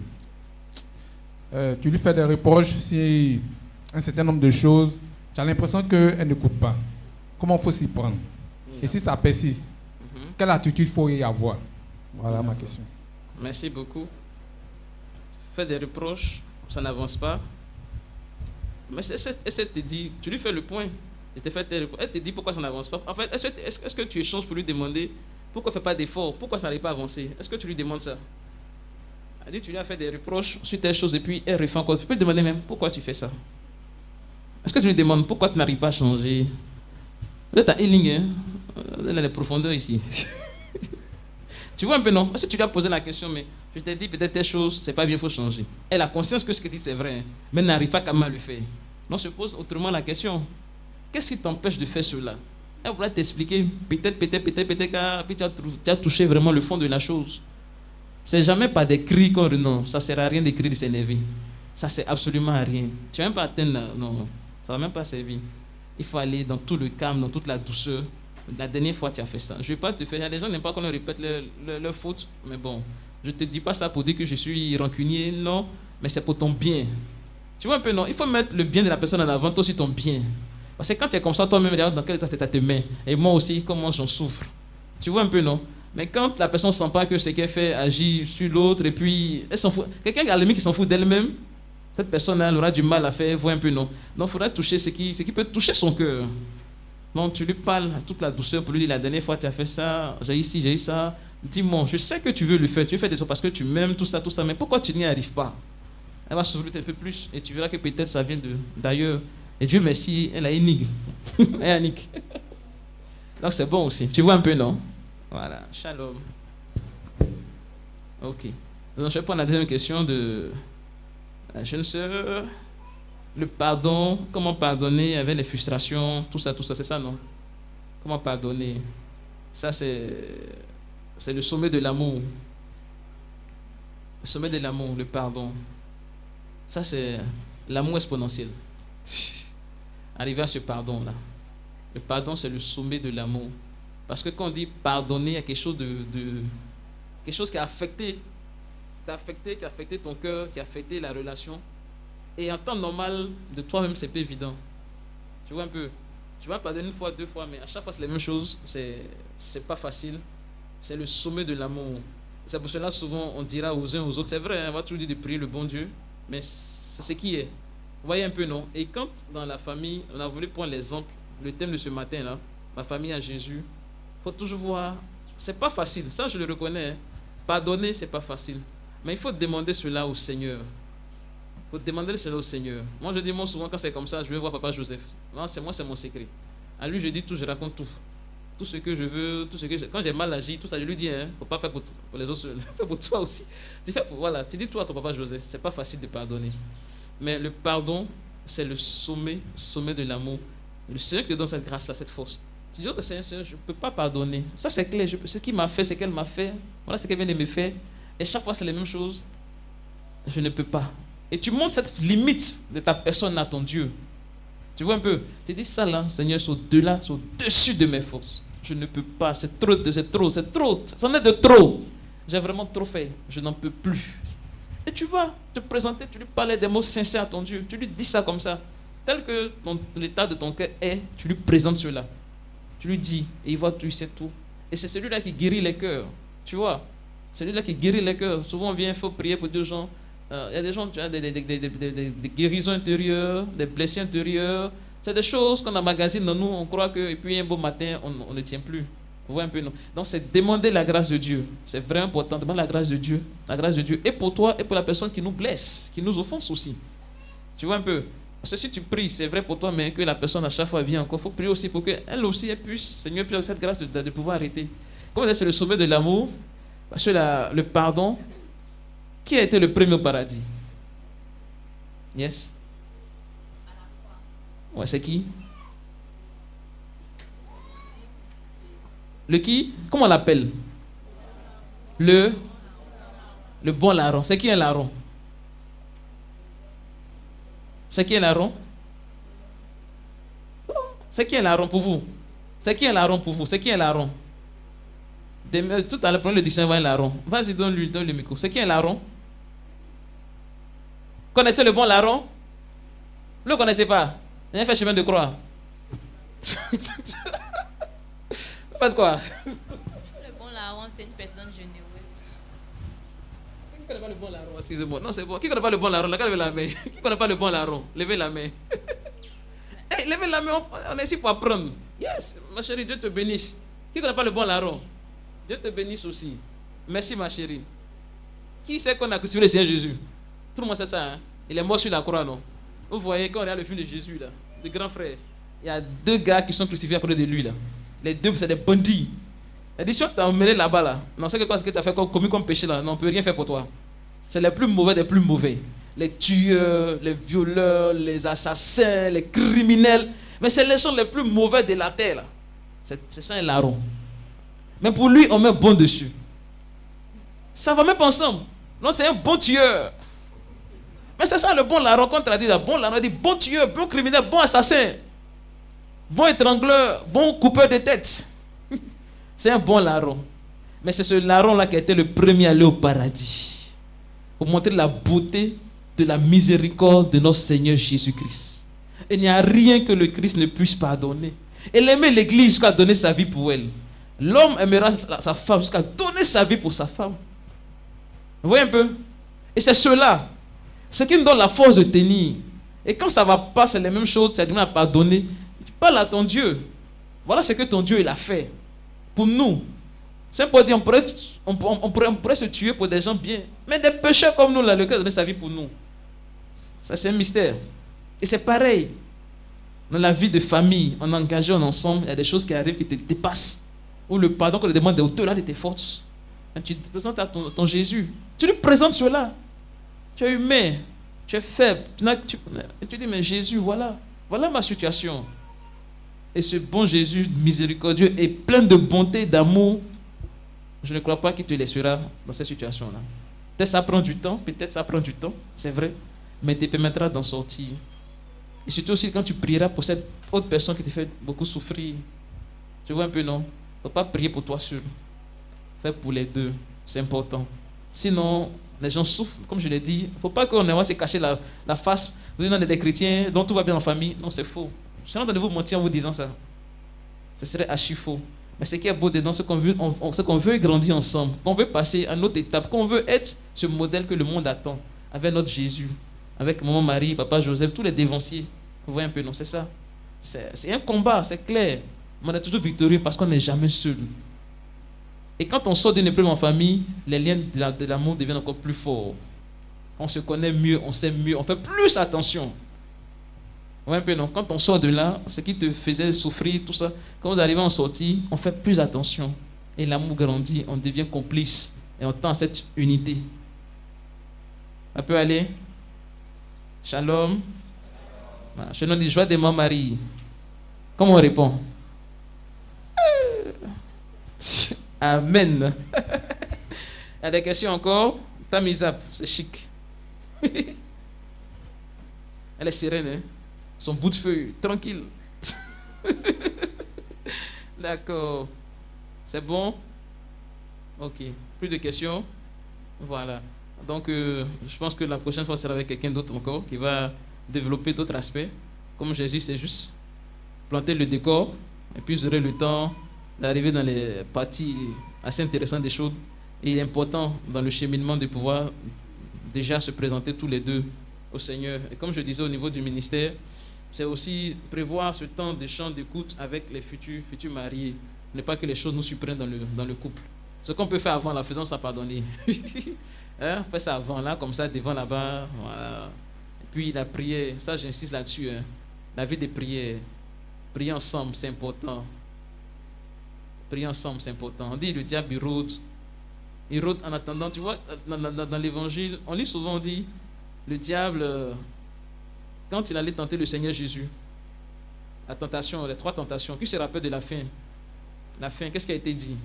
tu lui fais des reproches sur un certain nombre de choses, tu as l'impression qu'elle n'écoute pas. Comment faut s'y prendre? Et si ça persiste, quelle attitude faut y avoir? Voilà ma question. Merci beaucoup. Fais des reproches, ça n'avance pas. Mais elle te dit, tu lui fais le point. Elle te dit pourquoi ça n'avance pas. En fait, est-ce que tu échanges pour lui demander pourquoi elle ne fait pas d'efforts, pourquoi ça n'arrive pas à avancer? Est-ce que tu lui demandes ça? Elle dit, tu lui as fait des reproches sur telle chose et puis elle refait encore. Tu peux lui demander même pourquoi tu fais ça. Est-ce que tu lui demandes pourquoi tu n'arrives pas à changer? Vous êtes à healing, hein? Vous êtes dans les profondeurs ici. Tu vois un peu, non? Est-ce que tu lui as posé la question, mais je t'ai dit peut-être telle chose, c'est pas bien, il faut changer. Elle a conscience que ce que tu dis c'est vrai, hein, mais n'arrive pas quand même à le faire. Donc je pose autrement la question. Qu'est-ce qui t'empêche de faire cela? Elle va t'expliquer, peut-être, puis tu as touché vraiment le fond de la chose. C'est jamais pas des cris qu'on... Non, ça ne sert à rien d'écrire de s'énerver. Ça ne sert absolument à rien. Tu ne vas même pas atteindre... Non, ça ne va même pas servir. Il faut aller dans tout le calme, dans toute la douceur. La dernière fois, tu as fait ça. Je ne vais pas te faire... Il y a des gens qui n'aiment pas qu'on leur répète leur faute, mais bon, je ne te dis pas ça pour dire que je suis rancunier, non, mais c'est pour ton bien. Tu vois un peu, non? Il faut mettre le bien de la personne en avant, toi aussi ton bien. Parce que quand tu es comme ça, toi-même, dans quel état tu te mets? Et moi aussi, comment j'en souffre? Tu vois un peu, non? Mais quand la personne ne sent pas que ce qu'elle fait agit sur l'autre, et puis elle s'en fout. Quelqu'un à la limite qui s'en fout d'elle-même, cette personne-là, elle aura du mal à faire, voit un peu, non? Donc il faudra toucher ce qui peut toucher son cœur. Donc tu lui parles à toute la douceur pour lui dire, la dernière fois tu as fait ça, j'ai ici, j'ai eu ça. Dis-moi, je sais que tu veux le faire, tu fais des choses parce que tu m'aimes, tout ça, mais pourquoi tu n'y arrives pas? Elle va s'ouvrir un peu plus et tu verras que peut-être ça vient d'ailleurs. Et Dieu merci, elle a énigme. Elle a énigme. Donc c'est bon aussi. Tu vois un peu, non? Voilà. Shalom. Ok. Donc je vais prendre la deuxième question de la jeune sœur. Le pardon, comment pardonner avec les frustrations, tout ça, c'est ça, non? Comment pardonner? Ça, c'est le sommet de l'amour. Le sommet de l'amour, le pardon. Ça, c'est l'amour exponentiel. Arriver à ce pardon-là. Le pardon, c'est le sommet de l'amour. Parce que quand on dit pardonner, il y a quelque chose quelque chose qui a affecté ton cœur, qui a affecté la relation. Et en temps normal, de toi-même, c'est pas évident. Tu vois un peu. Tu vas pardonner une fois, deux fois, mais à chaque fois, c'est la même chose. C'est pas facile. C'est le sommet de l'amour. C'est pour cela, souvent, on dira aux uns aux autres, c'est vrai, on va toujours dire de prier le bon Dieu, mais c'est ce qui est. Vous voyez un peu, non? Et quand, dans la famille, on a voulu prendre l'exemple, le thème de ce matin-là, ma famille à Jésus, il faut toujours voir, c'est pas facile, ça je le reconnais. Hein. Pardonner, c'est pas facile. Mais il faut demander cela au Seigneur. Il faut demander cela au Seigneur. Moi, je dis moi souvent, quand c'est comme ça, je vais voir Papa Joseph. Non, c'est mon secret. À lui, je dis tout, je raconte tout. Tout ce que je veux, quand j'ai mal agi, tout ça, je lui dis, hein, faut pas faire pour les autres, fais pour toi aussi. Tu dis tout à ton Papa Joseph, c'est pas facile de pardonner. Mais le pardon, c'est le sommet de l'amour. Le Seigneur qui te donne cette grâce-là, cette force. Tu dis, oh Seigneur, je ne peux pas pardonner. Ça, c'est clair. Ce qu'il m'a fait, c'est qu'elle m'a fait. Voilà ce qu'elle vient de me faire. Et chaque fois, c'est la même chose. Je ne peux pas. Et tu montres cette limite de ta personne à ton Dieu. Tu vois un peu? Tu dis ça là, Seigneur, c'est au-delà, c'est au-dessus de mes forces. Je ne peux pas, c'est trop, c'en est de trop. J'ai vraiment trop fait, je n'en peux plus. Et tu vas te présenter, tu lui parles des mots sincères à ton Dieu. Tu lui dis ça comme ça. Tel que l'état de ton cœur est, tu lui présentes cela. Tu lui dis, et il voit, tu sais tout. Et c'est celui-là qui guérit les cœurs. Tu vois? Celui-là qui guérit les cœurs. Souvent, on vient, il faut prier pour deux gens. Il y a des gens, tu as des guérisons intérieures, des blessures intérieures. C'est des choses qu'on emmagasine dans nous. On croit que, et puis un beau matin, on ne tient plus. Vous voyez un peu, non? Donc, c'est demander la grâce de Dieu. C'est vraiment important. Demander la grâce de Dieu. La grâce de Dieu. Et pour toi, et pour la personne qui nous blesse, qui nous offense aussi. Tu vois un peu? Parce que si tu pries, c'est vrai pour toi, mais que la personne à chaque fois vient encore. Il faut prier aussi pour qu'elle aussi puisse, Seigneur, puisse cette grâce de pouvoir arrêter. Comme c'est le sommet de l'amour, Parce que le pardon, qui a été le premier au paradis? Yes? Ouais, c'est qui? Le qui? Comment on l'appelle? Le bon larron. C'est qui un larron? C'est qui un larron? C'est qui un larron pour vous? C'est qui un larron pour vous? C'est qui un larron? Tout à l'heure, prenez le dictionnaire, un larron. Vas-y, donne le micro. C'est qui un larron? Connaissez le bon larron? Vous ne le connaissez pas? Il a fait chemin de croix. Vous faites quoi? Le bon larron, c'est une personne généreuse. Qui ne connaît pas le bon larron? Excusez-moi. Non, c'est bon. Qui ne connaît pas le bon larron? Levez la main. Qui ne connaît pas le bon larron? Levez la main. Hey, levez la main. On est ici pour apprendre. Yes, ma chérie, Dieu te bénisse. Qui ne connaît pas le bon larron? Dieu te bénisse aussi. Merci, ma chérie. Qui sait qu'on a crucifié le Seigneur Jésus? Tout le monde sait ça. Hein? Il est mort sur la croix, non? Vous voyez, quand on regarde le film de Jésus, là, le grand frère, il y a 2 gars qui sont crucifiés à côté de lui. Là. Les 2, c'est des bandits. Il a dit, si on t'a emmené là-bas, là, non, c'est que toi, ce que tu as fait commis comme péché, là, non, on ne peut rien faire pour toi. C'est les plus mauvais des plus mauvais. Les tueurs, les violeurs, les assassins, les criminels. Mais c'est les gens les plus mauvais de la terre. Là. C'est ça un larron. Mais pour lui, on met bon dessus. Ça va même pas ensemble. Non, c'est un bon tueur. Mais c'est ça le bon larron qu'on traduit là. Bon larron, dit bon tueur, bon criminel, bon assassin, bon étrangleur, bon coupeur de tête. C'est un bon larron. Mais c'est ce larron-là qui a été le premier à aller au paradis. Pour montrer la beauté de la miséricorde de notre Seigneur Jésus-Christ. Il n'y a rien que le Christ ne puisse pardonner. Il aimait l'église jusqu'à donner sa vie pour elle. L'homme aimera sa femme jusqu'à donner sa vie pour sa femme. Vous voyez un peu? Et c'est cela. Ce qui nous donne la force de tenir. Et quand ça ne va pas, c'est les mêmes choses, tu as du mal à pardonner. Tu parles à ton Dieu. Voilà ce que ton Dieu il a fait. Pour nous. C'est pour dire, on pourrait se tuer pour des gens bien. Mais des pécheurs comme nous, là, le cœur a donné sa vie pour nous. Ça, c'est un mystère. Et c'est pareil. Dans la vie de famille, on est engagé ensemble, il y a des choses qui arrivent qui te dépassent. Ou le pardon qu'on te demande est au-delà de tes forces. Et tu te présentes à ton Jésus. Tu lui présentes cela. Tu es humain, tu es faible. Tu dis, mais Jésus, voilà ma situation. Et ce bon Jésus miséricordieux et plein de bonté, d'amour, je ne crois pas qu'il te laissera dans cette situation-là. Peut-être ça prend du temps, c'est vrai, mais il te permettra d'en sortir. Et surtout aussi quand tu prieras pour cette autre personne qui te fait beaucoup souffrir. Tu vois un peu, non? Il ne faut pas prier pour toi seul. Fais pour les deux, c'est important. Sinon, les gens souffrent, comme je l'ai dit. Il ne faut pas qu'on ait se cacher la face. Vous dites, non, des chrétiens dont tout va bien en famille. Non, c'est faux. Je suis en train de vous mentir en vous disant ça. Ce serait archi faux. Mais ce qui est beau dedans, c'est qu'on veut grandir ensemble, qu'on veut passer à notre étape, qu'on veut être ce modèle que le monde attend, avec notre Jésus, avec maman Marie, papa Joseph, tous les dévanciers. Vous voyez un peu, non? C'est ça. C'est un combat, c'est clair. Mais on est toujours victorieux parce qu'on n'est jamais seul. Et quand on sort d'une épreuve en famille, les liens de l'amour deviennent encore plus forts. On se connaît mieux, on s'aime mieux, on fait plus attention. Ouais, un peu non. Quand on sort de là, ce qui te faisait souffrir, tout ça, quand vous arrivez en sortie, on fait plus attention. Et l'amour grandit, on devient complice. Et on tend à cette unité. Ça peut aller? Shalom. Je nous dis joie de Marie. Comment on répond? Amen. Il y a des questions encore? Tamizap, c'est chic. Elle est sereine, hein? Son bout de feu, tranquille. D'accord. C'est bon? Ok. Plus de questions? Voilà. Donc, je pense que la prochaine fois sera avec quelqu'un d'autre encore qui va développer d'autres aspects. Comme Jésus, c'est juste planter le décor et puis vous aurez le temps d'arriver dans les parties assez intéressantes des choses. Et il est important dans le cheminement de pouvoir déjà se présenter tous les deux au Seigneur. Et comme je disais au niveau du ministère, c'est aussi prévoir ce temps de chant d'écoute avec les futurs mariés. Ne pas que les choses nous surprennent dans le couple. Ce qu'on peut faire avant, la faisons ça pardonner. Hein? Fais ça avant, là, comme ça, devant là-bas. Voilà. Et puis la prière, ça j'insiste là-dessus. Hein? La vie de prière. Prier ensemble, c'est important. Prier ensemble, c'est important. On dit le diable il rôde Il rôde en attendant. Tu vois, dans l'évangile, on lit souvent, on dit, le diable, quand il allait tenter le Seigneur Jésus, la tentation, les 3 tentations, qui se rappelle de la fin? La fin, qu'est-ce qui a été dit?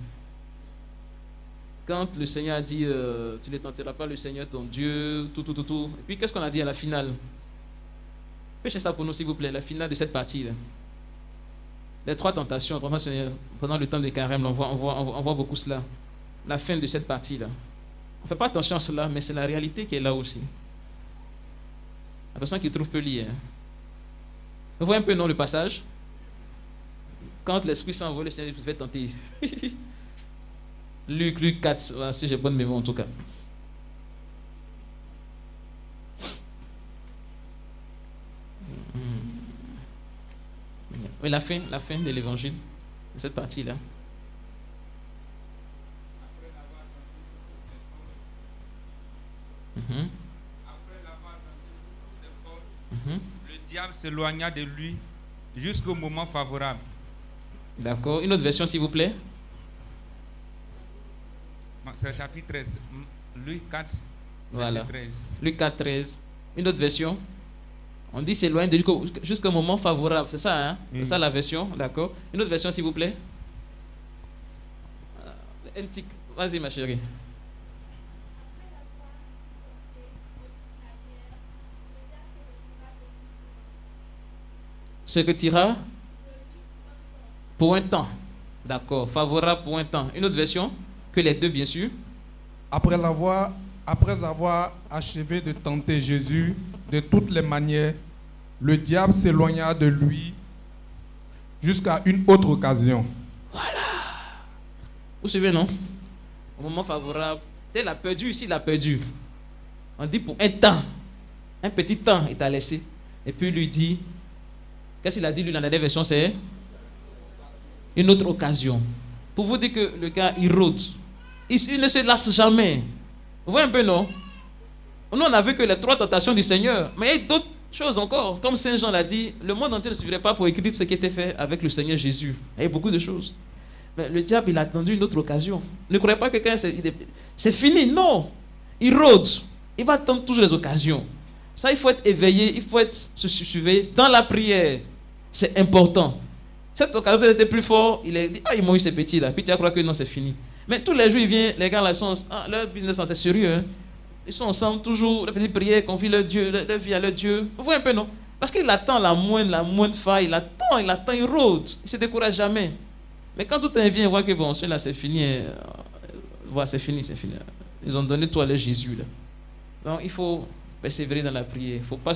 Quand le Seigneur a dit, tu ne tenteras pas le Seigneur ton Dieu, tout. Et puis, qu'est-ce qu'on a dit à la finale? Pêchez ça pour nous, s'il vous plaît, la finale de cette partie-là. Les 3 tentations, pendant le temps de carême, on voit beaucoup cela. La fin de cette partie-là. On ne fait pas attention à cela, mais c'est la réalité qui est là aussi. La personne qui trouve peut lire. Vous voyez un peu, non, le passage? Quand l'Esprit s'envole, le Seigneur va tenter. Luc 4, voilà, si j'ai bonne mémoire en tout cas. Oui, la fin de l'évangile, de cette partie-là. Le diable s'éloigna de lui jusqu'au moment favorable. D'accord. Une autre version, s'il vous plaît. C'est le chapitre 13. Luc 4, voilà. 13. Luc 4, 13. Une autre version. On dit s'éloigner de lui jusqu'au moment favorable. C'est ça, hein? Oui. C'est ça la version. D'accord. Une autre version, s'il vous plaît. Antique. Vas-y, ma chérie. Se retira pour un temps. D'accord. Favorable pour un temps. Une autre version que les deux, bien sûr. Après avoir achevé de tenter Jésus de toutes les manières, le diable s'éloigna de lui jusqu'à une autre occasion. Voilà. Vous suivez, non? Au moment favorable, il a perdu ici, il a perdu. On dit pour un temps, un petit temps, il t'a laissé. Et puis il lui dit, qu'est-ce qu'il a dit lui dans la dernière version? C'est une autre occasion. Pour vous dire que le gars, il rôde. Il ne se lasse jamais. Vous voyez un peu, non? Nous, on a vu que les 3 tentations du Seigneur. Mais il y a d'autres choses encore. Comme Saint Jean l'a dit, le monde entier ne suffirait pas pour écrire ce qui était fait avec le Seigneur Jésus. Il y a beaucoup de choses. Mais le diable, il a attendu une autre occasion. Ne croyez pas que quelqu'un, c'est fini. Non. Il rôde. Il va attendre toujours les occasions. Ça, il faut être éveillé. Il faut se surveiller dans la prière. C'est important. Cette occasion était plus fort. Il a dit, ils m'ont eu ces petits là. Puis tu vas croire que non, c'est fini. Mais tous les jours, ils viennent, les gars là, leur business, c'est sérieux. Hein? Ils sont ensemble, toujours, la petite prière, confient leur Dieu, leur vie à leur Dieu. Vous voyez un peu, non? Parce qu'il attend la moindre faille, il attend, il rôde. Il ne se décourage jamais. Mais quand tout un vient, il voit que bon, celui-là, c'est fini. Voilà, c'est fini. Ils ont donné tout à leur Jésus. Là. Donc, il faut persévérer dans la prière. Il ne faut pas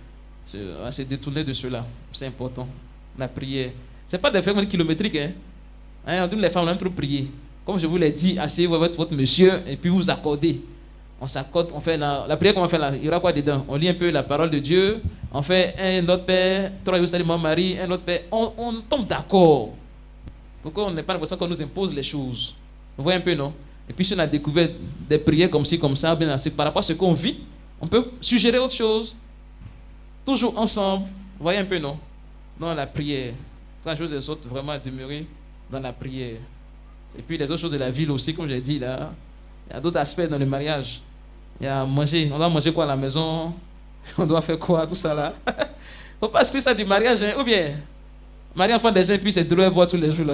se détourner de cela. C'est important. La prière. Ce n'est pas des phénomènes kilométriques. On dit les femmes, on a trop prier. Comme je vous l'ai dit, asseyez-vous avec votre monsieur et puis vous accordez. On s'accorde, on fait la prière qu'on va faire là. Il y aura quoi dedans? On lit un peu la parole de Dieu. On fait un autre Père, 3 salut mon mari, un autre Père. On tombe d'accord. Pourquoi on n'est pas l'impression qu'on nous impose les choses? Vous voyez un peu, non? Et puis si on a découvert des prières comme ci, comme ça, bien, par rapport à ce qu'on vit, on peut suggérer autre chose. Toujours ensemble. Vous voyez un peu, non? Dans la prière. Quand je vous autres vraiment à demeurer dans la prière. Et puis les autres choses de la ville aussi, comme j'ai dit là, il y a d'autres aspects dans le mariage. Il y a manger, on doit manger quoi à la maison, on doit faire quoi, tout ça là. Il ne faut pas exclure ça du mariage, hein? Ou bien, marier enfant des gens et puis c'est drôle boire tous les jours là.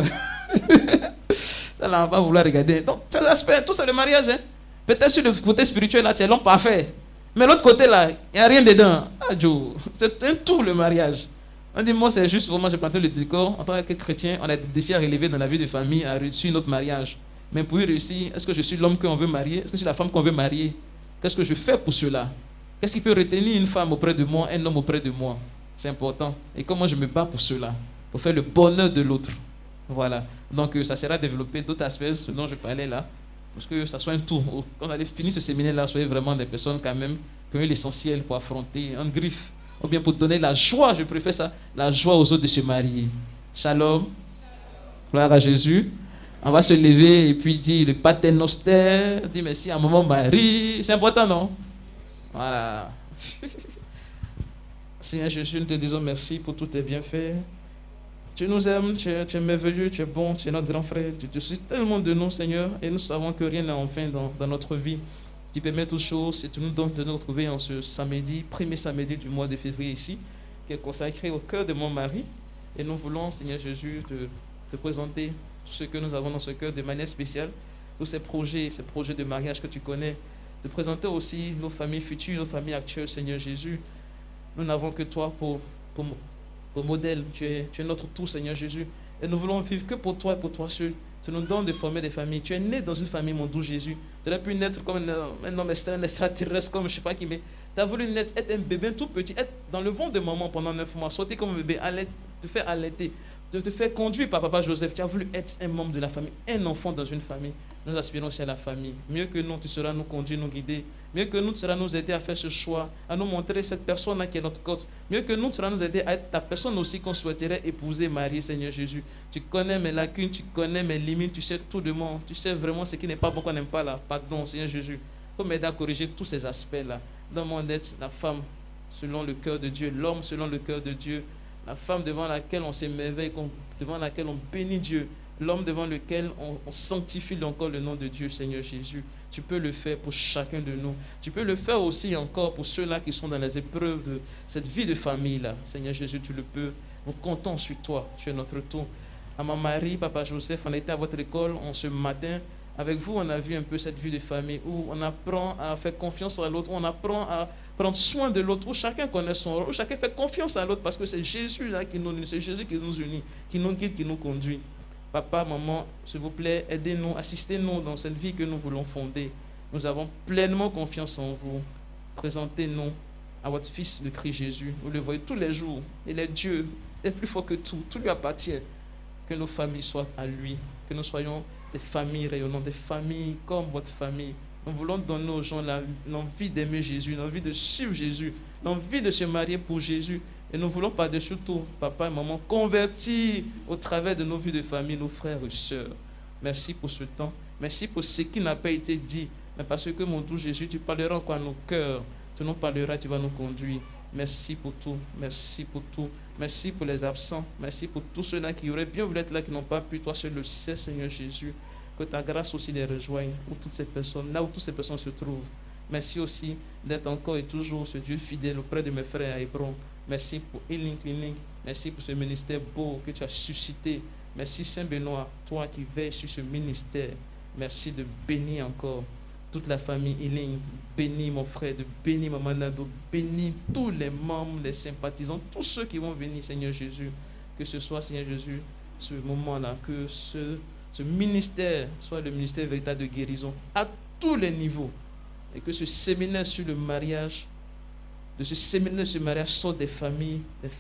Ça là, on va pas vouloir regarder. Donc, ces aspects, tout ça le mariage, hein? Peut-être sur le côté spirituel là, c'est l'homme parfait. Mais l'autre côté là, il n'y a rien dedans. Ah, Joe, c'est un tout le mariage. On dit, moi, c'est juste, vraiment, j'ai planté le décor. En tant que chrétien, on a des défis à relever dans la vie de famille, à réussir notre mariage. Mais pour y réussir, est-ce que je suis l'homme qu'on veut marier? Est-ce que je suis la femme qu'on veut marier? Qu'est-ce que je fais pour cela? Qu'est-ce qui peut retenir une femme auprès de moi, un homme auprès de moi? C'est important. Et comment je me bats pour cela? Pour faire le bonheur de l'autre. Voilà. Donc, ça sera développé d'autres aspects, ce dont je parlais là. Parce que ça soit un tout. Quand on allait finir ce séminaire-là, soyez vraiment des personnes quand même qui ont eu l'essentiel pour affronter un griffe. Ou bien pour donner la joie, je préfère ça, la joie aux autres de se marier. Shalom. Gloire à Jésus. On va se lever et puis dire le Pater Noster, dire merci à maman Marie. C'est important, non? Voilà. Seigneur Jésus, nous te disons merci pour tous tes bienfaits. Tu nous aimes, tu es merveilleux, tu es bon, tu es notre grand frère. Tu te soucies tellement de nous, Seigneur, et nous savons que rien n'est en vain dans notre vie. Tu permets toutes choses et tu nous donnes de nous retrouver en ce samedi, premier samedi du mois de février ici, qui est consacré au cœur de mon mari. Et nous voulons, Seigneur Jésus, te présenter tout ce que nous avons dans ce cœur de manière spéciale, tous ces projets de mariage que tu connais, te présenter aussi nos familles futures, nos familles actuelles, Seigneur Jésus. Nous n'avons que toi pour modèle. Tu es notre tout, Seigneur Jésus. Et nous voulons vivre que pour toi et pour toi seul. Tu nous donnes de former des familles. Tu es né dans une famille, mon doux Jésus. Tu aurais pu naître comme un homme extraterrestre, comme je ne sais pas qui, mais tu as voulu naître, être un bébé tout petit, être dans le ventre de maman pendant 9 mois, sauter comme un bébé, te faire allaiter, de te faire conduire par papa Joseph. Tu as voulu être un membre de la famille, un enfant dans une famille. Nous aspirons aussi à la famille. Mieux que nous, tu seras nous conduire, nous guider. Mieux que nous, tu seras nous aider à faire ce choix, à nous montrer cette personne-là qui est notre côte. Mieux que nous, tu seras nous aider à être ta personne aussi qu'on souhaiterait épouser, marier, Seigneur Jésus. Tu connais mes lacunes, tu connais mes limites, tu sais tout de moi. Tu sais vraiment ce qui n'est pas bon, qu'on n'aime pas là. Pardon, Seigneur Jésus. Il faut m'aider à corriger tous ces aspects-là. Dans mon être, la femme selon le cœur de Dieu, l'homme selon le cœur de Dieu, la femme devant laquelle on s'émerveille, devant laquelle on bénit Dieu, l'homme devant lequel on sanctifie encore le nom de Dieu, Seigneur Jésus. Tu peux le faire pour chacun de nous. Tu peux le faire aussi encore pour ceux-là qui sont dans les épreuves de cette vie de famille-là. Seigneur Jésus, tu le peux. Nous comptons sur toi. Tu es notre tout. À ma Marie, Papa Joseph, on était à votre école ce matin. Avec vous, on a vu un peu cette vie de famille où on apprend à faire confiance à l'autre, où on apprend à prendre soin de l'autre, où chacun connaît son rôle, où chacun fait confiance à l'autre parce que c'est Jésus là qui nous unit, c'est Jésus qui nous unit, qui nous guide, qui nous conduit. Papa, maman, s'il vous plaît, aidez-nous, assistez-nous dans cette vie que nous voulons fonder. Nous avons pleinement confiance en vous. Présentez-nous à votre Fils, le Christ Jésus. Vous le voyez tous les jours. Il est Dieu, il est plus fort que tout. Tout lui appartient. Que nos familles soient à lui. Que nous soyons des familles rayonnantes, des familles comme votre famille. Nous voulons donner aux gens l'envie d'aimer Jésus, l'envie de suivre Jésus, l'envie de se marier pour Jésus. Et nous voulons par-dessus tout, papa et maman, convertir au travers de nos vies de famille, nos frères et sœurs. Merci pour ce temps. Merci pour ce qui n'a pas été dit. Mais parce que, mon doux Jésus, tu parleras encore à nos cœurs. Tu nous parleras, tu vas nous conduire. Merci pour tout. Merci pour tout. Merci pour les absents. Merci pour tous ceux-là qui auraient bien voulu être là, qui n'ont pas pu. Toi seul le sais, Seigneur Jésus. Que ta grâce aussi les rejoigne, où toutes ces personnes, là où toutes ces personnes se trouvent. Merci aussi d'être encore et toujours ce Dieu fidèle auprès de mes frères à Hébron. Merci pour Healing Clinic. Merci pour ce ministère beau que tu as suscité. Merci Saint-Benoît, toi qui veilles sur ce ministère. Merci de bénir encore toute la famille Healing. Bénis mon frère, de bénir Maman Nado. Bénis tous les membres, les sympathisants, tous ceux qui vont venir, Seigneur Jésus. Que ce soit, Seigneur Jésus, ce moment-là, que ce ministère soit le ministère véritable de guérison à tous les niveaux. Et que ce séminaire sur le mariage, de ce séminaire sur le mariage, sortent des familles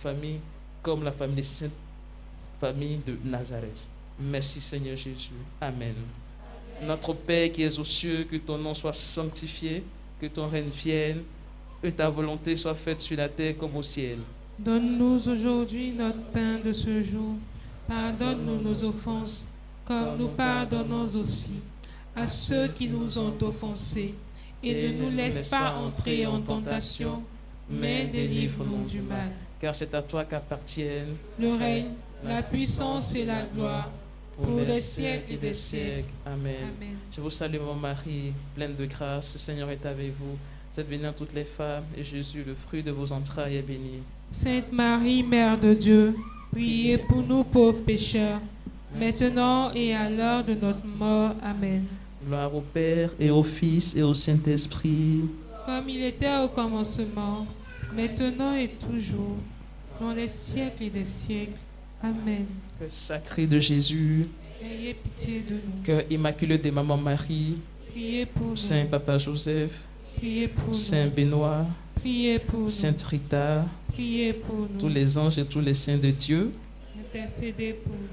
comme la famille des saintes, famille de Nazareth. Merci Seigneur Jésus. Amen. Notre Père qui es aux cieux, que ton nom soit sanctifié, que ton règne vienne, que ta volonté soit faite sur la terre comme au ciel. Donne-nous aujourd'hui notre pain de ce jour. Pardonne-nous nos offenses, comme nous pardonnons aussi à ceux qui nous ont offensés. Et ne nous laisse pas entrer en tentation, mais délivre-nous du mal. Car c'est à toi qu'appartiennent le règne, la puissance et la gloire, pour les siècles et des siècles. Amen. Amen. Je vous salue, mon Marie, pleine de grâce. Le Seigneur est avec vous. Vous êtes bénie entre toutes les femmes, et Jésus, le fruit de vos entrailles, est béni. Sainte Marie, Mère de Dieu, priez pour nous pauvres pécheurs, maintenant et à l'heure de notre mort. Amen. Gloire au Père et au Fils et au Saint-Esprit. Comme il était au commencement, maintenant et toujours, dans les siècles et des siècles. Amen. Cœur sacré de Jésus, ayez pitié de nous. Cœur immaculé de Maman Marie, priez pour nous. Saint Papa Joseph, priez pour nous. Saint Benoît, priez pour nous. Sainte Rita, priez pour nous. Tous les anges et tous les saints de Dieu, intercédez pour nous.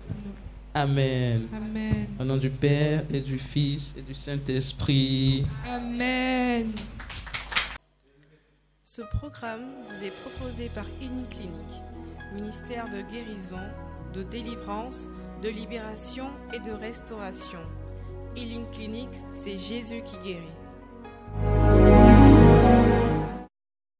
Amen. Amen. Au nom du Père et du Fils et du Saint-Esprit. Amen. Ce programme vous est proposé par Healing Clinic, ministère de guérison, de délivrance, de libération et de restauration. Healing Clinic, c'est Jésus qui guérit.